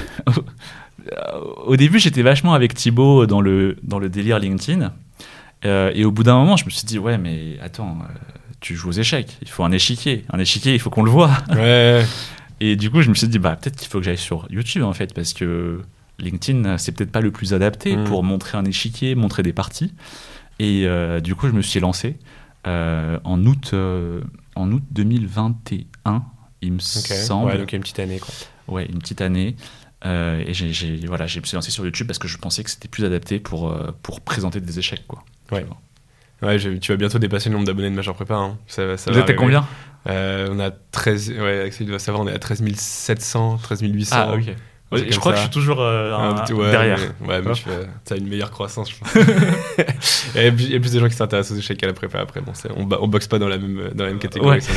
au début j'étais vachement avec Thibaut dans le, dans le délire LinkedIn. Euh, et au bout d'un moment, je me suis dit, ouais, mais attends, euh, tu joues aux échecs, il faut un échiquier. Un échiquier, il faut qu'on le voit. Ouais. Et du coup, je me suis dit, bah, peut-être qu'il faut que j'aille sur YouTube, en fait, parce que LinkedIn, c'est peut-être pas le plus adapté Mm. pour montrer un échiquier, montrer des parties. Et euh, du coup, je me suis lancé euh, en, août, euh, en août deux mille vingt et un, il me Ok. semble. Ouais, donc il y a une petite année, quoi. Ouais, une petite année. Euh, et j'ai, j'ai, voilà, je me suis lancé sur YouTube parce que je pensais que c'était plus adapté pour, euh, pour présenter des échecs, quoi. Ouais. Tu vois. Ouais, j'ai- tu vas bientôt dépasser le nombre d'abonnés de Major Prépa. Hein. Ça, va- ça Vous va êtes à arriver. combien? Euh, On a treize. Ouais, Axel doit savoir, on est à treize mille sept cents, treize mille huit cents. Ah, ok. Ouais, Ouais, comme je crois ça. que je suis toujours euh, Un un- petit- ouais, derrière. Mais, ouais, mais tu as une meilleure croissance, je pense. Il y a plus- il y a plus de gens qui s'intéressent aux échecs qu'à la prépa après. Bon, c'est- on, ba- on boxe pas dans la même, dans la même catégorie. Ouais. ça.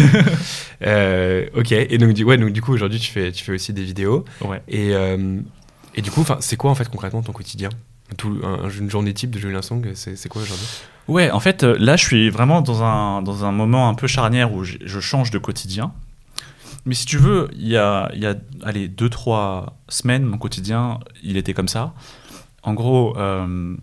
Euh, ok, et donc, du, ouais, donc du coup, aujourd'hui, tu fais, tu fais aussi des vidéos. Ouais. Et, euh, et du coup, 'fin, c'est quoi en fait concrètement ton quotidien? Tout, un- Une journée type de Julien Song, c'est c'est quoi aujourd'hui? Ouais, en fait, euh, là, je suis vraiment dans un, dans un moment un peu charnière où je, je change de quotidien. Mais si tu veux, il y a, il y a allez, deux, trois semaines, mon quotidien, il était comme ça. En gros, euh,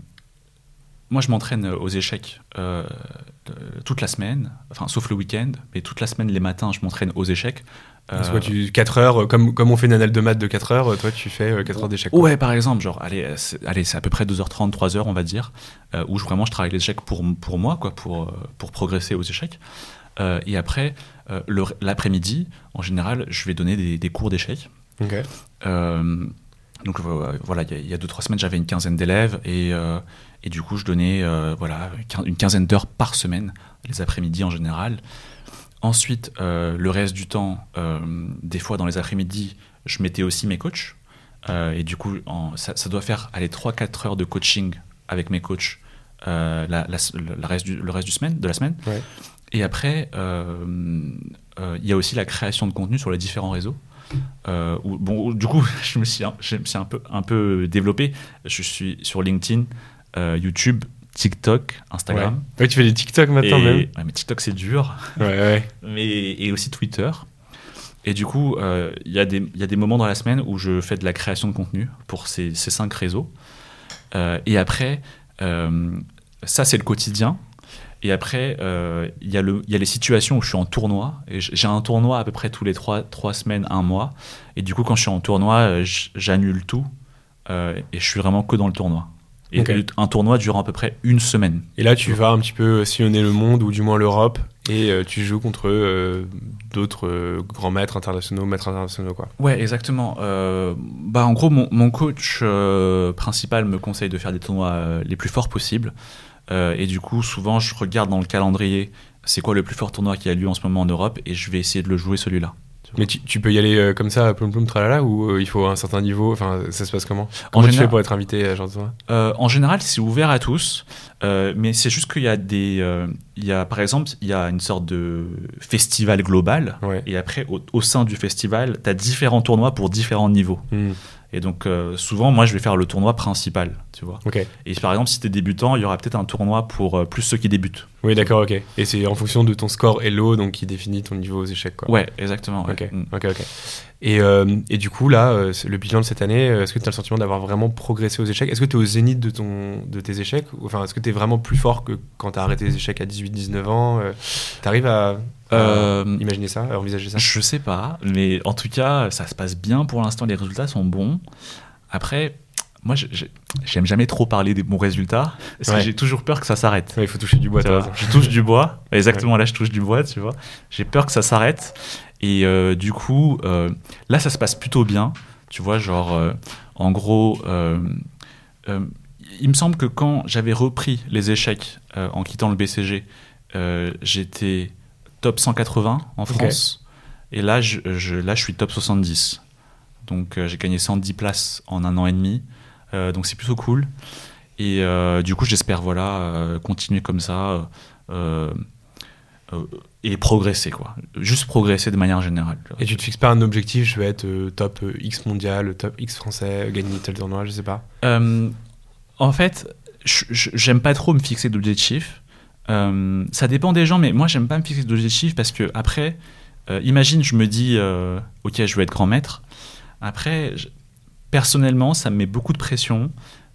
moi, je m'entraîne aux échecs euh, euh, toute la semaine, enfin, sauf le week-end, mais toute la semaine, les matins, je m'entraîne aux échecs. C'est Euh, quoi, tu, quatre heures, comme, comme on fait une annale de maths de quatre heures, toi tu fais euh, quatre heures d'échecs. quoi. Ouais, par exemple, genre, allez, c'est, allez, c'est à peu près deux heures trente, trois heures, on va dire, euh, où je, vraiment je travaille les échecs pour, pour moi, quoi, pour, euh, pour progresser aux échecs. Euh, et après, euh, le- l'après-midi, en général, je vais donner des, des cours d'échecs. Ok. Euh, donc euh, voilà, il y a- il y, a deux, trois semaines, j'avais une quinzaine d'élèves et, euh, et du coup, je donnais euh, voilà, quin- une quinzaine d'heures par semaine, les après-midi en général. Ensuite, euh, le reste du temps, euh, des fois dans les après-midi, je mettais aussi mes coachs. Euh, et du coup, en- ça, ça doit faire aller trois quatre heures de coaching avec mes coachs euh, la, la- le, reste du, le reste du semaine, de la semaine. Ouais. Et après, euh, euh, il y a aussi la création de contenu sur les différents réseaux. Euh, où, bon, où, du coup, je me suis, un, je me suis un, peu, un peu développé. Je suis sur LinkedIn, euh, YouTube, TikTok, Instagram. Ouais. Ouais, tu fais des TikTok maintenant Et- même. ouais, mais TikTok, c'est dur. Ouais, ouais. Mais, et aussi Twitter. Et du coup, euh, il y, a des- il y a des moments dans la semaine où je fais de la création de contenu pour ces, ces cinq réseaux. Euh, et après, euh, ça, c'est le quotidien. Et après, euh, il y, a le- il y a les situations où je suis en tournoi. Et j- j'ai un tournoi à peu près tous les trois, trois semaines, un mois. Et du coup, quand je suis en tournoi, euh, j- j'annule tout. euh, et je suis vraiment que dans le tournoi. Et Ok. un tournoi durant à peu près une semaine. Et là, tu vas un petit peu sillonner le monde, ou du moins l'Europe, et euh, tu joues contre euh, d'autres euh, grands maîtres internationaux, maîtres internationaux, quoi. Ouais, exactement. Euh, bah, en gros, mon, mon coach euh, principal me conseille de faire des tournois euh, les plus forts possibles. Euh, et du coup, souvent, je regarde dans le calendrier c'est quoi le plus fort tournoi qui a lieu en ce moment en Europe et je vais essayer de le jouer celui-là. Mais tu, tu peux y aller euh, comme ça, ploum ploum tralala, ou euh, il faut un certain niveau, enfin, ça se passe comment? Comment tu général- fais pour être invité à ce genre de tournoi? Euh, en général, c'est ouvert à tous, euh, mais c'est juste qu'il y a des, euh, il y a par exemple, il y a une sorte de festival global, Ouais. et après au, au sein du festival, tu as différents tournois pour différents niveaux. Hmm. Et donc euh, souvent, moi, je vais faire le tournoi principal, tu vois. Ok. Et par exemple, si tu es débutant, il y aura peut-être un tournoi pour euh, plus ceux qui débutent. Oui, d'accord, ok. Et c'est en fonction de ton score Elo, donc qui définit ton niveau aux échecs, quoi. Ouais, exactement. ouais. Ok, Mm. ok, ok. Et, euh, et du coup, là, euh, c'est- le bilan de cette année, euh, est-ce que tu as le sentiment d'avoir vraiment progressé aux échecs? Est-ce que tu es au zénith de, ton, de tes échecs? Ou, enfin, est-ce que tu es vraiment plus fort que quand tu as arrêté les échecs à dix-huit dix-neuf ans? Tu arrives à, Euh, Imaginez ça, à envisager ça. Je sais pas, mais en tout cas, ça se passe bien pour l'instant, les résultats sont bons. Après, moi, je- je- j'aime jamais trop parler des bons résultats, parce Ouais. que j'ai toujours peur que ça s'arrête. Ouais, il faut toucher du bois, Tu t'as vois, raison. je touche du bois, exactement, là je touche du bois, tu vois. J'ai peur que ça s'arrête. Et euh, du coup, euh, là ça se passe plutôt bien. Tu vois, genre, euh, en gros, euh, euh, il me semble que quand j'avais repris les échecs euh, en quittant le B C G, euh, j'étais top cent quatre-vingts en Ok. France. Et là je, je- là, je suis top soixante-dix. Donc euh, j'ai gagné cent dix places en un an et demi. Euh, donc c'est plutôt cool. Et euh, du coup, j'espère voilà, euh, continuer comme ça euh, euh, et progresser, quoi. Juste progresser de manière générale. tu vois. Et tu te fixes pas un objectif, je vais être euh, top euh, X mondial, top X français, gagner tel tournoi, je sais pas. Euh, en fait, je- je- j'aime pas trop me fixer d'objectifs. Euh, ça dépend des gens, mais moi, j'aime pas me fixer d'objectifs parce que après, euh, imagine, je me dis, euh, ok, je veux être grand maître. Après, je- personnellement, ça me met beaucoup de pression.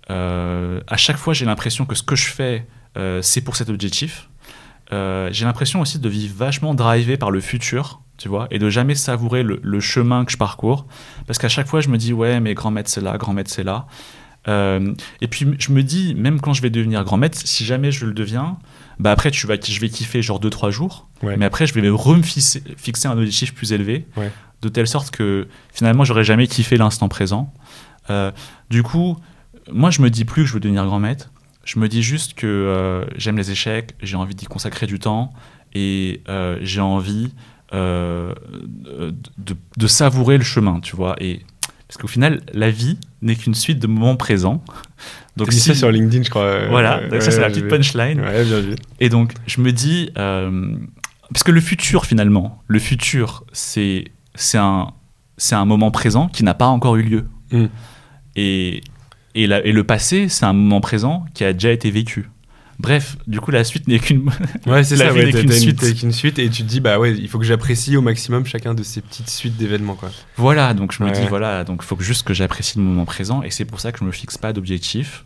Euh, à chaque fois, j'ai l'impression que ce que je fais, euh, c'est pour cet objectif. Euh, j'ai l'impression aussi de vivre vachement drivé par le futur, tu vois, et de jamais savourer le, le chemin que je parcours. Parce qu'à chaque fois, je me dis, ouais, mais grand maître, c'est là, grand maître, c'est là. Euh, et puis, je me dis, même quand je vais devenir grand maître, si jamais je le deviens, bah après, tu vas, je vais kiffer genre deux trois jours. Ouais. Mais après, je vais me refixer fixer un objectif plus élevé, Ouais. de telle sorte que finalement, j'aurais jamais kiffé l'instant présent. Euh, du coup, moi, je me dis plus que je veux devenir grand maître. Je me dis juste que euh, j'aime les échecs, j'ai envie d'y consacrer du temps et euh, j'ai envie euh, de, de, de savourer le chemin, tu vois. Et parce qu'au final, la vie n'est qu'une suite de moments présents. Donc Donc mis si, ça sur LinkedIn, je crois. euh, voilà, ouais, donc ça ouais, c'est la j'ai petite vu. punchline. Ouais, bien vu. Et donc, je me dis, euh, parce que le futur, finalement, le futur, c'est, c'est, un, c'est un moment présent qui n'a pas encore eu lieu. Mm. Et, et, la- et le passé, c'est un moment présent qui a déjà été vécu. Bref, du coup, la suite n'est qu'une. Ouais, c'est La ça, vie ouais, n'est t'as qu'une t'as une, suite. t'as qu'une suite et tu te dis, bah ouais, il faut que j'apprécie au maximum chacun de ces petites suites d'événements, quoi. Voilà, donc je me Ouais. dis, voilà, donc il faut que juste que j'apprécie le moment présent. Et c'est pour ça que je ne me fixe pas d'objectif.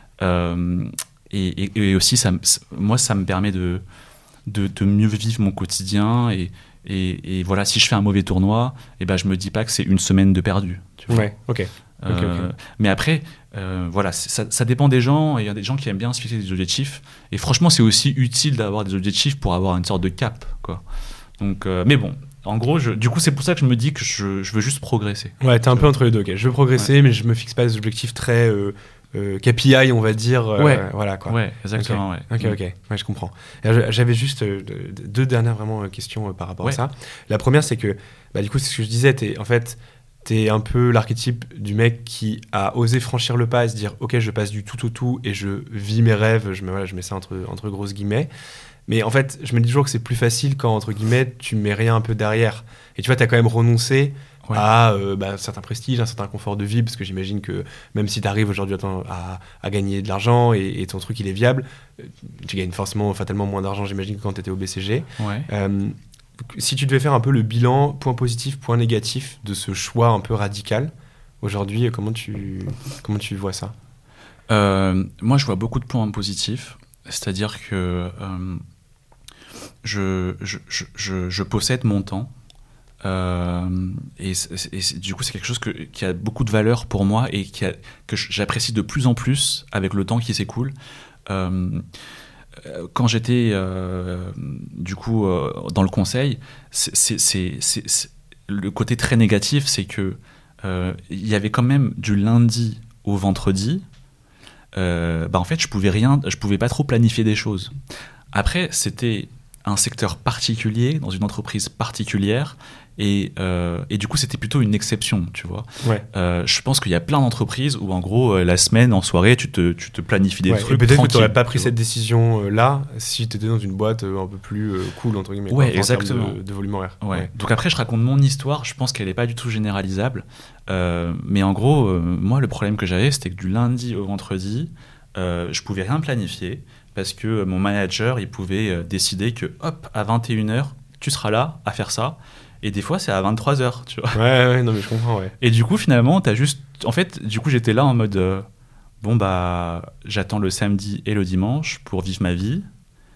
Euh, et, et, et aussi, ça, me- moi, ça me permet de, de, de mieux vivre mon quotidien. Et, et, et voilà, si je fais un mauvais tournoi, et ben, je me dis pas que c'est une semaine de perdu. Tu vois. Ouais, ok. Euh, Ok, ok. Mais après, euh, voilà, c'est- ça, ça dépend des gens. Et il y a des gens qui aiment bien se fixer des objectifs. Et franchement, c'est aussi utile d'avoir des objectifs pour avoir une sorte de cap, quoi. Donc, euh, mais bon, en gros, je, du coup, c'est pour ça que je me dis que je, je veux juste progresser. Ouais, t'es un peu entre les deux, ok. Je veux progresser, mais je me fixe pas des objectifs très euh, euh, K P I, on va dire. euh, Ouais. Voilà, quoi. Ouais, exactement. Ouais. Ok, ok, ouais, je comprends. Et je- J'avais juste euh, de- deux dernières vraiment euh, questions euh, par rapport Ouais. à ça. La première, c'est que, bah, du coup, c'est ce que je disais, t'es, en fait, t'es un peu l'archétype du mec qui a osé franchir le pas et se dire, ok, je passe du tout au tout et je vis mes rêves, je mets, voilà, je mets ça entre, entre grosses guillemets. Mais en fait, je me dis toujours que c'est plus facile quand, entre guillemets, tu mets rien un peu derrière. Et tu vois, t'as quand même renoncé Ouais. à euh, bah, un certain prestige, un certain confort de vie, parce que j'imagine que même si tu arrives aujourd'hui à, t'en- à, à gagner de l'argent et, et ton truc il est viable, euh, tu gagnes forcément fatalement moins d'argent, j'imagine, que quand tu étais au B C G. Ouais. Euh, si tu devais faire un peu le bilan, point positif, point négatif de ce choix un peu radical, aujourd'hui, euh, comment tu, comment tu vois ça? Euh, moi, je vois beaucoup de points positifs. C'est-à-dire que euh, je, je, je, je, je possède mon temps. Euh, et, c'est- et c'est- du coup, c'est quelque chose que, qui a beaucoup de valeur pour moi et qui a, que j'apprécie de plus en plus avec le temps qui s'écoule. Euh, euh, quand j'étais euh, du coup euh, dans le conseil, c'est, c'est, c'est, c'est- c'est- le côté très négatif, c'est que euh, il y avait quand même du lundi au vendredi. Euh, bah en fait, je pouvais rien, je pouvais pas trop planifier des choses. Après, c'était un secteur particulier dans une entreprise particulière. Et, euh, et du coup, c'était plutôt une exception, tu vois. Ouais. Euh, je pense qu'il y a plein d'entreprises où, en gros, euh, la semaine, en soirée, tu te, tu te planifies des Ouais, et trucs. peut-être que tu tranquilles, n'aurais pas pris tu cette décision-là si tu étais dans une boîte euh, un peu plus euh, cool, entre guillemets. Ouais, quoi, en termes exactement. De, de volume horaire. vois. Ouais. Donc après, je raconte mon histoire. Je pense qu'elle n'est pas du tout généralisable. Euh, mais en gros, euh, moi, le problème que j'avais, c'était que du lundi au vendredi, euh, je pouvais rien planifier parce que mon manager, il pouvait euh, décider que, hop, à vingt et une heures, tu seras là à faire ça. Et des fois, c'est à vingt-trois heures, tu vois. Ouais, ouais, non, mais je comprends, ouais. Et du coup, finalement, t'as juste... En fait, du coup, j'étais là en mode... euh, bon, bah, j'attends le samedi et le dimanche pour vivre ma vie.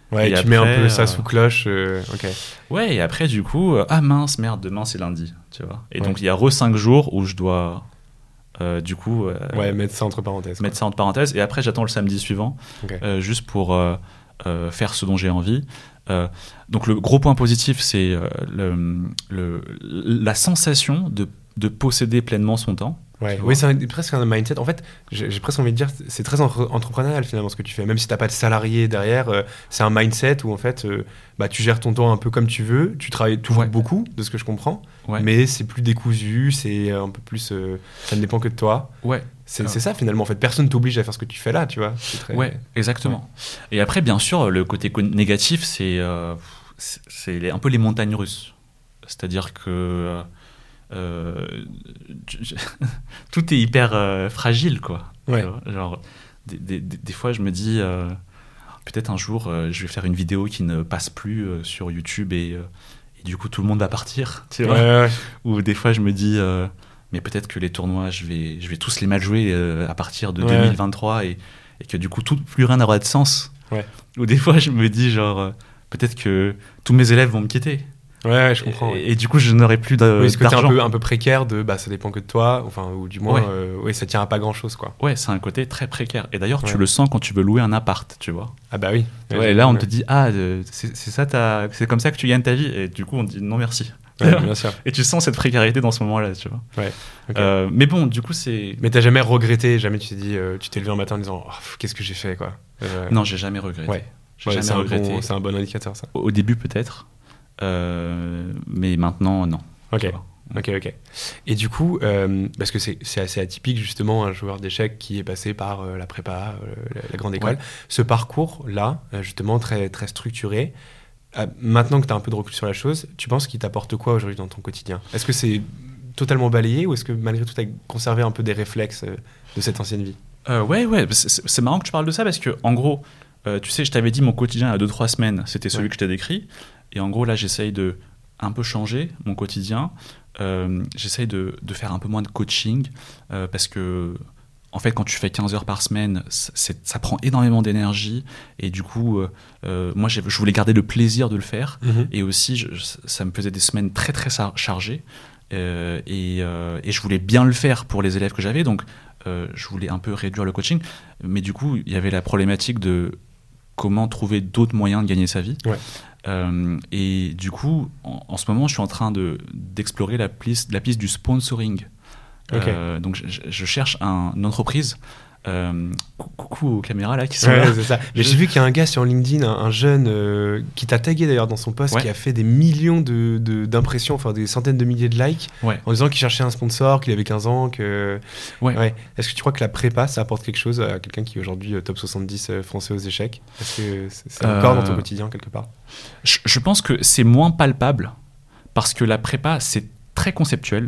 Ouais, Et tu mets un après, peu ça euh, sous cloche. euh, ok. Ouais, et après, du coup, euh, ah mince, merde, demain c'est lundi, tu vois. Et Ouais. donc, il y a re cinq jours où je dois, euh, du coup, euh, Ouais, mettre ça entre parenthèses. mettre ça entre parenthèses. Et après, j'attends le samedi suivant, Ok. euh, juste pour euh, euh, faire ce dont j'ai envie. Euh, donc, le gros point positif, c'est euh, le, le- la sensation de, de posséder pleinement son temps. Ouais. Tu Oui, vois. c'est un- presque un mindset. En fait, j'ai j'ai presque envie de dire, c'est très entre- entrepreneurial finalement ce que tu fais. Même si t'as pas de salarié derrière, euh, c'est un mindset où en fait, euh, bah, tu gères ton temps un peu comme tu veux. Tu travailles toujours Ouais. beaucoup, de ce que je comprends, Ouais. mais c'est plus décousu, c'est un peu plus. euh, ça ne dépend que de toi. Ouais. C'est Ah. c'est ça finalement. En fait, personne t'oblige à faire ce que tu fais là, tu vois. C'est très- Ouais, exactement. Et après, bien sûr, le côté co- négatif, c'est euh, c'est- c'est les- un peu les montagnes russes. C'est-à-dire que euh, euh, tu- je- tout est hyper euh, fragile, quoi. Ouais. Tu vois, genre, des, des- des- des fois, je me dis, euh, peut-être un jour, euh, je vais faire une vidéo qui ne passe plus euh, sur YouTube et, euh, et du coup, tout le monde va partir. Tu Ouais, vois. ouais, ouais. Ou des fois, je me dis, euh, mais peut-être que les tournois, je vais, je vais tous les mal jouer euh, à partir de Ouais. deux mille vingt-trois et, et que du coup, tout, plus rien n'aura de sens. Ouais. Ou des fois, je me dis, genre, euh, peut-être que tous mes élèves vont me quitter. Ouais, ouais, je comprends. Et, ouais. et du coup, je n'aurai plus de, Oui, ce côté un d'argent. peu, un peu précaire de bah ça dépend que de toi, enfin, ou du moins, Ouais. euh, ouais, ça tient à pas grand chose quoi. Ouais, c'est un côté très précaire. Et d'ailleurs, Ouais. tu le sens quand tu veux louer un appart, tu vois. Ah bah oui. Ouais, et là, on te dit, ah, euh, c'est, c'est ça, ta- c'est comme ça que tu gagnes ta vie. Et du coup, on te dit, non, merci. Ouais, bien sûr. Et tu sens cette précarité dans ce moment-là, tu vois. Ouais. ok. Euh, mais bon, du coup, c'est. Mais t'as jamais regretté, jamais tu t'es dit, euh, tu t'es levé un matin en disant, oh, pff, qu'est-ce que j'ai fait quoi. Euh, Non, j'ai jamais regretté. Ouais. J'ai Ouais, jamais c'est un regretté. bon- c'est un bon indicateur ça. Au au début, peut-être. Euh, mais maintenant, non. Ok. Tu vois. Ok, ok. Et du coup, euh, parce que c'est c'est assez atypique justement un joueur d'échecs qui est passé par euh, la prépa, euh, la, la grande école. Ouais. Ce parcours-là, euh, justement très, très structuré, euh, maintenant que tu as un peu de recul sur la chose, tu penses qu'il t'apporte quoi aujourd'hui dans ton quotidien? Est-ce que c'est totalement balayé ou est-ce que malgré tout tu as conservé un peu des réflexes euh, de cette ancienne vie? Euh, ouais, ouais. C'est, c'est- c'est marrant que tu parles de ça parce que, en gros, euh, tu sais, je t'avais dit mon quotidien il y a deux trois semaines, c'était celui Ouais. que je t'ai décrit. Et en gros, là, j'essaye de un peu changer mon quotidien. Euh, j'essaye de, de faire un peu moins de coaching euh, parce que, en fait, quand tu fais quinze heures par semaine, c'est- c'est- ça prend énormément d'énergie. Et du coup, euh, euh, moi, j'ai- je voulais garder le plaisir de le faire. Et aussi, je- ça me faisait des semaines très, très char- chargées. Euh, et, euh, et je voulais bien le faire pour les élèves que j'avais. Donc, euh, je voulais un peu réduire le coaching. Mais du coup, il y avait la problématique de comment trouver d'autres moyens de gagner sa vie. Ouais. Euh, et du coup, en, en ce moment, je suis en train de, d'explorer la piste, la piste du sponsoring. Ok. Euh, donc, je, je cherche un, une entreprise. Euh, cou- coucou aux caméras là qui sont Ouais, là. c'est ça. Mais Je- j'ai vu qu'il y a un gars sur LinkedIn, un, un jeune euh, qui t'a tagué d'ailleurs dans son post, Ouais. qui a fait des millions de, de- d'impressions, enfin des centaines de milliers de likes, Ouais. en disant qu'il cherchait un sponsor, qu'il avait quinze ans, que... Ouais. Est-ce que tu crois que la prépa, ça apporte quelque chose à quelqu'un qui est aujourd'hui euh, top soixante-dix euh, français aux échecs? Est-ce que c'est, c'est encore Euh, dans ton quotidien quelque part? Je, je pense que c'est moins palpable parce que la prépa, c'est très conceptuel.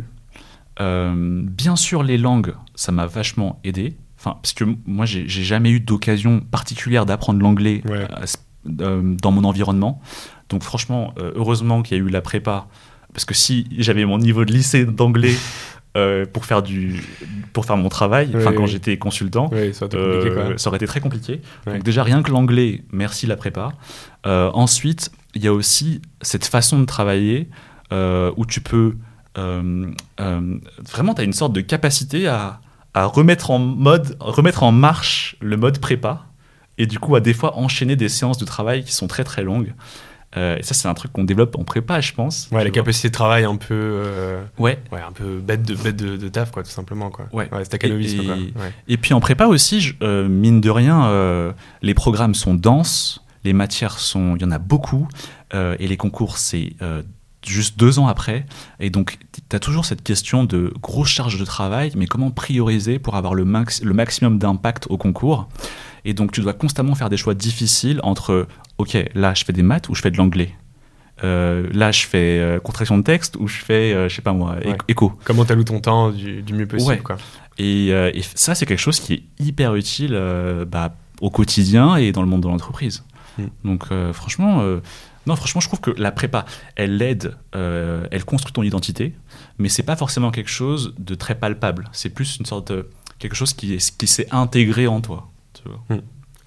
Euh, bien sûr, les langues, ça m'a vachement aidé. Enfin, parce que m- moi, j'ai, j'ai jamais eu d'occasion particulière d'apprendre l'anglais Ouais. euh, s- euh, dans mon environnement. Donc, franchement, euh, heureusement qu'il y a eu la prépa. Parce que si j'avais mon niveau de lycée d'anglais euh, pour, faire du, pour faire mon travail, Ouais, enfin quand ouais. j'étais consultant, Oui, ça va être compliqué euh, quand même. ça aurait été très compliqué. Ouais. Donc déjà, rien que l'anglais, merci la prépa. Euh, ensuite, il y a aussi cette façon de travailler euh, où tu peux... euh, euh, vraiment, tu as une sorte de capacité à, à remettre, en mode, remettre en marche le mode prépa et du coup, à des fois, enchaîner des séances de travail qui sont très très longues. Euh, et ça, c'est un truc qu'on développe en prépa, je pense. Ouais, Tu la vois. capacité de travail un peu... euh, Ouais. Ouais, un peu bête de, bête de, de taf, quoi, tout simplement, quoi. Ouais. staccanovisme, Et- quoi. et- Ouais. Et puis en prépa aussi, je- euh, mine de rien, euh, les programmes sont denses, les matières sont, il y en a beaucoup, euh, et les concours c'est euh, juste deux ans après. Et donc tu as toujours cette question de grosse charge de travail, mais comment prioriser pour avoir le, max, le maximum d'impact au concours. Et donc tu dois constamment faire des choix difficiles entre, ok, là je fais des maths ou je fais de l'anglais. Euh, là je fais euh, contraction de texte ou je fais, euh, je sais pas moi, é- Ouais. écho. Comment t'alloues ton temps du, du mieux possible, Ouais. quoi. Et, euh, et ça, c'est quelque chose qui est hyper utile euh, bah, au quotidien et dans le monde de l'entreprise. Mm. Donc, euh, franchement, euh, non, franchement, je trouve que la prépa, elle aide, euh, elle construit ton identité, mais c'est pas forcément quelque chose de très palpable. C'est plus une sorte de quelque chose qui, est, qui s'est intégré en toi. Tu vois.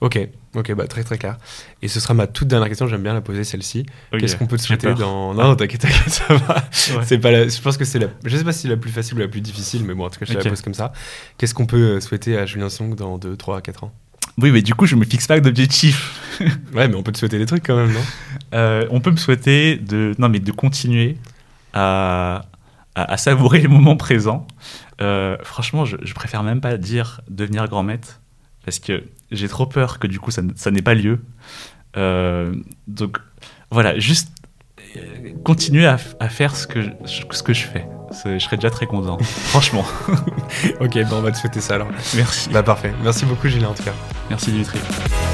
Ok, ok, bah très très clair. Et ce sera ma toute dernière question, j'aime bien la poser celle-ci. Ok, Qu'est-ce qu'on peut te j'ai souhaiter peur. dans... Non, non, t'inquiète, t'inquiète, ça va. Ouais. C'est pas la... Je pense que c'est la... Je sais pas si c'est la plus facile ou la plus difficile, mais bon, en tout cas, je te Ok. la pose comme ça. Qu'est-ce qu'on peut euh, souhaiter à Julien Song dans deux, trois, quatre ans? Oui, mais du coup, je me fixe pas d'objectif. Ouais, mais on peut te souhaiter des trucs quand même, non? Euh, on peut me souhaiter de, non, mais de continuer à, à, à savourer les moments présents. Euh, franchement, je, je préfère même pas dire devenir grand maître parce que j'ai trop peur que du coup ça, n- ça n'ait pas lieu. Euh, donc voilà, juste euh, continuer à, f- à faire ce que je, ce que je fais. C'est- Je serais déjà très content, franchement. Ok, bah on va te souhaiter ça alors. Merci. Bah parfait. Merci beaucoup, Julien, en tout cas. Merci Dimitri.